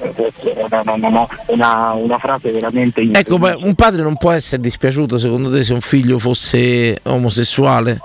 una frase veramente ecco, ma un padre non può essere dispiaciuto secondo te se un figlio fosse omosessuale?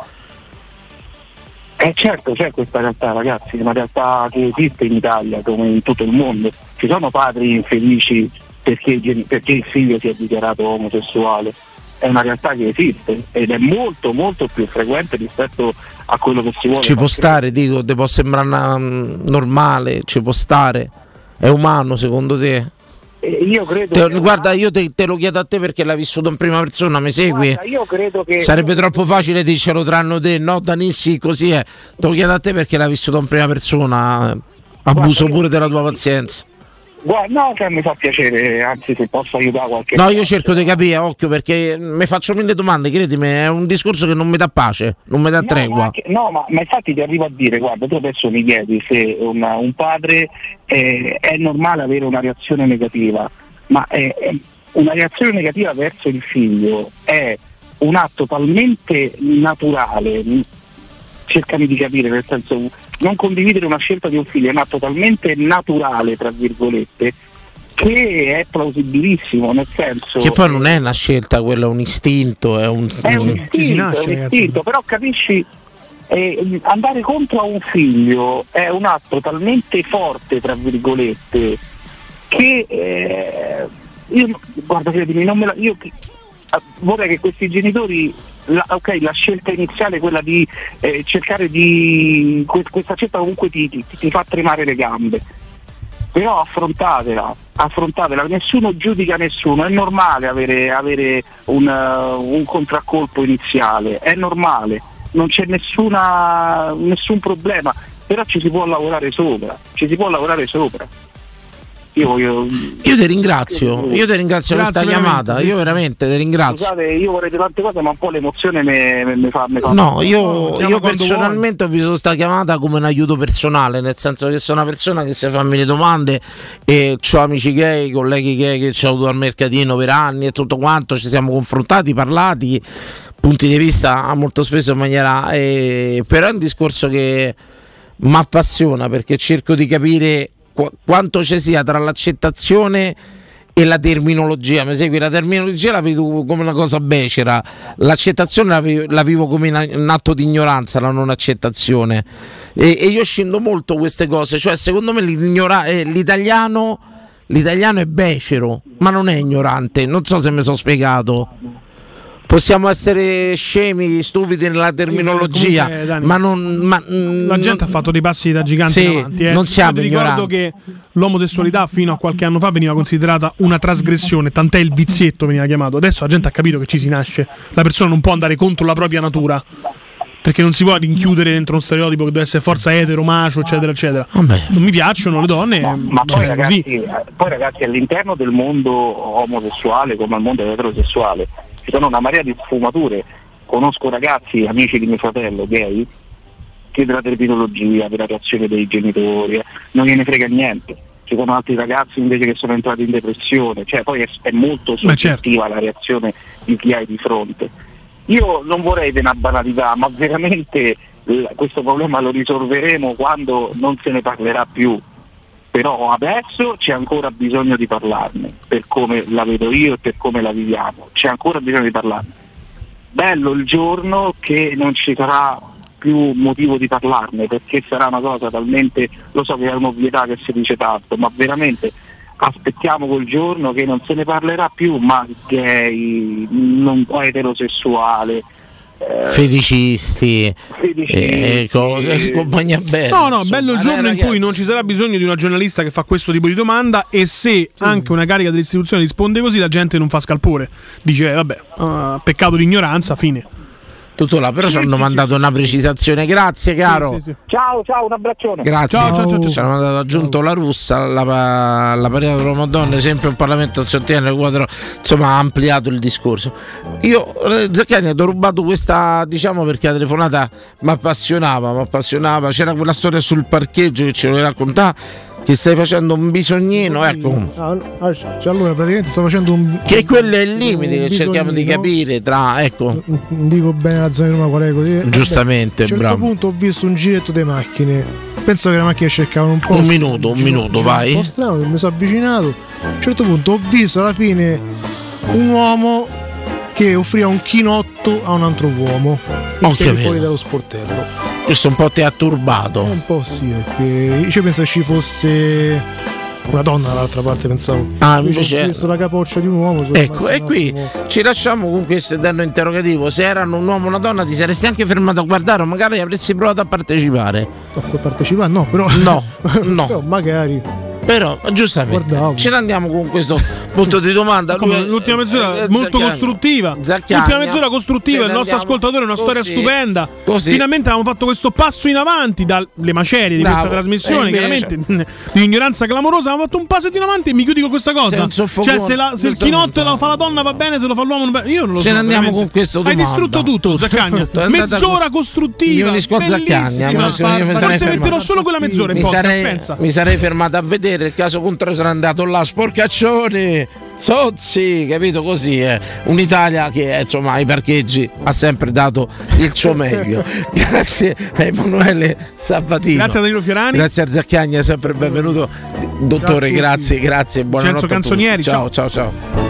Certo, c'è questa realtà, ragazzi, è una realtà che esiste in Italia come in tutto il mondo. Ci sono padri infelici perché il figlio si è dichiarato omosessuale, è una realtà che esiste ed è molto molto più frequente rispetto a quello che si vuole. Ci può stare, dico, ti può sembrare normale, ci può stare, è umano secondo te? Io credo guarda, io te lo chiedo a te perché l'hai vissuto in prima persona, mi segui? Guarda, io credo che sarebbe troppo facile dircelo tranne te, no Danissi, così è. Te lo chiedo a te perché l'hai vissuto in prima persona, abuso pure della tua pazienza. Guarda, no, che mi fa piacere, anzi se posso aiutare qualche no, io cerco di capire, occhio, perché mi faccio mille domande, credimi, è un discorso che non mi dà pace, non mi dà tregua. Ma infatti ti arrivo a dire, guarda, tu adesso mi chiedi se un padre è normale avere una reazione negativa, ma una reazione negativa verso il figlio è un atto talmente naturale, cercami di capire, nel senso, non condividere una scelta di un figlio è un atto talmente naturale, tra virgolette, che è plausibilissimo, nel senso che poi non è una scelta, quello è un istinto, è un istinto, però capisci, andare contro a un figlio è un atto talmente forte, tra virgolette, che io, guarda, credimi, io vorrei che questi genitori la scelta iniziale, quella di cercare di questa scelta comunque ti fa tremare le gambe, però affrontatela, nessuno giudica nessuno, è normale avere un contraccolpo iniziale, è normale, non c'è nessun problema, però ci si può lavorare sopra. Io ti ringrazio per questa chiamata, io veramente ti ringrazio. Scusate, io vorrei dire tante cose, ma un po' l'emozione mi fa. No, io personalmente ho visto questa chiamata come un aiuto personale, nel senso che sono una persona che si fa mille domande e ho amici gay, colleghi gay che ci ho avuto al mercatino per anni e tutto quanto, ci siamo confrontati, parlati, punti di vista molto spesso in maniera però è un discorso che mi appassiona perché cerco di capire quanto ci sia tra l'accettazione e la terminologia. Mi segui? La terminologia la vedo come una cosa becera, l'accettazione la vivo come un atto di ignoranza, la non accettazione, e io scendo molto queste cose, cioè secondo me l'italiano è becero ma non è ignorante, non so se mi sono spiegato. Possiamo essere scemi, stupidi nella terminologia, comunque, Dani, ma la gente ha fatto dei passi da gigante in avanti. Non siamo ricordo che l'omosessualità fino a qualche anno fa veniva considerata una trasgressione, tant'è il vizietto veniva chiamato. Adesso la gente ha capito che ci si nasce, la persona non può andare contro la propria natura, perché non si può rinchiudere dentro uno stereotipo che deve essere forza etero, macio, eccetera eccetera. Non mi piacciono le donne, ma poi ragazzi, all'interno del mondo omosessuale come al mondo eterosessuale ci sono una marea di sfumature. Conosco ragazzi, amici di mio fratello gay, che della terminologia, della reazione dei genitori non gliene frega niente. Ci sono altri ragazzi invece che sono entrati in depressione, cioè poi è molto soggettiva la reazione di chi hai di fronte. Io non vorrei una banalità, ma veramente questo problema lo risolveremo quando non se ne parlerà più, però adesso c'è ancora bisogno di parlarne, per come la vedo io e per come la viviamo, c'è ancora bisogno di parlarne. Bello il giorno che non ci sarà più motivo di parlarne, perché sarà una cosa talmente, lo so che è un'ovvietà che si dice tanto, ma veramente aspettiamo quel giorno che non se ne parlerà più, ma gay, non eterosessuale, feticisti, cose, compagnia bella. No, bello il giorno in cui non ci sarà bisogno di una giornalista che fa questo tipo di domanda, e se anche una carica dell'istituzione risponde così, la gente non fa scalpore, dice vabbè, peccato di ignoranza, fine. Tutto là, però ci hanno mandato una precisazione, grazie caro. Sì. Ciao, un abbraccione. Grazie. Ciao. Ci hanno mandato aggiunto la russa, la parità tra uomo e donna, sempre un Parlamento sostiene quadro, insomma ha ampliato il discorso. Io Zaccagni ti ho rubato questa, diciamo, perché la telefonata mi appassionava, c'era quella storia sul parcheggio che ce lo raccontava, che stai facendo un bisognino, ecco. Allora praticamente sto facendo un... Che quello è il limite che cerchiamo di capire tra, ecco. Non dico bene la zona di Roma qual è così. Giustamente, bravo. A un certo punto ho visto un giretto delle macchine. Penso che le macchine cercavano un po'. Un minuto, vai. Un po' strano, mi sono avvicinato. A un certo punto ho visto alla fine un uomo che offriva un chinotto a un altro uomo fuori dallo sportello. Questo un po' ti ha turbato. Un po' sì, perché io pensavo ci fosse una donna dall'altra parte, pensavo. Invece ho visto la capoccia di un uomo. Ecco, e qui ci lasciamo con questo eterno interrogativo. Se erano un uomo o una donna, ti saresti anche fermato a guardare, o magari avresti provato a partecipare. Partecipare no, però. No. Però magari. Però giustamente ce ne andiamo con questo punto di domanda. L'ultima mezz'ora molto costruttiva. L'ultima mezz'ora costruttiva, il nostro ascoltatore è una storia stupenda. Finalmente abbiamo fatto questo passo in avanti dalle macerie di questa trasmissione, chiaramente di ignoranza clamorosa. Abbiamo fatto un passo in avanti e mi chiudi con questa cosa. Cioè, se il chinotto lo fa la donna va bene, se lo fa l'uomo non va bene. Io non lo so. Ce ne andiamo con questo domanda. Hai distrutto tutto, Zaccagna. Mezz'ora costruttiva. Bellissima. Forse metterò solo quella mezz'ora in podcast, pensa. Mi sarei fermato a vedere il caso contrario, sarà andato là, sporcaccioni, Sozzi, capito, così un'Italia che insomma ai parcheggi ha sempre dato il suo meglio. Grazie a Emanuele Sabatino, grazie a Danilo Fiorani, grazie a Zaccagni, è sempre benvenuto dottore, grazie, buonanotte. Cenzo Canzonieri, ciao.